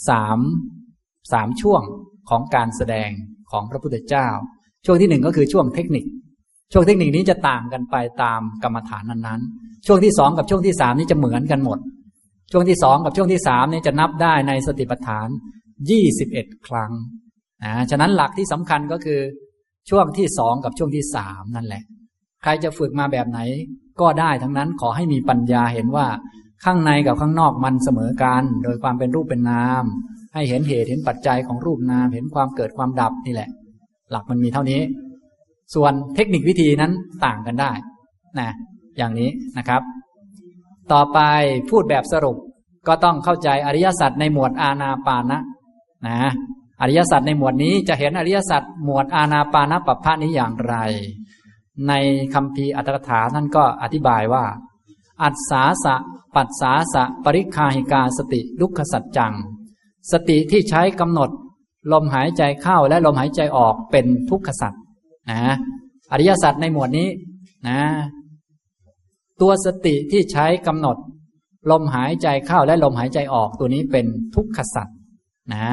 3ช่วงของการแสดงของพระพุทธเจ้าช่วงที่1ก็คือช่วงเทคนิคช่วงเทคนิคนี้จะต่างกันไปตามกรรมฐานนั้นๆช่วงที่2กับช่วงที่3นี้จะเหมือนกันหมดช่วงที่2กับช่วงที่3นี้จะนับได้ในสติปัฏฐาน21ครั้งฉะนั้นหลักที่สำคัญก็คือช่วงที่2กับช่วงที่3นั่นแหละใครจะฝึกมาแบบไหนก็ได้ทั้งนั้นขอให้มีปัญญาเห็นว่าข้างในกับข้างนอกมันเสมอกันโดยความเป็นรูปเป็นนามให้เห็นเหตุเห็นปัจจัยของรูปนามเห็นความเกิดความดับนี่แหละหลักมันมีเท่านี้ส่วนเทคนิควิธีนั้นต่างกันได้นะอย่างนี้นะครับต่อไปพูดแบบสรุปก็ต้องเข้าใจอริยสัจในหมวดอานาปานะอริยสัจในหมวดนี้จะเห็นอริยสัจหมวดอานาปานปัพพะนี้อย่างไรในคัมภีร์อัตถกถาท่านก็อธิบายว่าอัสสาสะปัสสาสะปริคาหิกาสติทุกขสัจจังสติที่ใช้กำหนดลมหายใจเข้าและลมหายใจออกเป็นทุกขสัจอริยสัจในหมวดนี้ตัวสติที่ใช้กำหนดลมหายใจเข้าและลมหายใจออกตัวนี้เป็นทุกขสัจ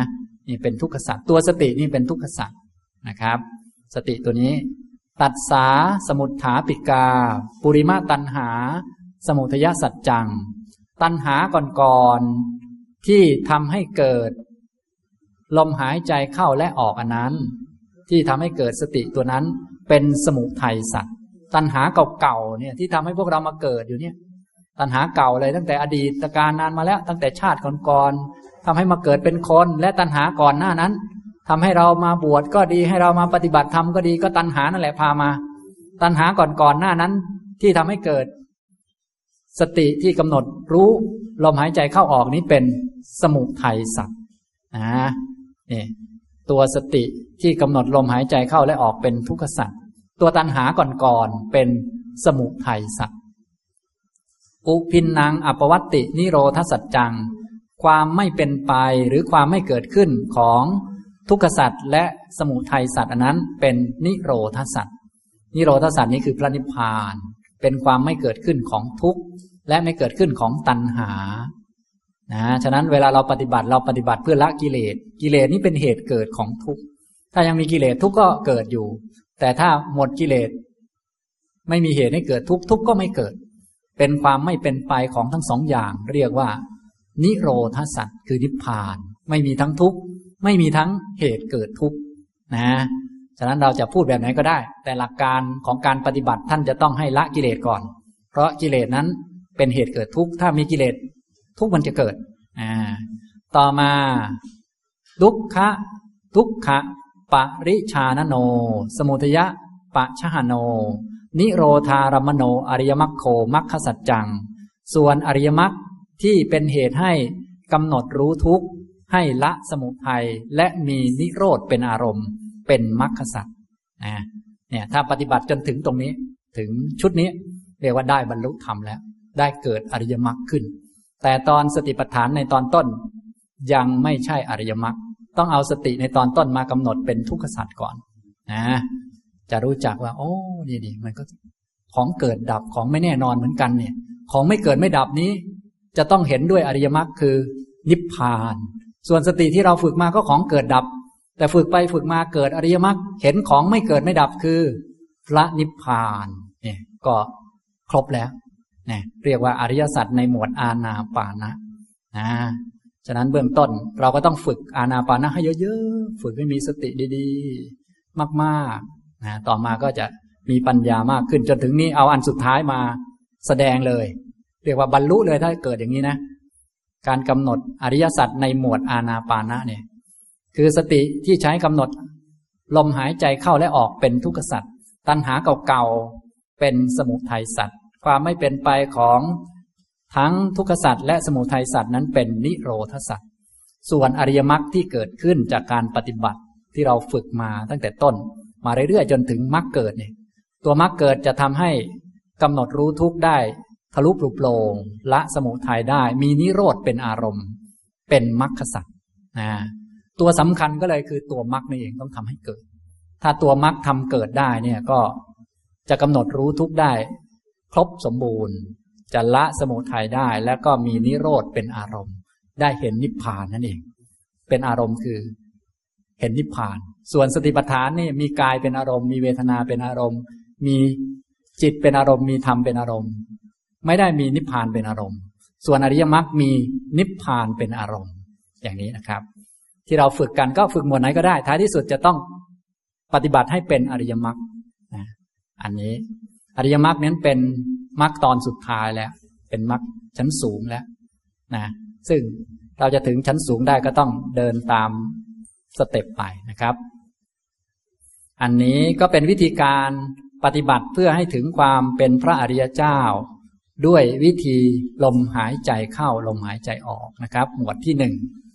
นี่เป็นทุกขสัจตัวสตินี่เป็นทุกขสัจนะครับสติตัวนี้ตัสสาสมุฏฐาปิกาปุริมะตัณหาสมุทัยสัจจังตัณหาก่อนๆที่ทำให้เกิดลมหายใจเข้าและออกอันนั้นที่ทำให้เกิดสติตัวนั้นเป็นสมุทัยสัจตัณหาเก่าๆเนี่ยที่ทำให้พวกเรามาเกิดอยู่เนี่ยตัณหาเก่าเลยตั้งแต่อดีตการนานมาแล้วตั้งแต่ชาติก่อนๆทำให้มาเกิดเป็นคนและตัณหาก่อนหน้านั้นทำให้เรามาบวชก็ดีให้เรามาปฏิบัติธรรมก็ดีก็ตัณหานั่นแหละพามาตัณหาก่อนหน้านั้นที่ทำให้เกิดสติที่กำหนดรู้ลมหายใจเข้าออกนี้เป็นสมุทัยสัจนี่ตัวสติที่กำหนดลมหายใจเข้าและออกเป็นทุกขสัจตัวตัณหาก่อนเป็นสมุทัยสัจอุพินนังอัปวัตตินิโรธสัจจังความไม่เป็นไปหรือความไม่เกิดขึ้นของทุกขสัจและสมุทัยสัจอันนั้นเป็นนิโรธสัจนิโรธสัจนี้คือพระนิพพานเป็นความไม่เกิดขึ้นของทุกข์และไม่เกิดขึ้นของตัณหาฉะนั้นเวลาเราปฏิบัติเพื่อละกิเลสกิเลสนี้เป็นเหตุเกิดของทุกข์ถ้ายังมีกิเลสทุกข์ก็เกิดอยู่แต่ถ้าหมดกิเลสไม่มีเหตุให้เกิดทุกข์ทุกข์ก็ไม่เกิดเป็นความไม่เป็นไปของทั้งสองอย่างเรียกว่านิโรธสัจคือนิพพานไม่มีทั้งทุกข์ไม่มีทั้งเหตุเกิดทุกข์ฉะนั้นเราจะพูดแบบไหนก็ได้แต่หลักการของการปฏิบัติท่านจะต้องให้ละกิเลสก่อนเพราะกิเลสนั้นเป็นเหตุเกิดทุกข์ถ้ามีกิเลสทุกข์มันจะเกิดต่อมาทุกขะปริชานโนสมุทัยปะชหโนนิโรธารมโนอริยมรรคโคมรรคสัจจังส่วนอริยมรรคที่เป็นเหตุให้กำหนดรู้ทุกข์ให้ละสมุทัยและมีนิโรธเป็นอารมณ์เป็นมรรคสัจเนี่ยถ้าปฏิบัติจนถึงตรงนี้ถึงชุดนี้เรียกว่าได้บรรลุธรรมแล้วได้เกิดอริยมรรคขึ้นแต่ตอนสติปัฏฐานในตอนต้นยังไม่ใช่อริยมรรคต้องเอาสติในตอนต้นมากำหนดเป็นทุกขสัจก่อนจะรู้จักว่าโอ้นี่มันก็ของเกิดดับของไม่แน่นอนเหมือนกันเนี่ยของไม่เกิดไม่ดับนี้จะต้องเห็นด้วยอริยมรรคคือนิพพานส่วนสติที่เราฝึกมาก็ของเกิดดับแต่ฝึกไปฝึกมาเกิดอริยมรรคเห็นของไม่เกิดไม่ดับคือพระนิพพานเนี่ยก็ครบแล้วเนี่ยเรียกว่าอริยสัจในหมวดอานาปานะฉะนั้นเบื้องต้นเราก็ต้องฝึกอานาปานะให้เยอะๆฝึกให้มีสติดีๆมากๆต่อมาก็จะมีปัญญามากขึ้นจนถึงนี้เอาอันสุดท้ายมาแสดงเลยเรียกว่าบรรลุเลยถ้าเกิดอย่างนี้นะการกำหนดอริยสัจในหมวดอานาปานะเนี่ยคือสติที่ใช้กำหนดลมหายใจเข้าและออกเป็นทุกขสัจตัณหาเก่าๆเป็นสมุทัยสัจความไม่เป็นไปของทั้งทุกขสัจและสมุทัยสัจนั้นเป็นนิโรธสัจส่วนอริยมรรคที่เกิดขึ้นจากการปฏิบัติที่เราฝึกมาตั้งแต่ต้นมาเรื่อยๆจนถึงมรรคเกิดเนี่ยตัวมรรคเกิดจะทำให้กำหนดรู้ทุกข์ได้ทะลุปลุกโปร่งละสมุทัยได้มีนิโรธเป็นอารมณ์เป็นมรรคสัจตัวสำคัญก็เลยคือตัวมรรคนี่เองต้องทำให้เกิดถ้าตัวมรรคทำเกิดได้เนี่ยก็จะกำหนดรู้ทุกข์ได้ครบสมบูรณ์จะละสมุทัยได้แล้วก็มีนิโรธเป็นอารมณ์ได้เห็นนิพพานนั่นเองเป็นอารมณ์คือเห็นนิพพานส่วนสติปัฏฐานนี่มีกายเป็นอารมณ์มีเวทนาเป็นอารมณ์มีจิตเป็นอารมณ์มีธรรมเป็นอารมณ์ไม่ได้มีนิพพานเป็นอารมณ์ส่วนอริยมรรคมีนิพพานเป็นอารมณ์อย่างนี้นะครับที่เราฝึกกันก็ฝึกหมวดไหนก็ได้ท้ายที่สุดจะต้องปฏิบัติให้เป็นอริยมรรคอันนี้อริยมรรคนั้นเป็นมรรคตอนสุดท้ายแล้วเป็นมรรคชั้นสูงแล้วซึ่งเราจะถึงชั้นสูงได้ก็ต้องเดินตามสเต็ปไปนะครับอันนี้ก็เป็นวิธีการปฏิบัติเพื่อให้ถึงความเป็นพระอริยเจ้าด้วยวิธีลมหายใจเข้าลมหายใจออกนะครับหมวดที่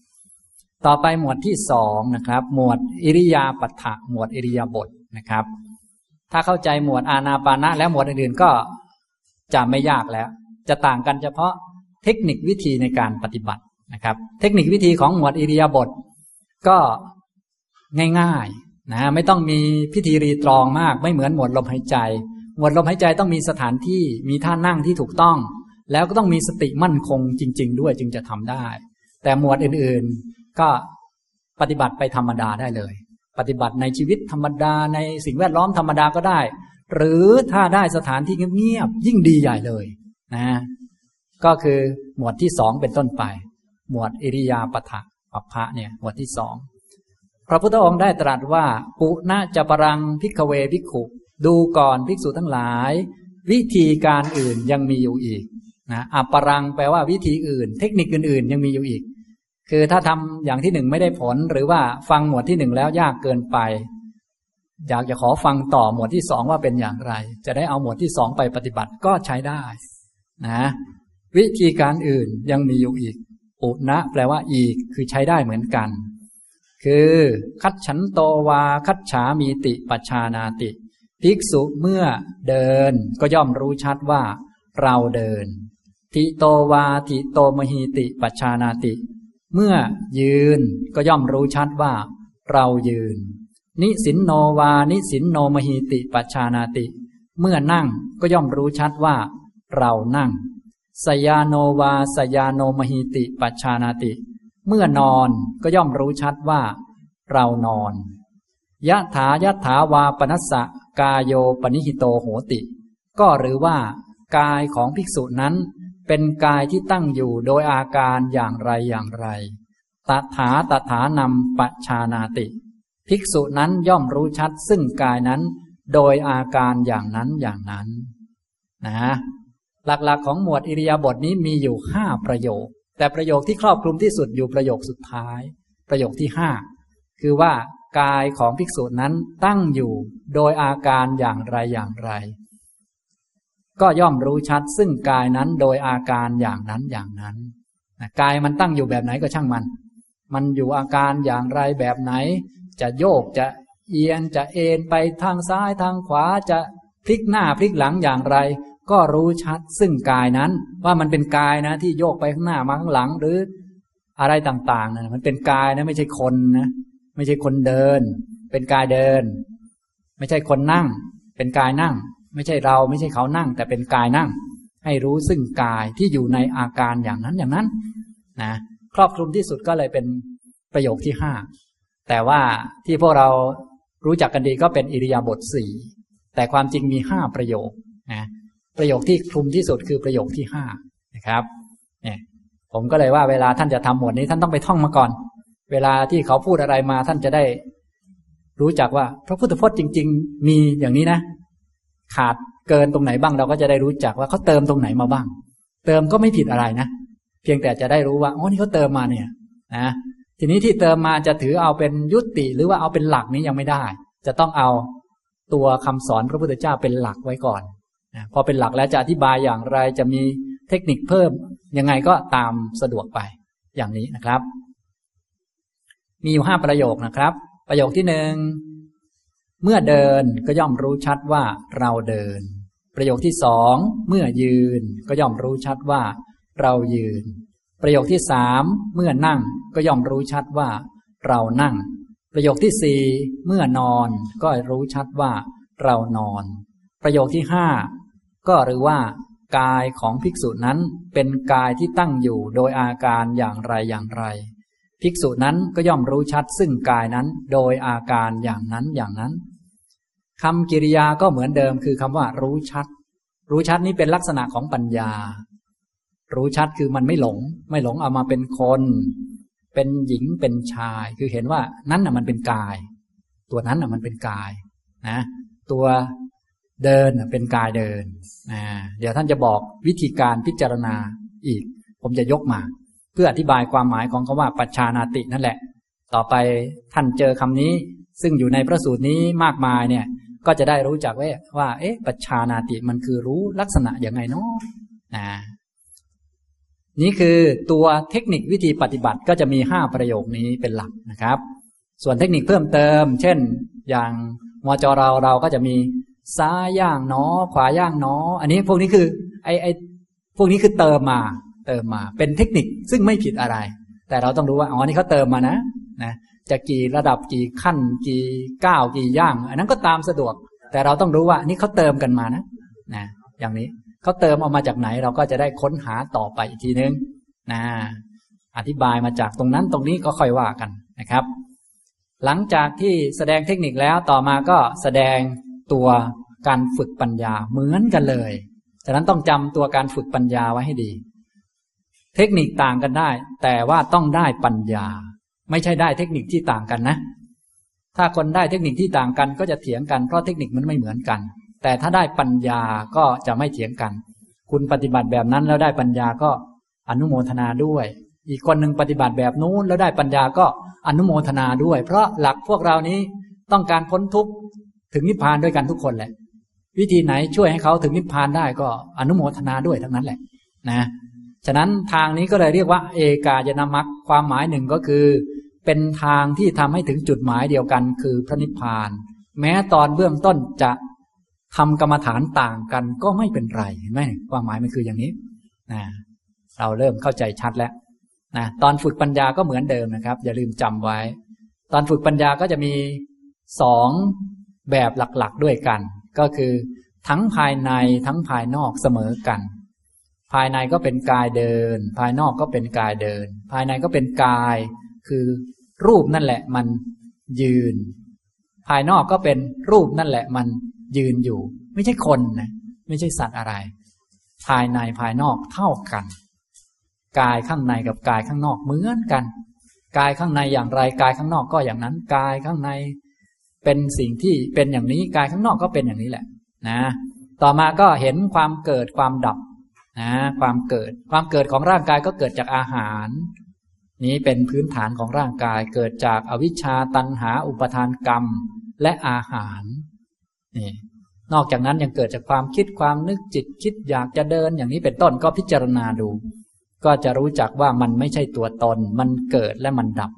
1ต่อไปหมวดที่2นะครับหมวดอิริยาปถะหมวดอิริยาบถนะครับถ้าเข้าใจหมวดอานาปานะแล้วหมวดอื่นๆก็จะไม่ยากแล้วจะต่างกันเฉพาะเทคนิควิธีในการปฏิบัตินะครับเทคนิควิธีของหมวดอิริยาบถก็ง่ายๆไม่ต้องมีพิธีรีตรองมากไม่เหมือนหมวดลมหายใจหมวดลมหายใจต้องมีสถานที่มีท่านั่งที่ถูกต้องแล้วก็ต้องมีสติมั่นคงจริงๆด้วยจึงจะทำได้แต่หมวดอื่นๆก็ปฏิบัติไปธรรมดาได้เลยปฏิบัติในชีวิตธรรมดาในสิ่งแวดล้อมธรรมดาก็ได้หรือถ้าได้สถานที่เงียบๆยิ่งดีใหญ่เลยนะก็คือหมวดที่2เป็นต้นไปหมวดอิริยาปถะปัปพะเนี่ยหมวดที่2พระพุทธองค์ได้ตรัสว่าปุณะจะปรังภิกขเวภิกขุดูก่อนภิกษุทั้งหลายวิธีการอื่นยังมีอยู่อีกนะอัปปรังแปลว่าวิธีอื่นเทคนิคอื่นๆยังมีอยู่อีกคือถ้าทำอย่างที่1ไม่ได้ผลหรือว่าฟังหมวดที่1แล้วยากเกินไปอยากจะขอฟังต่อหมวดที่2ว่าเป็นอย่างไรจะได้เอาหมวดที่2ไปปฏิบัติก็ใช้ได้นะวิธีการอื่นยังมีอยู่อีกปุณะแปลว่าอีกคือใช้ได้เหมือนกันคือคัจฉันโตวาคัจฉามีติปัชชานาติภิกษุเมื่อเดินก็ย่อมรู้ชัดว่าเราเดินทิโตวาทิโตมหีติปัชชานาติเมื่อยืนก็ย่อมรู้ชัดว่าเรายืนนิสินโนวานิสินโนมหีติปัชชานาติเมื่อนั่งก็ย่อมรู้ชัดว่าเรานั่งสยาโนวาสยาโนมหีติปัชชานาติเมื่อนอนก็ย่อมรู้ชัดว่าเรานอนยะถายะถาวาปนัสสะกายโยปนิหิโตโหติก็หรือว่ากายของภิกษุนั้นเป็นกายที่ตั้งอยู่โดยอาการอย่างไรอย่างไรตถานำปัชชานาติภิกษุนั้นย่อมรู้ชัดซึ่งกายนั้นโดยอาการอย่างนั้นอย่างนั้นนะหลักๆของหมวดอิริยาบถนี้มีอยู่5ประโยคแต่ประโยคที่ครอบคลุมที่สุดอยู่ประโยคสุดท้ายประโยคที่5คือว่ากายของภิกษุนั้นตั้งอยู่โดยอาการอย่างไรอย่างไรก็ย่อมรู้ชัดซึ่งกายนั้นโดยอาการอย่างนั้นอย่างนั้นกายมันตั้งอยู่แบบไหนก็ช่างมันอยู่อาการอย่างไรแบบไหนจะโยกจะเอียงจะเอ็นไปทางซ้ายทางขวาจะพลิกหน้าพลิกหลังอย่างไรก็รู้ชัดซึ่งกายนั้นว่ามันเป็นกายนะที่โยกไปข้างหน้ามาข้างหลังหรืออะไรต่างๆนะมันเป็นกายนะไม่ใช่คนนะไม่ใช่คนเดินเป็นกายเดินไม่ใช่คนนั่งเป็นกายนั่งไม่ใช่เราไม่ใช่เขานั่งแต่เป็นกายนั่งให้รู้ซึ่งกายที่อยู่ในอาการอย่างนั้นอย่างนั้นนะครอบคลุมที่สุดก็เลยเป็นประโยคที่5แต่ว่าที่พวกเรารู้จักกันดีก็เป็นอิริยาบถ4แต่ความจริงมี5ประโยคนะประโยคที่คลุมที่สุดคือประโยคที่5นะครับเนี่ยผมก็เลยว่าเวลาท่านจะทำหมวดนี้ท่านต้องไปท่องมาก่อนเวลาที่เขาพูดอะไรมาท่านจะได้รู้จักว่าพระพุทธพจน์จริงๆมีอย่างนี้นะขาดเกินตรงไหนบ้างเราก็จะได้รู้จักว่าเขาเติมตรงไหนมาบ้างเติมก็ไม่ผิดอะไรนะเพียงแต่จะได้รู้ว่าอ๋อนี่เขาเติมมาเนี่ยนะทีนี้ที่เติมมาจะถือเอาเป็นยุติหรือว่าเอาเป็นหลักนี้ยังไม่ได้จะต้องเอาตัวคำสอนพระพุทธเจ้าเป็นหลักไว้ก่อนนะพอเป็นหลักแล้วจะอธิบายอย่างไรจะมีเทคนิคเพิ่มยังไงก็ตามสะดวกไปอย่างนี้นะครับมีอยู่5ประโยคนะครับประโยคที่1เมื่อเดินก็ย่อมรู้ชัดว่าเราเดินประโยคที่2เมื่อยืนก็ย่อมรู้ชัดว่าเรายืนประโยคที่3เมื่อนั่งก็ย่อมรู้ชัดว่าเรานั่งประโยคที่4เมื่อนอนก็รู้ชัดว่าเรานอนประโยคที่5ก็หรือว่ากายของภิกษุนั้นเป็นกายที่ตั้งอยู่โดยอาการอย่างไรอย่างไรภิกษุนั้นก็ย่อมรู้ชัดซึ่งกายนั้นโดยอาการอย่างนั้นอย่างนั้นคำกิริยาก็เหมือนเดิมคือคำว่ารู้ชัดรู้ชัดนี้เป็นลักษณะของปัญญารู้ชัดคือมันไม่หลงเอามาเป็นคนเป็นหญิงเป็นชายคือเห็นว่านั้นน่ะมันเป็นกายตัวนั้นน่ะมันเป็นกายนะตัวเดินเป็นกายเดินเดี๋ยวท่านจะบอกวิธีการพิจารณาอีกผมจะยกมาเพื่ออธิบายความหมายของคำว่าปัจฉานาตินั่นแหละต่อไปท่านเจอคำนี้ซึ่งอยู่ในพระสูตรนี้มากมายเนี่ยก็จะได้รู้จักว่าปัจฉานาติมันคือรู้ลักษณะอย่างไงเนาะนี่คือตัวเทคนิควิธีปฏิบัติก็จะมี5ประโยคนี้เป็นหลักนะครับส่วนเทคนิคเพิ่มเติมเช่นอย่างมจเราก็จะมีซ้ายย่างหนอขวาย่างหนออันนี้พวกนี้คือพวกนี้คือเติมมาเป็นเทคนิคซึ่งไม่ผิดอะไรแต่เราต้องรู้ว่าอ๋อนี่เขาเติมมานะจะกี่ระดับกี่ขั้นกี่ก้าวกี่ย่างอันนั้นก็ตามสะดวกแต่เราต้องรู้ว่านี่เขาเติมกันมานะอย่างนี้เขาเติมเอามาจากไหนเราก็จะได้ค้นหาต่อไปอีกทีนึงอธิบายมาจากตรงนั้นตรงนี้ก็ค่อยว่ากันนะครับหลังจากที่แสดงเทคนิคแล้วต่อมาก็แสดงตัวการฝึกปัญญาเหมือนกันเลยฉะนั้นต้องจำตัวการฝึกปัญญาไว้ให้ดีเทคนิคต่างกันได้แต่ว่าต้องได้ปัญญาไม่ใช่ได้เทคนิคที่ต่างกันนะถ้าคนได้เทคนิคที่ต่างกันก็จะเถียงกันเพราะเทคนิคมันไม่เหมือนกันแต่ถ้าได้ปัญญาก็จะไม่เถียงกันคุณปฏิบัติแบบนั้นแล้วได้ปัญญาก็อนุโมทนาด้วยอีกคนหนึ่งปฏิบัติแบบนู้นแล้วได้ปัญญาก็อนุโมทนาด้วยเพราะหลักพวกเรานี้ต้องการพ้นทุกข์ถึงนิพพานด้วยกันทุกคนแหละวิธีไหนช่วยให้เขาถึงนิพพานได้ก็อนุโมทนาด้วยทั้งนั้นแหละนะฉะนั้นทางนี้ก็เลยเรียกว่าเอกายนามรรคความหมายหนึ่งก็คือเป็นทางที่ทำให้ถึงจุดหมายเดียวกันคือพระนิพพานแม้ตอนเบื้องต้นจะทำกรรมฐานต่างกันก็ไม่เป็นไรเห็นไหมความหมายมันคืออย่างนี้นะเราเริ่มเข้าใจชัดแล้วนะตอนฝึกปัญญาก็เหมือนเดิมนะครับอย่าลืมจำไว้ตอนฝึกปัญญาก็จะมี2แบบหลักๆด้วยกันก็คือทั้งภายในทั้งภายนอกเสมอกันภายในก็เป็นกายเดินภายนอกก็เป็นกายเดินภายในก็เป็นกายคือรูปนั่นแหละมันยืนภายนอกก็เป็นรูปนั่นแหละมันยืนอยู่ไม่ใช่คนนะไม่ใช่สัตว์อะไรภายในภายนอกเท่ากันกายข้างในกับกายข้างนอกเหมือนกันกายข้างในอย่างไรกายข้างนอกก็อย่างนั้นกายข้างในเป็นสิ่งที่เป็นอย่างนี้กายข้างนอกก็เป็นอย่างนี้แหละนะต่อมาก็เห็นความเกิดความดับนะความเกิดของร่างกายก็เกิดจากอาหารนี้เป็นพื้นฐานของร่างกายเกิดจากอวิชชาตัณหาอุปทานกรรมและอาหารนี่นอกจากนั้นยังเกิดจากความคิดความนึกจิตคิดอยากจะเดินอย่างนี้เป็นต้นก็พิจารณาดูก็จะรู้จักว่ามันไม่ใช่ตัวตนมันเกิดและมันดับ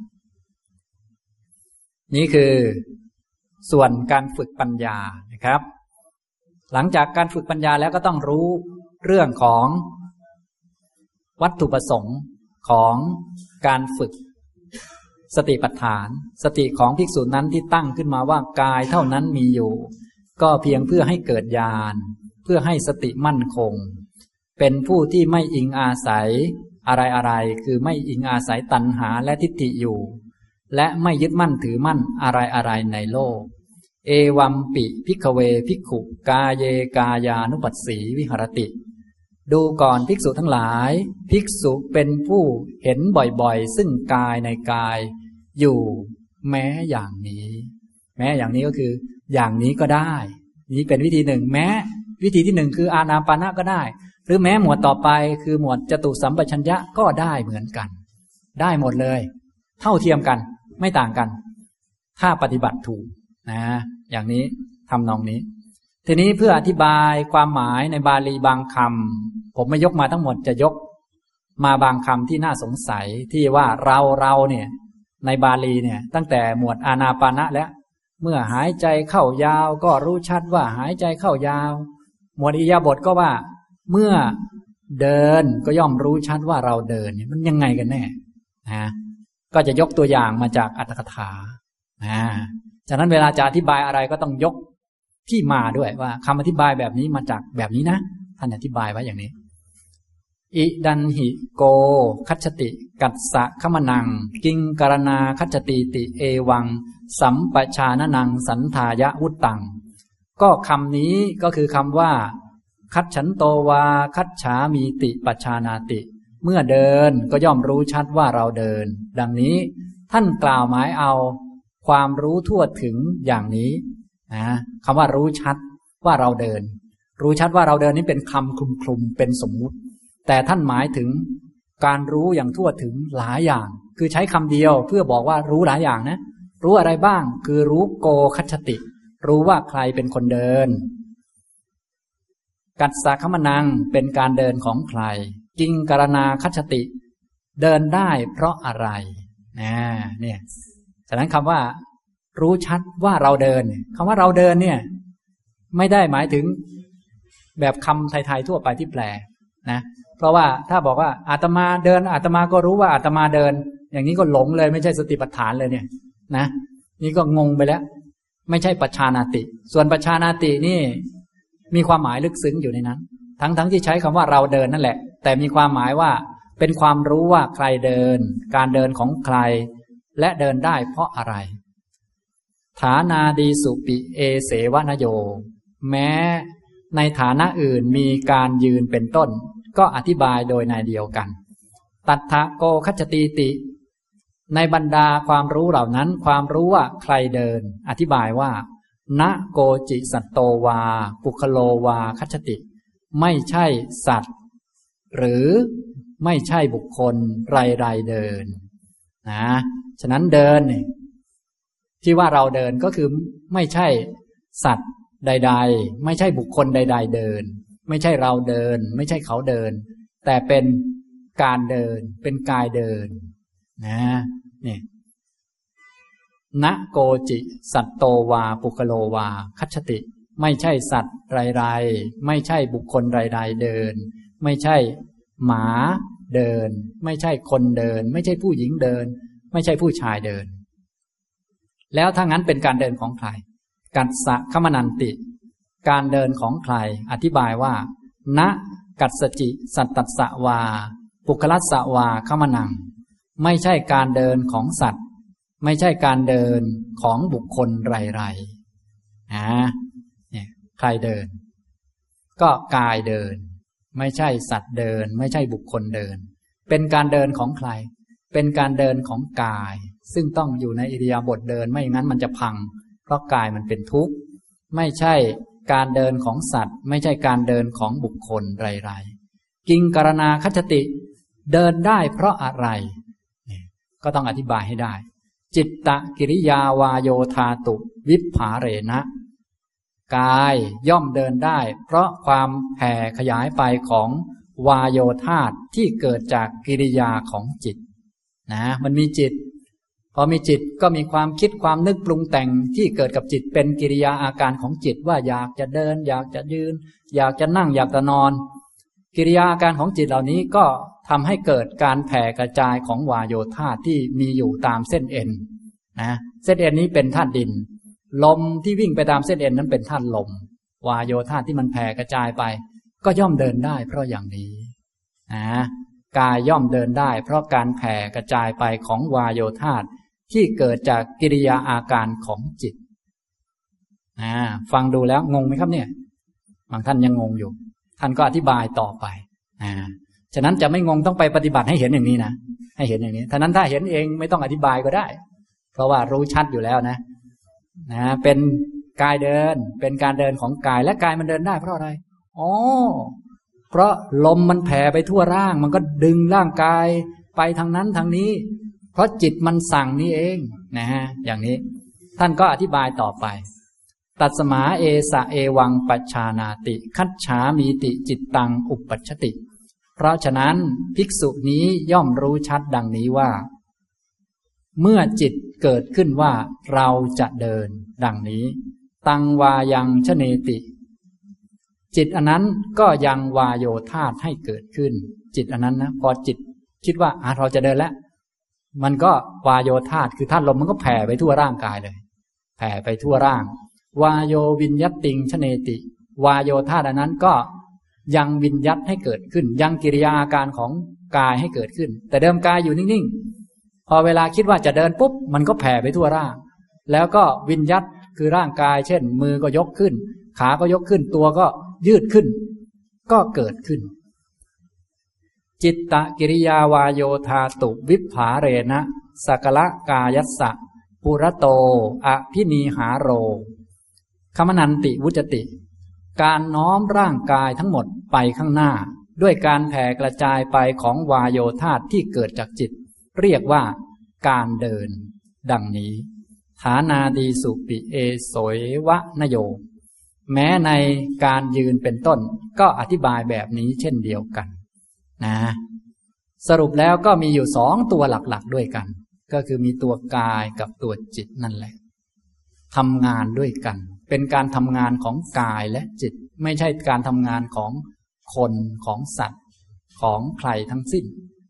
นี่คือส่วนการฝึกปัญญานะครับหลังจากการฝึกปัญญาแล้วก็ต้องรู้เรื่องของวัตถุประสงค์ของการฝึกสติปัฏฐานสติของภิกษุนั้นที่ตั้งขึ้นมาว่ากายเท่านั้นมีอยู่ก็เพียงเพื่อให้เกิดญาณเพื่อให้สติมั่นคงเป็นผู้ที่ไม่อิงอาศัยอะไรคือไม่อิงอาศัยตัณหาและทิฏฐิอยู่และไม่ยึดมั่นถือมั่นอะไรในโลกเอวัมปิภิกขเวภิกขุกาเยกายานุปัสสีวิหรติดูก่อนภิกษุทั้งหลายภิกษุเป็นผู้เห็นบ่อยๆซึ่งกายในกายอยู่แม้อย่างนี้ก็คืออย่างนี้ก็ได้นี้เป็นวิธีหนึ่งแม้วิธีที่หนึ่งคืออานาปานะก็ได้หรือแม้หมวดต่อไปคือหมวดจตุสัมปชัญญะก็ได้เหมือนกันได้หมดเลยเท่าเทียมกันไม่ต่างกันถ้าปฏิบัติถูกนะอย่างนี้ทำนองนี้ทีนี้เพื่ออธิบายความหมายในบาลีบางคำผมไม่ยกมาทั้งหมดจะยกมาบางคำที่น่าสงสัยที่ว่าเราเนี่ยในบาลีเนี่ยตั้งแต่หมวดอานาปานะแล้วเมื่อหายใจเข้ายาวก็รู้ชัดว่าหายใจเข้ายาวหมวดอิริยาบถก็ว่าเมื่อเดินก็ย่อมรู้ชัดว่าเราเดินมันยังไงกันแน่นะก็จะยกตัวอย่างมาจากอรรถกถาฉะนั้นเวลาจะอธิบายอะไรก็ต้องยกที่มาด้วยว่าคำอธิบายแบบนี้มาจากแบบนี้นะท่านอธิบายไว้อย่างนี้อิดันหิโกคัจฉติกัสสะขมนังกิงกรณาคัจฉติติเอวังสัมปชานนังสันทายะวุตตังก็คำนี้ก็คือคำว่าคัจฉันโตวาคัจฉามีติปชานาติเมื่อเดินก็ย่อมรู้ชัดว่าเราเดินดังนี้ท่านกล่าวหมายเอาความรู้ทั่วถึงอย่างนี้นะคำว่ารู้ชัดว่าเราเดินรู้ชัดว่าเราเดินนี้เป็นคำคลุมเป็นสมมุติแต่ท่านหมายถึงการรู้อย่างทั่วถึงหลายอย่างคือใช้คำเดียวเพื่อบอกว่ารู้หลายอย่างนะรู้อะไรบ้างคือรู้โกคัจฉติรู้ว่าใครเป็นคนเดินกัสสะขมนังเป็นการเดินของใครกิงกรณาคัจฉติเดินได้เพราะอะไรเนี่ยฉะนั้นคำว่ารู้ชัดว่าเราเดินคำว่าเราเดินเนี่ยไม่ได้หมายถึงแบบคำไทยๆทั่วไปที่แปลนะเพราะว่าถ้าบอกว่าอาตมาเดินอาตมาก็รู้ว่าอาตมาเดินอย่างนี้ก็หลงเลยไม่ใช่สติปัฏฐานเลยเนี่ยนะนี่ก็งงไปแล้วไม่ใช่ปัจฉานาติส่วนปัจฉานาตินี่มีความหมายลึกซึ้งอยู่ในนั้นทั้งที่ใช้คำว่าเราเดินนั่นแหละแต่มีความหมายว่าเป็นความรู้ว่าใครเดินการเดินของใครและเดินได้เพราะอะไรฐานาดีสุปิเอเสวนโยแม้ในฐานะอื่นมีการยืนเป็นต้นก็อธิบายโดยในเดียวกันตัทธะโกคัจจติติในบรรดาความรู้เหล่านั้นความรู้ว่าใครเดินอธิบายว่าณโกจิสัตโตวาปุคโลวาคัจจติไม่ใช่สัตว์หรือไม่ใช่บุคคลไรๆเดินนะฉะนั้นเดินที่ว่าเราเดินก็คือไม่ใช่สัตว์ใดๆไม่ใช่บุคคลใดๆเดินไม่ใช่เราเดินไม่ใช่เขาเดินแต่เป็นการเดินเป็นกายเดินนะนี่ณโกจิสัตโตวาปุคโลวาคัจฉติไม่ใช่สัตว์ไรๆไม่ใช่บุคคลไรๆเดินไม่ใช่หมาเดินไม่ใช่คนเดินไม่ใช่ผู้หญิงเดินไม่ใช่ผู้ชายเดินแล้วถ้างั้นเป็นการเดินของใครกัสสะคมนันติการเดินของใครอธิบายว่าณกัสสจิสัตตัสสะวาปุคลัสสะวาคมนังไม่ใช่การเดินของสัตว์ไม่ใช่การเดินของบุคคลไรๆเนี่ยใครเดินก็กายเดินไม่ใช่สัตว์เดินไม่ใช่บุคคลเดินเป็นการเดินของใครเป็นการเดินของกายซึ่งต้องอยู่ในอิริยาบถเดินไม่งั้นมันจะพังเพราะกายมันเป็นทุกข์ไม่ใช่การเดินของสัตว์ไม่ใช่การเดินของบุคคลไรๆกิงกรณาคัจฉติเดินได้เพราะอะไรก็ต้องอธิบายให้ได้จิตตกิริยาวาโยธาตุวิปภาเรนะกายย่อมเดินได้เพราะความแผ่ขยายไปของวาโยธาตุที่เกิดจากกิริยาของจิตนะมันมีจิตพอมีจิตก็มีความคิดความนึกปรุงแต่งที่เกิดกับจิตเป็นกิริยาอาการของจิตว่าอยากจะเดินอยากจะยืนอยากจะนั่งอยากจะนอนกิริยาอาการของจิตเหล่านี้ก็ทำให้เกิดการแผ่กระจายของวาโยธาตุที่มีอยู่ตามเส้นเอ็นนะเส้นเอ็นนี้เป็นธาตุดินลมที่วิ่งไปตามเส้นเอ็นนั้นเป็นธาตุลมวาโยธาตุที่มันแผ่กระจายไปก็ย่อมเดินได้เพราะอย่างนี้กายย่อมเดินได้เพราะการแผ่กระจายไปของวาโยธาตุที่เกิดจากกิริยาอาการของจิตฟังดูแล้วงงไหมครับเนี่ยบางท่านยังงงอยู่ท่านก็อธิบายต่อไปฉะนั้นจะไม่งงต้องไปปฏิบัติให้เห็นอย่างนี้นะให้เห็นอย่างนี้ท่านั้นถ้าเห็นเองไม่ต้องอธิบายก็ได้เพราะว่ารู้ชัดอยู่แล้วนะเป็นกายเดินเป็นการเดินของกายและกายมันเดินได้เพราะอะไรเพราะลมมันแผ่ไปทั่วร่างมันก็ดึงร่างกายไปทางนั้นทางนี้เพราะจิตมันสั่งนี่เองนะฮะอย่างนี้ท่านก็อธิบายต่อไปตัสมาเอสะเอวังปัจฉานาติคัจฉามีติจิตตังอุปปัชชติเพราะฉะนั้นภิกษุนี้ย่อมรู้ชัดดังนี้ว่าเมื่อจิตเกิดขึ้นว่าเราจะเดินดังนี้ตังวายังชเนติจิตอันนั้นก็ยังวาโยธาตุให้เกิดขึ้นจิตอันนั้นนะพอจิตคิดว่าเราจะเดินแล้วมันก็วาโยธาตุคือธาตุลมมันก็แผ่ไปทั่วร่างกายเลยแผ่ไปทั่วร่างวาโยวิญญัตติงชเนติวาโยธาตุอันนั้นก็ยังวิญญัตให้เกิดขึ้นยังกิริยาอาการของกายให้เกิดขึ้นแต่เดิมกายอยู่นิ่งๆพอเวลาคิดว่าจะเดินปุ๊บมันก็แผ่ไปทั่วร่างแล้วก็วิญญัตคือร่างกายเช่นมือก็ยกขึ้นขาก็ยกขึ้นตัวก็ยืดขึ้นก็เกิดขึ้นจิตตกิริยาวาโยธาตุวิปภาเรนะสักละกายัสสะปุระโตอภินีหาโรคมนันติวุจติการน้อมร่างกายทั้งหมดไปข้างหน้าด้วยการแผ่กระจายไปของวาโยธาตุที่เกิดจากจิตเรียกว่าการเดินดังนี้ฐานาดีสุปิเอโสยวะนโยแม้ในการยืนเป็นต้นก็อธิบายแบบนี้เช่นเดียวกันนะสรุปแล้วก็มีอยู่2ตัวหลักๆด้วยกันก็คือมีตัวกายกับตัวจิตนั่นแหละทำงานด้วยกันเป็นการทำงานของกายและจิตไม่ใช่การทำงานของคนของสัตว์ของใครทั้งสิ้น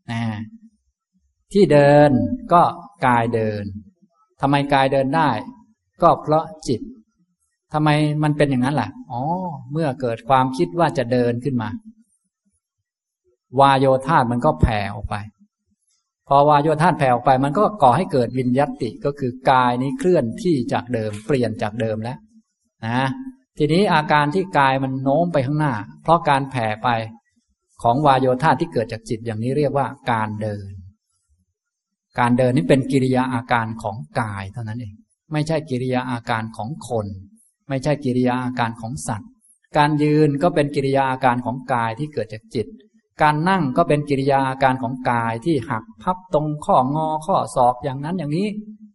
ที่เดินก็กายเดินทำไมกายเดินได้ก็เพราะจิตทำไมมันเป็นอย่างนั้นล่ะเมื่อเกิดความคิดว่าจะเดินขึ้นมาวายโยธาตุมันก็แผ่ออกไปพอวายโยธาตุแผ่ออกไปมันก็ก่อให้เกิดวิญญัตติก็คือกายนี้เคลื่อนที่จากเดิมเปลี่ยนจากเดิมแล้วนะทีนี้อาการที่กายมันโน้มไปข้างหน้าเพราะการแผ่ไปของวายโยธาตุที่เกิดจากจิตอย่างนี้เรียกว่าการเดินการเดินนี่เป็นกิริยาอาการของกายเท่านั้นเองไม่ใช่กิริยาอาการของคนไม่ใช่กิริยาอาการของสัตว์การยืนก็เป็นกิริยาอาการของกายที่เกิดจากจิตการนั่งก็เป็นกิริยาอาการของกายที่หักพับตรงข้องอข้อศอกอย่างนั้นอย่างนี้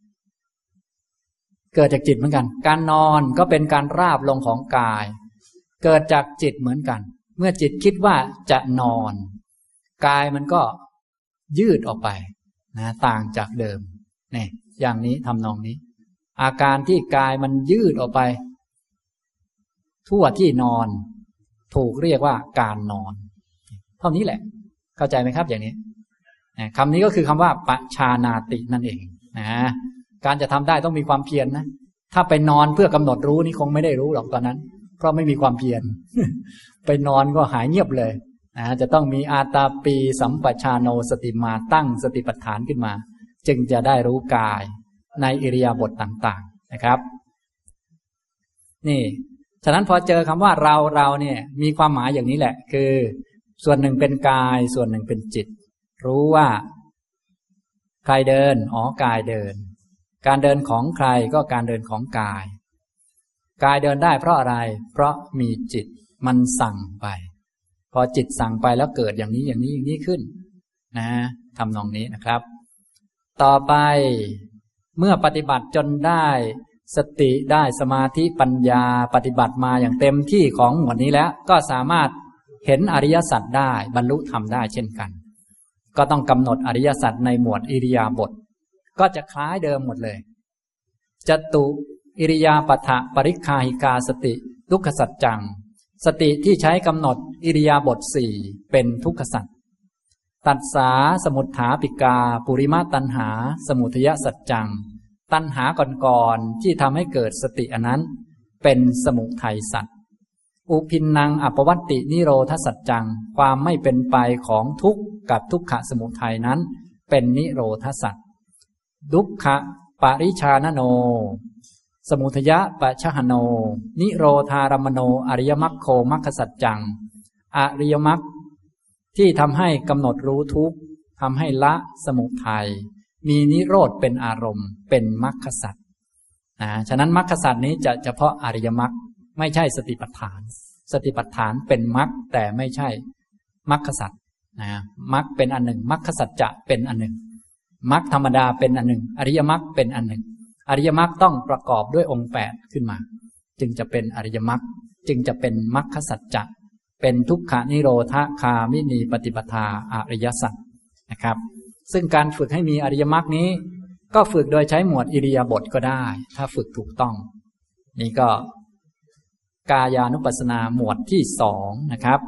เกิดจากจิตเหมือนกันการนอนก็เป็นการราบลงของกายเกิดจากจิตเหมือนกันเมื่อจิตคิดว่าจะนอนกายมันก็ยืดออกไปนะต่างจากเดิมนี่อย่างนี้ทำนองนี้อาการที่กายมันยืดออกไปทั่วที่นอนถูกเรียกว่าการนอนเท่านี้แหละเข้าใจไหมครับอย่างนี้คำนี้ก็คือคำว่าปชานาตินั่นเองนะการจะทำได้ต้องมีความเพียรนะถ้าไปนอนเพื่อกำหนดรู้นี่คงไม่ได้รู้หรอกตอนนั้นเพราะไม่มีความเพียร ไปนอนก็หายเงียบเลยจะต้องมีอาตาปีสัมปชาโนสติมาตั้งสติปัฏฐานขึ้นมาจึงจะได้รู้กายในอิริยาบถต่างๆนะครับนี่ฉะนั้นพอเจอคำว่าเราเนี่ยมีความหมายอย่างนี้แหละคือส่วนหนึ่งเป็นกายส่วนหนึ่งเป็นจิตรู้ว่าใครเดินกายเดินการเดินของใครก็การเดินของกายกายเดินได้เพราะอะไรเพราะมีจิตมันสั่งไปพอจิตสั่งไปแล้วเกิดอย่างนี้อย่างนี้อย่างนี้ขึ้นนะทำนองนี้นะครับต่อไปเมื่อปฏิบัติจนได้สติได้สมาธิปัญญาปฏิบัติมาอย่างเต็มที่ของหมวดนี้แล้วก็สามารถเห็นอริยสัจได้บรรลุธรรมได้เช่นกันก็ต้องกำหนดอริยสัจในหมวดอิริยาบถก็จะคล้ายเดิมหมดเลยจตุอิริยาปถะปริคาหิกาสติทุกขสัจจังสติที่ใช้กำหนดอิริยาบถสี่เป็นทุกขสัจตัสสาสมุฏฐาปิกาปุริมาตัณหาสมุทยสัจจังตัณหาก่อนๆที่ทำให้เกิดสติอันนั้นเป็นสมุทัยสัจอุพินนังอัปวัตตินิโรธสัจจังความไม่เป็นไปของทุกข์กับทุกขสมุทัยนั้นเป็นนิโรธสัจดุขะปริชานโนสมุทยะปะชหโนนิโรธารมโนอริยมรรคโคมรรคสัจจังอริยมรรคที่ทำให้กำหนดรู้ทุกข์ทำให้ละสมุทัยมีนิโรธเป็นอารมณ์เป็นมรรคสัจฉะนั้นมรรคสัจนี้จะเฉพาะอริยมรรคไม่ใช่สติปัฏฐานสติปัฏฐานเป็นมรรคแต่ไม่ใช่มรรคสัจมรรคเป็นอันหนึ่งมรรคสัจจะเป็นอันหนึ่งมรรคธรรมดาเป็นอันหนึ่งอริยมรรคเป็นอันหนึ่งอริยมรรคต้องประกอบด้วยองค์8ขึ้นมาจึงจะเป็นอริยมรรคจึงจะเป็นมรรคสัจจะเป็นทุกขานิโรธคามินีปฏิปทาอริยสัจนะครับซึ่งการฝึกให้มีอริยมรรคนี้ก็ฝึกโดยใช้หมวดอิริยาบถก็ได้ถ้าฝึกถูกต้องนี่ก็กายานุปัสสนาหมวดที่2นะครับ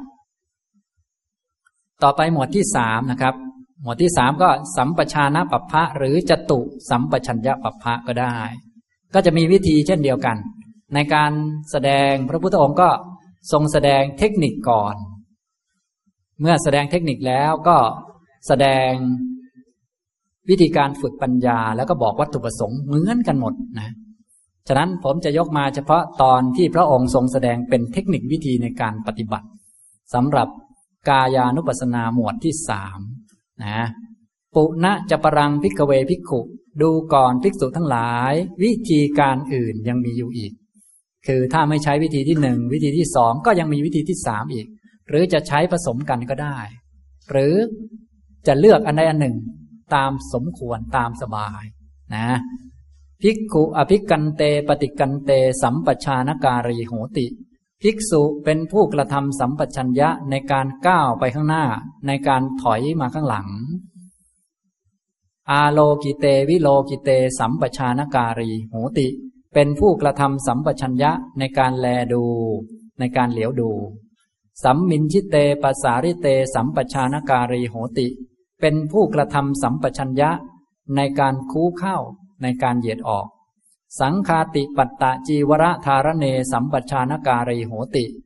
ต่อไปหมวดที่3นะครับหมวดที่3ก็สัมปชานปัปพะหรือจตุสัมปชัญญปัปพะก็ได้ก็จะมีวิธีเช่นเดียวกันในการแสดงพระพุทธองค์ก็ทรงแสดงเทคนิคก่อนเมื่อแสดงเทคนิคแล้วก็แสดงวิธีการฝึกปัญญาแล้วก็บอกวัตถุประสงค์เหมือนกันหมดนะฉะนั้นผมจะยกมาเฉพาะตอนที่พระองค์ทรงแสดงเป็นเทคนิควิธีในการปฏิบัติสำหรับกายานุปัสสนาหมวดที่3นะปุณะจะปรังภิกขเวภิกขุดูก่อนภิกษุทั้งหลายวิธีการอื่นยังมีอยู่อีกคือถ้าไม่ใช้วิธีที่1วิธีที่2ก็ยังมีวิธีที่3อีกหรือจะใช้ผสมกันก็ได้หรือจะเลือกอันใดอันหนึ่งตามสมควรตามสบายนะภิกขุอภิกันเตปฏิกันเตสัมปชานการีโหติภิกษุเป็นผู้กระทำสัมปชัญญะในการก้าวไปข้างหน้าในการถอยมาข้างหลังอาโลกิเตวิโลกิเตสัมปชานการีโหติเป็นผู้กระทำสัมปชัญญะในการแลดูในการเหลียวดูสัมมินชิเตปัสสาริเตสัมปชานการีโหติเป็นผู้กระทำสัมปชัญญะในการคู้เข้าในการเหยียดออกสังคาติปัตตะจีวรธารเนสัมปชานการีโหติ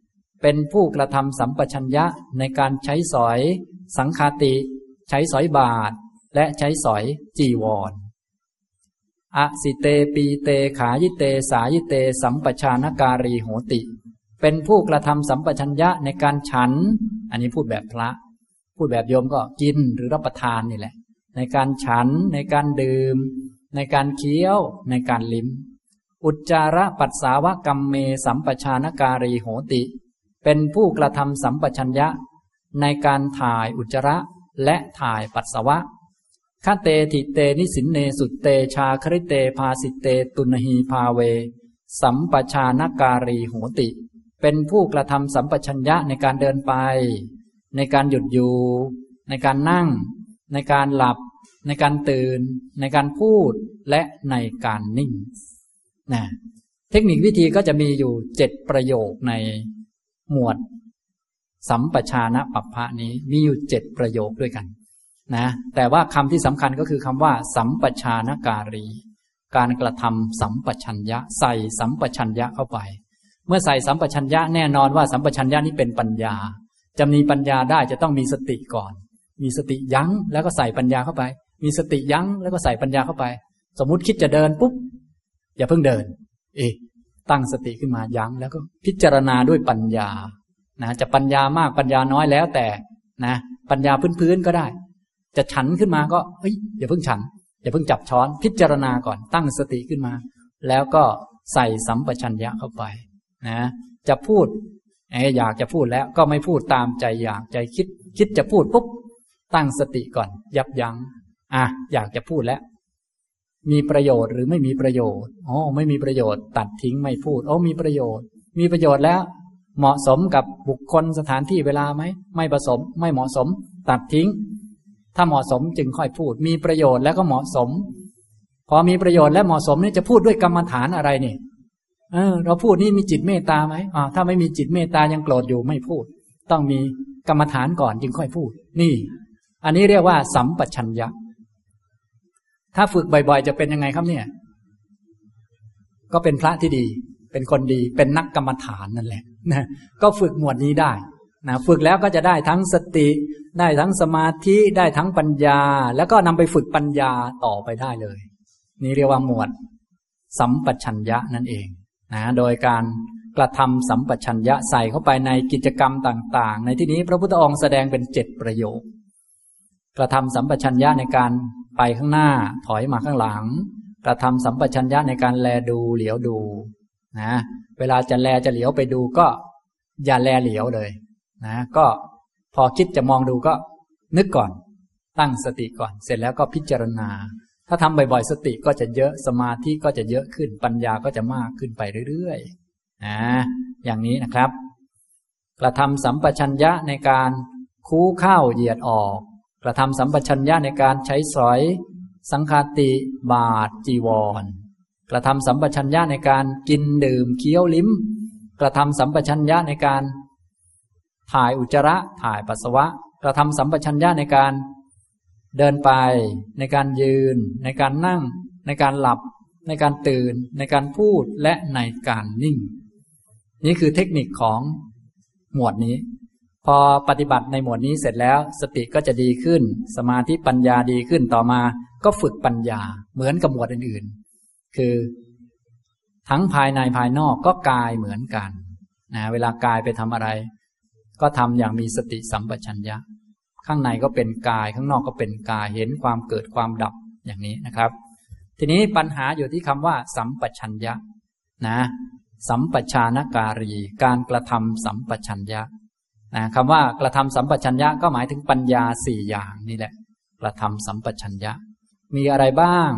เป็นผู้กระทำสัมปชัญญะในการใช้สอยสังฆาติใช้สอยบาตรและใช้สอยจีวรอสิเตปีเตขายิเตสายิเตสัมปชานการีโหติเป็นผู้กระทำสัมปชัญญะในการฉันอันนี้พูดแบบพระพูดแบบโยมก็กินหรือรับประทานนี่แหละในการฉันในการดื่มในการเคี้ยวในการลิ้มอุจจาระปัสสาวะกัมเมสัมปชานการีโหติเป็นผู้กระทำสัมปชัญญะในการถ่ายอุจจาระและถ่ายปัสสาวะคเตทิเตนิสินเนสุเตชาคริเตภาสิเตตุนหีภาเวสัมปชานการีโหติเป็นผู้กระทำสัมปชัญญะในการเดินไปในการหยุดอยู่ในการนั่งในการหลับในการตื่นในการพูดและในการนิ่งนะเทคนิควิธีก็จะมีอยู่7ประโยคในหมวดสัมปชานะปัปพะนี้มีอยู่7ประโยคด้วยกันนะแต่ว่าคำที่สำคัญก็คือคำว่าสัมปชานการีการกระทำสัมปชัญญะใส่สัมปชัญญะเข้าไปเมื่อใส่สัมปชัญญะแน่นอนว่าสัมปชัญญะนี้เป็นปัญญาจะมีปัญญาได้จะต้องมีสติก่อนมีสติยั้งแล้วก็ใส่ปัญญาเข้าไปมีสติยั้งแล้วก็ใส่ปัญญาเข้าไปสมมุติคิดจะเดินปุ๊บอย่าเพิ่งเดินตั้งสติขึ้นมายั้งแล้วก็พิจารณาด้วยปัญญานะจะปัญญามากปัญญาน้อยแล้วแต่นะปัญญาพื้นๆก็ได้จะฉันขึ้นมาก็อย่าเพิ่งฉันอย่าเพิ่งจับช้อนพิจารณาก่อนตั้งสติขึ้นมาแล้วก็ใส่สัมปชัญญะเข้าไปนะจะพูดอยากจะพูดแล้วก็ไม่พูดตามใจอยากใจคิดจะพูดปุ๊บตั้งสติก่อนยับยั้งอยากจะพูดแล้วมีประโยชน์หรือไม่มีประโยชน์ไม่มีประโยชน์ตัดทิ้งไม่พูดมีประโยชน์มีประโยชน์แล้วเหมาะสมกับบุคคลสถานที่เวลาไหมไม่ผสมไม่เหมาะสมตัดทิ้งถ้าเหมาะสมจึงค่อยพูดมีประโยชน์แล้วก็เหมาะสมพอมีประโยชน์และเหมาะสมนี่จะพูดด้วยกรรมฐานอะไรนี่เราพูดนี่มีจิตเมตตาไหมถ้าไม่มีจิตเมตตายังโกรธอยู่ไม่พูดต้องมีกรรมฐานก่อนจึงค่อยพูดนี่อันนี้เรียกว่าสัมปชัญญะถ้าฝึกบ่อยๆจะเป็นยังไงครับเนี่ยก็เป็นพระที่ดีเป็นคนดีเป็นนักกรรมฐานนั่นแหละนะก็ฝึกหมวดนี้ได้นะฝึกแล้วก็จะได้ทั้งสติได้ทั้งสมาธิได้ทั้งปัญญาแล้วก็นำไปฝึกปัญญาต่อไปได้เลยนี่เรียกว่าหมวดสัมปชัญญะนั่นเองนะโดยการกระทำสัมปชัญญะใส่เข้าไปในกิจกรรมต่างๆในที่นี้พระพุทธองค์แสดงเป็น7ประโยคกระทำสัมปชัญญะในการไปข้างหน้าถอยมาข้างหลังกระทำสัมปชัญญะในการแลดูเหลียวดูนะเวลาจะแลจะเหลียวไปดูก็อย่าแลเหลียวเลยนะก็พอคิดจะมองดูก็นึกก่อนตั้งสติก่อนเสร็จแล้วก็พิจารณาถ้าทำบ่อยๆสติก็จะเยอะสมาธิก็จะเยอะขึ้นปัญญาก็จะมากขึ้นไปเรื่อยๆอย่างนี้นะครับกระทำสัมปชัญญะในการคู้เข้าเหยียดออกกระทำสัมปชัญญะในการใช้สอยสังฆาติบาตรจีวรกระทำสัมปชัญญะในการกินดื่มเคี้ยวลิ้มกระทำสัมปชัญญะในการถ่ายอุจจาระถ่ายปัสสาวะกระทำสัมปชัญญะในการเดินไปในการยืนในการนั่งในการหลับในการตื่นในการพูดและในการนิ่งนี่คือเทคนิคของหมวดนี้พอปฏิบัติในหมวดนี้เสร็จแล้วสติก็จะดีขึ้นสมาธิปัญญาดีขึ้นต่อมาก็ฝึกปัญญาเหมือนกับหมวดอื่นๆคือทั้งภายในภายนอกก็กายเหมือนกันนะเวลากายไปทำอะไรก็ทำอย่างมีสติสัมปชัญญะข้างในก็เป็นกายข้างนอกก็เป็นกายเห็นความเกิดความดับอย่างนี้นะครับทีนี้ปัญหาอยู่ที่คำว่าสัมปชัญญะนะสัมปชานการีการกระทำสัมปชัญญะนะคำว่ากระทำสัมปชัญญะก็หมายถึงปัญญา4อย่างนี่แหละกระทำสัมปชัญญะมีอะไรบ้าง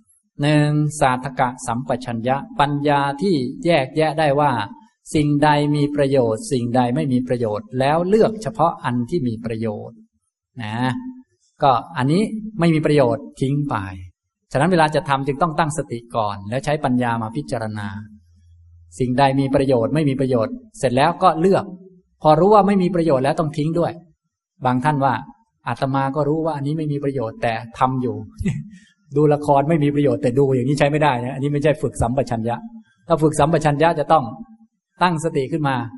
1สาธกะสัมปชัญญะปัญญาที่แยกแยะได้ว่าสิ่งใดมีประโยชน์สิ่งใดไม่มีประโยชน์แล้วเลือกเฉพาะอันที่มีประโยชน์นะก็อันนี้ไม่มีประโยชน์ทิ้งไปฉะนั้นเวลาจะทำจึงต้องตั้งสติก่อนแล้วใช้ปัญญามาพิจารณาสิ่งใดมีประโยชน์ไม่มีประโยชน์เสร็จแล้วก็เลือกพอรู้ว่าไม่มีประโยชน์แล้วต้องทิ้งด้วยบางท่านว่าอาตมาก็รู้ว่าอันนี้ไม่มีประโยชน์แต่ทำอยู่ ดูละครไม่มีประโยชน์แต่ดูอย่างนี้ใช้ไม่ได้นะอันนี้ไม่ใช่ฝึกสัมปชัญญะถ้าฝึกสัมปชัญญะจะต้องตั้งสติขึ้นมา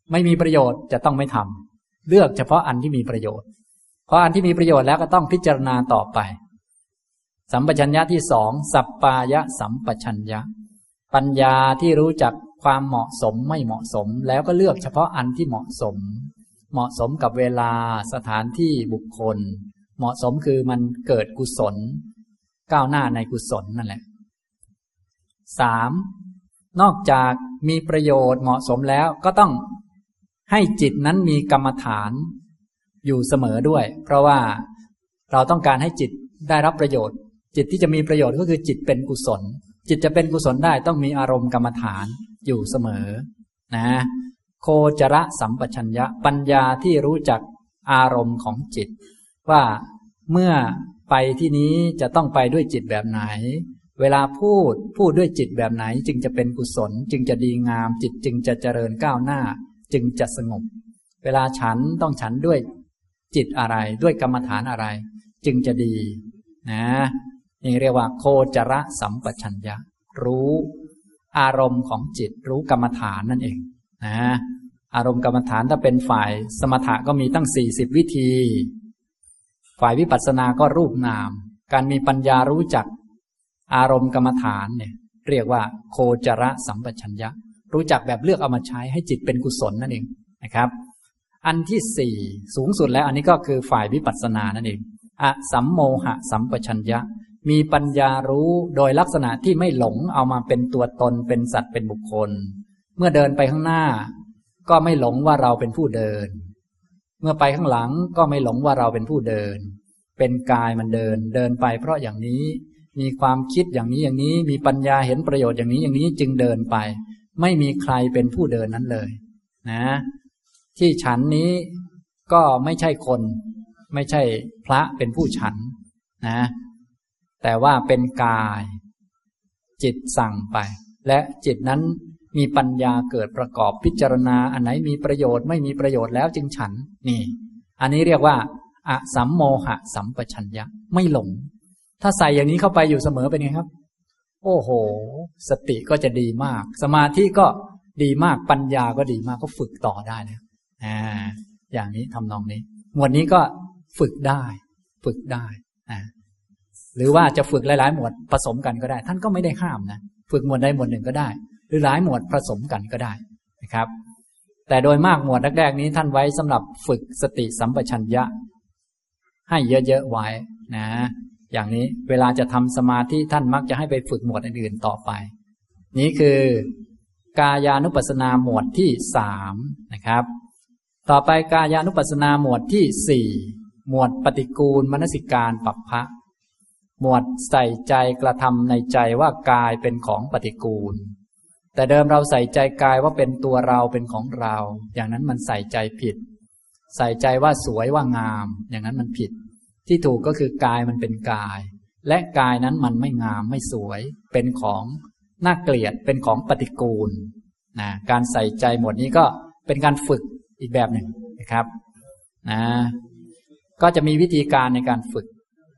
ไม่มีประโยชน์จะต้องไม่ทำเลือกเฉพาะอันที่มีประโยชน์เพราะอันที่มีประโยชน์แล้วก็ต้องพิจารณาต่อไปสัมปชัญญะที่สองสัปปายะสัมปชัญญะปัญญาที่รู้จักความเหมาะสมไม่เหมาะสมแล้วก็เลือกเฉพาะอันที่เหมาะสมเหมาะสมกับเวลาสถานที่บุคคลเหมาะสมคือมันเกิดกุศลก้าวหน้าในกุศลนั่นแหละสามนอกจากมีประโยชน์เหมาะสมแล้วก็ต้องให้จิตนั้นมีกรรมฐานอยู่เสมอด้วยเพราะว่าเราต้องการให้จิตได้รับประโยชน์จิตที่จะมีประโยชน์ก็คือจิตเป็นกุศลจิตจะเป็นกุศลได้ต้องมีอารมณ์กรรมฐานอยู่เสมอนะโคจรสัมปชัญญะปัญญาที่รู้จักอารมณ์ของจิตว่าเมื่อไปที่นี้จะต้องไปด้วยจิตแบบไหนเวลาพูดด้วยจิตแบบไหนจึงจะเป็นกุศลจึงจะดีงามจิตจึงจะเจริญก้าวหน้าจึงจะสงบเวลาฉันต้องฉันด้วยจิตอะไรด้วยกรรมฐานอะไรจึงจะดีนะนี่เรียกว่าโคจรสัมปชัญญะรู้อารมณ์ของจิตรู้กรรมฐานนั่นเองนะอารมณ์กรรมฐานถ้าเป็นฝ่ายสมถะก็มีตั้ง40วิธีฝ่ายวิปัสสนาก็รูปนามการมีปัญญารู้จักอารมณ์กรรมฐานเนี่ยเรียกว่าโคจรสัมปชัญญะรู้จักแบบเลือกเอามาใช้ให้จิตเป็นกุศลนั่นเองนะครับอันที่สี่สูงสุดแล้วอันนี้ก็คือฝ่ายวิปัสสนานั่นเองอสัมโมหะสัมปชัญญะมีปัญญารู้โดยลักษณะที่ไม่หลงเอามาเป็นตัวตนเป็นสัตว์เป็นบุคคลเมื่อเดินไปข้างหน้าก็ไม่หลงว่าเราเป็นผู้เดินเมื่อไปข้างหลังก็ไม่หลงว่าเราเป็นผู้เดินเป็นกายมันเดินไปเพราะอย่างนี้มีความคิดอย่างนี้อย่างนี้มีปัญญาเห็นประโยชน์อย่างนี้อย่างนี้จึงเดินไปไม่มีใครเป็นผู้เดินนั้นเลยนะที่ฉันนี้ก็ไม่ใช่คนไม่ใช่พระเป็นผู้ฉันนะแต่ว่าเป็นกายจิตสั่งไปและจิตนั้นมีปัญญาเกิดประกอบพิจารณาอันไหนมีประโยชน์ไม่มีประโยชน์แล้วจึงฉันนี่อันนี้เรียกว่าอสัมโมหะสัมปชัญญะไม่หลงถ้าใส่อย่างนี้เข้าไปอยู่เสมอเป็นไงครับโอ้โหสติก็จะดีมากสมาธิก็ดีมากปัญญาก็ดีมากก็ฝึกต่อได้นะอย่างนี้ทำนองนี้หมวดนี้ก็ฝึกได้หรือว่าจะฝึกหลายๆหมวดผสมกันก็ได้ท่านก็ไม่ได้ห้ามนะฝึกหมวดใดหมวดหนึ่งก็ได้หรือหลายหมวดผสมกันก็ได้นะครับแต่โดยมากหมวดแรกๆนี้ท่านไว้สำหรับฝึกสติสัมปชัญญะให้เยอะๆไว้นะอย่างนี้เวลาจะทำสมาธิท่านมักจะให้ไปฝึกหมวดอื่นๆต่อไปนี้คือกายานุปัสสนาหมวดที่3นะครับต่อไปกายานุปัสสนาหมวดที่4หมวดปฏิกูลมนสิการปัปภะหมวดใส่ใจกระทำในใจว่ากายเป็นของปฏิกูลแต่เดิมเราใส่ใจกายว่าเป็นตัวเราเป็นของเราอย่างนั้นมันใส่ใจผิดใส่ใจว่าสวยว่างามอย่างนั้นมันผิดที่ถูกก็คือกายมันเป็นกายและกายนั้นมันไม่งามไม่สวยเป็นของน่าเกลียดเป็นของปฏิกูลนะการใส่ใจหมวดนี้ก็เป็นการฝึกอีกแบบหนึ่งนะครับนะก็จะมีวิธีการในการฝึก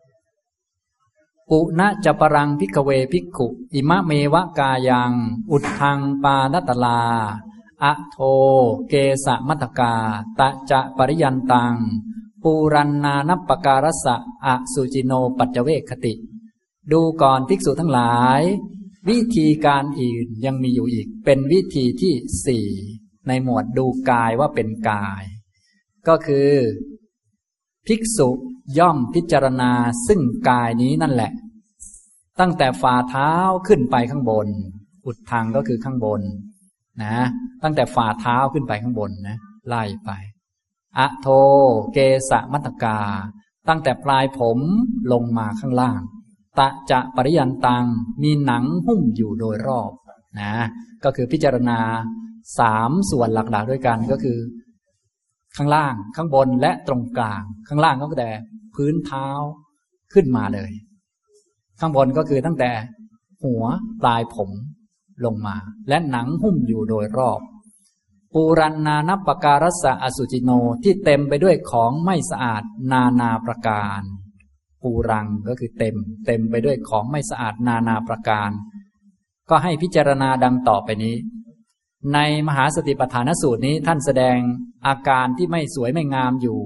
ปุณจะปรังภิกขเวภิกขุอิมะเมวะกายังอุทธังปานตลาอะโทเกสะมัตตกาตะจะปริยันตังปูรันนานัปปการสะอสุจิโนปัจเจเวคคติดูก่อนภิกษุทั้งหลายวิธีการอื่นยังมีอยู่อีกเป็นวิธีที่4ในหมวดดูกายว่าเป็นกายก็คือภิกษุย่อมพิจารณาซึ่งกายนี้นั่นแหละตั้งแต่ฝ่าเท้าขึ้นไปข้างบนอุดทางก็คือข้างบนนะตั้งแต่ฝ่าเท้าขึ้นไปข้างบนนะไล่ไปอะโทเกสะมัตตกาตั้งแต่ปลายผมลงมาข้างล่างตะจะปริยันตังมีหนังหุ้มอยู่โดยรอบนะก็คือพิจารณา3ส่วนหลักๆด้วยกันก็คือข้างล่างข้างบนและตรงกลางข้างล่างก็แต่พื้นเท้าขึ้นมาเลยข้างบนก็คือตั้งแต่หัวปลายผมลงมาและหนังหุ้มอยู่โดยรอบปูรันนานัปปการสะอสุจิโนที่เต็มไปด้วยของไม่สะอาดนานาประการปูรังก็คือเต็มไปด้วยของไม่สะอาดนานาประการก็ให้พิจารณาดังต่อไปนี้ในมหาสติปัฏฐานสูตรนี้ท่านแสดงอาการที่ไม่สวยไม่งามอยู่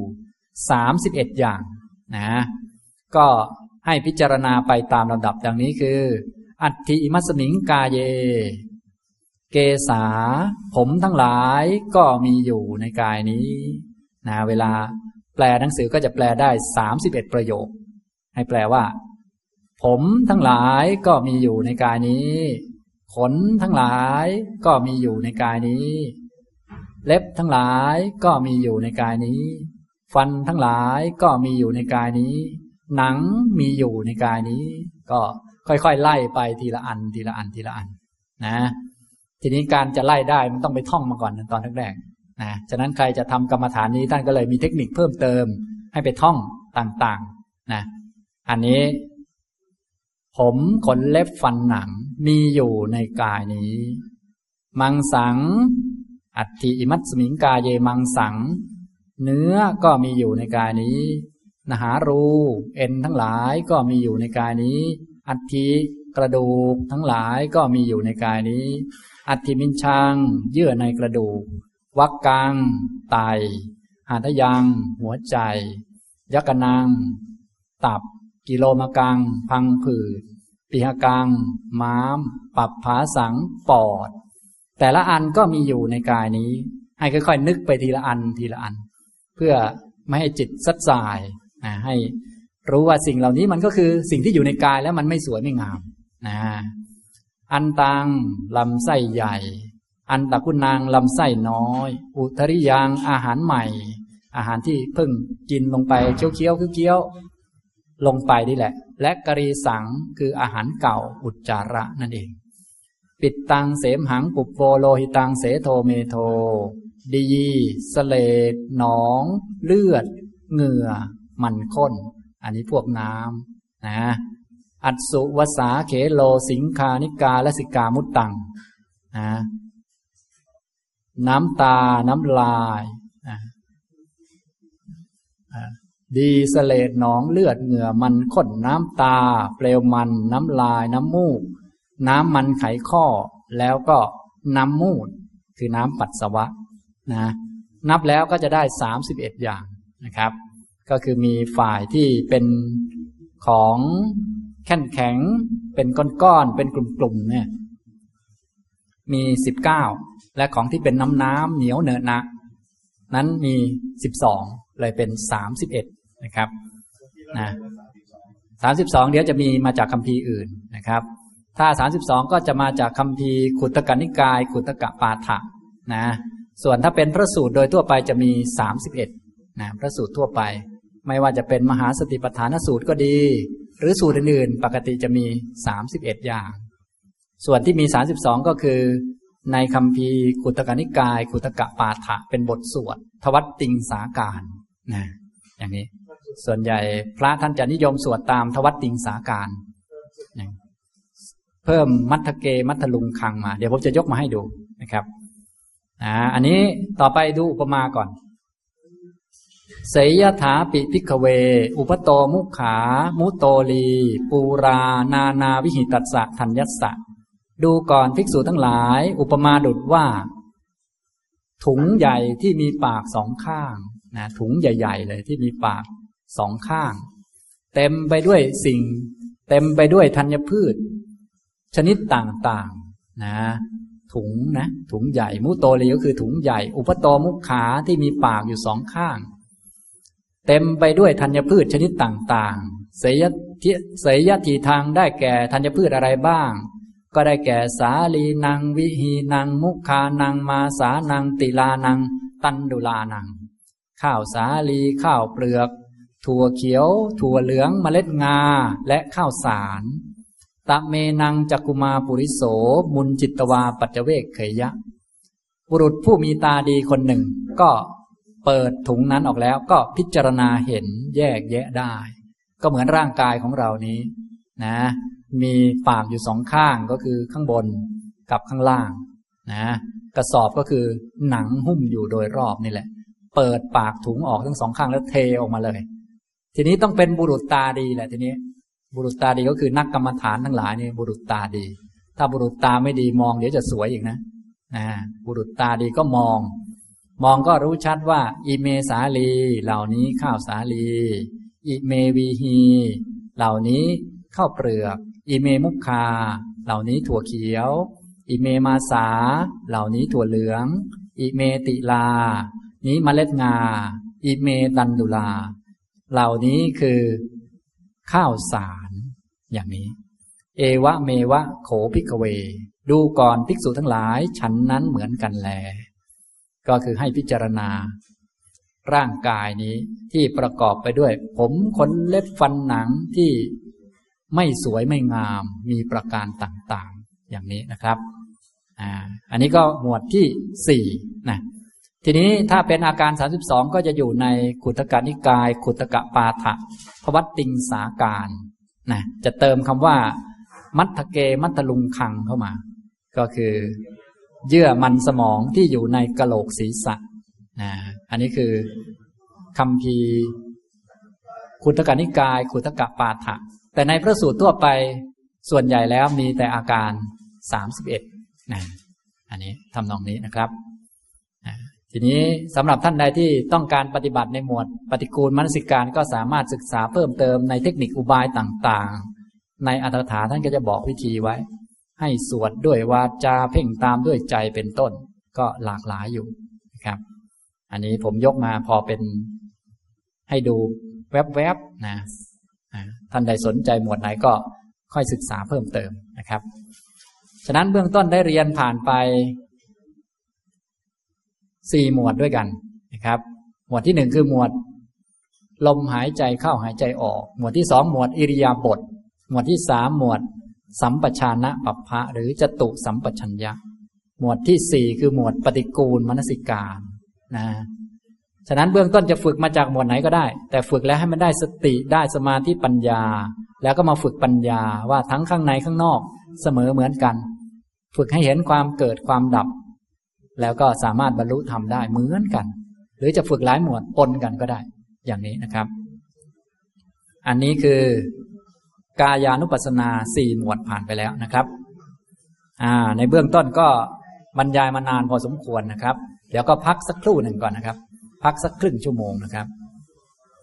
31อย่างนะก็ให้พิจารณาไปตามลำดับดังนี้คืออัตถิอิมัสมิงกาเยเกสาผมทั้งหลายก็มีอยู่ในกายนี้นะเวลาแปลหนังสือก็จะแปลได้31ประโยคให้แปลว่าผมทั้งหลายก็มีอยู่ในกายนี้ขนทั้งหลายก็มีอยู่ในกายนี้เล็บทั้งหลายก็มีอยู่ในกายนี้ฟันทั้งหลายก็มีอยู่ในกายนี้หนังมีอยู่ในกายนี้ก็ค่อยๆไล่ไปทีละอันทีละอันทีละอันนะทีนี้การจะไล่ได้มันต้องไปท่องมาก่อนตอนแรกๆนะฉะนั้นใครจะทำกรรมฐานนี้ท่านก็เลยมีเทคนิคเพิ่มเติมให้ไปท่องต่างๆนะอันนี้ผมขนเล็บฟันหนังมีอยู่ในกายนี้มังสังอัตถิอิมัสมิงกาเยมังสังเนื้อก็มีอยู่ในกายนี้นหารูเอ็นทั้งหลายก็มีอยู่ในกายนี้อัฐิกระดูกทั้งหลายก็มีอยู่ในกายนี้อัฐิมินชังเยื่อในกระดูกวักกังไตหาทยังหัวใจยักนังตับกิโลมกังพังผืดปิหกังม้ามปัปผาสังปอดแต่ละอันก็มีอยู่ในกายนี้ให้ค่อยๆนึกไปทีละอันทีละอันเพื่อไม่ให้จิตซัดสายให้รู้ว่าสิ่งเหล่านี้มันก็คือสิ่งที่อยู่ในกายแล้วมันไม่สวยไม่งามนะอันตังลำไส้ใหญ่อันตะกุนางลำไส้น้อยอุทริยังอาหารใหม่อาหารที่เพิ่งกินลงไปเคี้ยวลงไปนี่แหละและกรีสังคืออาหารเก่าอุจจาระนั่นเองปิดตังเสมหังปุปโวโลหิตังเสโทเมโทดีเสเลดหนองเลือดเหงื่อมันข้นอันนี้พวกน้ำนะอัตสุวสาเขโลสิงคานิกาและสิกามุตตังนะน้ำตาน้ำลายดีเสเลดหนองเลือดเหงื่อมันข้นน้ำตาเปลวมันน้ำลายน้ำมูกน้ำมันไขข้อแล้วก็น้ำมูดคือน้ำปัสสาวะนะนับแล้วก็จะได้31อย่างนะครับก็คือมีฝ่ายที่เป็นของแข็งเป็นก้อนๆเป็นกลุ่มๆเนี่ยมี19และของที่เป็นน้ำเหนียวเหนอะหนะนั้นมี12เลยเป็น31นะครับนะ32เดี๋ยวจะมีมาจากคัมภีร์อื่นนะครับถ้า32ก็จะมาจากคัมภีร์ขุตตกนิกายขุตตกปาฐะนะส่วนถ้าเป็นพระสูตรโดยทั่วไปจะมี31นะพระสูตรทั่วไปไม่ว่าจะเป็นมหาสติปัฏฐานสูตรก็ดีหรือสูตรอื่นๆปกติจะมี31อย่างส่วนที่มี32ก็คือในคัมภีร์ขุตตกนิกายขุตตกปาฐะเป็นบทสวดทวัตติงสาการนะอย่างนี้ส่วนใหญ่พระท่านจะนิยมสวดตามทวัตติงสาการเพิ่มมัทธเกมัทธลุงคังมาเดี๋ยวผมจะยกมาให้ดูนะครับอันนี้ต่อไปดูอุปมาก่อนเสยถาปิภิกขเวอุปโตมุขามุโตลีปูรานานาวิหิตัสสะธัญญัสสะดูก่อนภิกษุทั้งหลายอุปมาดุจว่าถุงใหญ่ที่มีปากสองข้างนะถุงใหญ่ๆเลยที่มีปากสองข้างเต็มไปด้วยธัญพืชชนิดต่างๆนะถุงใหญ่มุโตลีก็คือถุงใหญ่อุปโตมุขาที่มีปากอยู่สองข้างเต็มไปด้วยธัญพืชชนิดต่างๆเสยทีทางได้แก่ธัญพืชอะไรบ้างก็ได้แก่สาลีนังวิหีนังมุขานังมาสานังติลานังตันดุลานังข้าวสาลีข้าวเปลือกถั่วเขียวถั่วเหลืองเมล็ดงาและข้าวสารตะเมนังจักกุมาปุริโสมุนจิตวาปัจเจเวกเขยะบุรุษผู้มีตาดีคนหนึ่งก็เปิดถุงนั้นออกแล้วก็พิจารณาเห็นแยกแยะได้ก็เหมือนร่างกายของเรานี้นะมีปากอยู่สองข้างก็คือข้างบนกับข้างล่างนะกระสอบก็คือหนังหุ้มอยู่โดยรอบนี่แหละเปิดปากถุงออกทั้งสองข้างแล้วเทออกมาเลยทีนี้ต้องเป็นบุรุษตาดีแหละทีนี้บุรุษตาดีก็คือนักกรรมฐานทั้งหลายนี่บุรุษตาดีถ้าบุรุษตาไม่ดีมองเดี๋ยวจะสวยอีกนะบุรุษตาดีก็มองก็รู้ชัดว่าอิเมสาลีเหล่านี้ข้าวสาลีอิเมวีฮีเหล่านี้ข้าวเปลือกอิเมมุขคาเหล่านี้ถั่วเขียวอิเมมาสาเหล่านี้ถั่วเหลืองอิเมติลานี้เมล็ดงาอิเมตันดุลาเหล่านี้คือข้าวสารอย่างนี้เอวะเมวะโขภิกขเวดูก่อนภิกษุทั้งหลายฉันนั้นเหมือนกันแลก็คือให้พิจารณาร่างกายนี้ที่ประกอบไปด้วยผมขนเล็บฟันหนังที่ไม่สวยไม่งามมีประการต่างๆอย่างนี้นะครับอันนี้ก็หมวดที่4นะทีนี้ถ้าเป็นอาการ32ก็จะอยู่ในขุตกนิกายขุตกปาฐะภวัตติงสาการนะจะเติมคำว่ามัทธเกมัทธลุงคังเข้ามาก็คือเยื่อมันสมองที่อยู่ในกะโหลกศีรษะอันนี้คือคัมภีร์ขุตกนิกายขุตกปาฐะแต่ในพระสูตรทั่วไปส่วนใหญ่แล้วมีแต่อาการ31นะอันนี้ทำนองนี้นะครับทีนี้สำหรับท่านใดที่ต้องการปฏิบัติในหมวดปฏิกูลมนสิการก็สามารถศึกษาเพิ่มเติมในเทคนิคอุบายต่างๆในอรรถถาท่านก็จะบอกวิธีไว้ให้สวดด้วยวาจาเพ่งตามด้วยใจเป็นต้นก็หลากหลายอยู่นะครับอันนี้ผมยกมาพอเป็นให้ดูแวบๆนะท่านใดสนใจหมวดไหนก็ค่อยศึกษาเพิ่มเติมนะครับฉะนั้นเบื้องต้นได้เรียนผ่านไป4หมวดด้วยกันนะครับหมวดที่1คือหมวดลมหายใจเข้าหายใจออกหมวดที่2หมวดอิริยาบถหมวดที่3หมวดสัมปชานะปัปพะหรือจตุสัมปชัญญะหมวดที่4คือหมวดปฏิกูลมนสิการนะฉะนั้นเบื้องต้นจะฝึกมาจากหมวดไหนก็ได้แต่ฝึกแล้วให้มันได้สติได้สมาธิปัญญาแล้วก็มาฝึกปัญญาว่าทั้งข้างในข้างนอกเสมอเหมือนกันฝึกให้เห็นความเกิดความดับแล้วก็สามารถบรรลุธรรมได้เหมือนกันหรือจะฝึกหลายหมวดปนกันก็ได้อย่างนี้นะครับอันนี้คือกายานุปัสสนา4หมวดผ่านไปแล้วนะครับในเบื้องต้นก็บรรยายมานานพอสมควรนะครับเดี๋ยวก็พักสักครู่หนึ่งก่อนนะครับพักสักครึ่งชั่วโมงนะครับ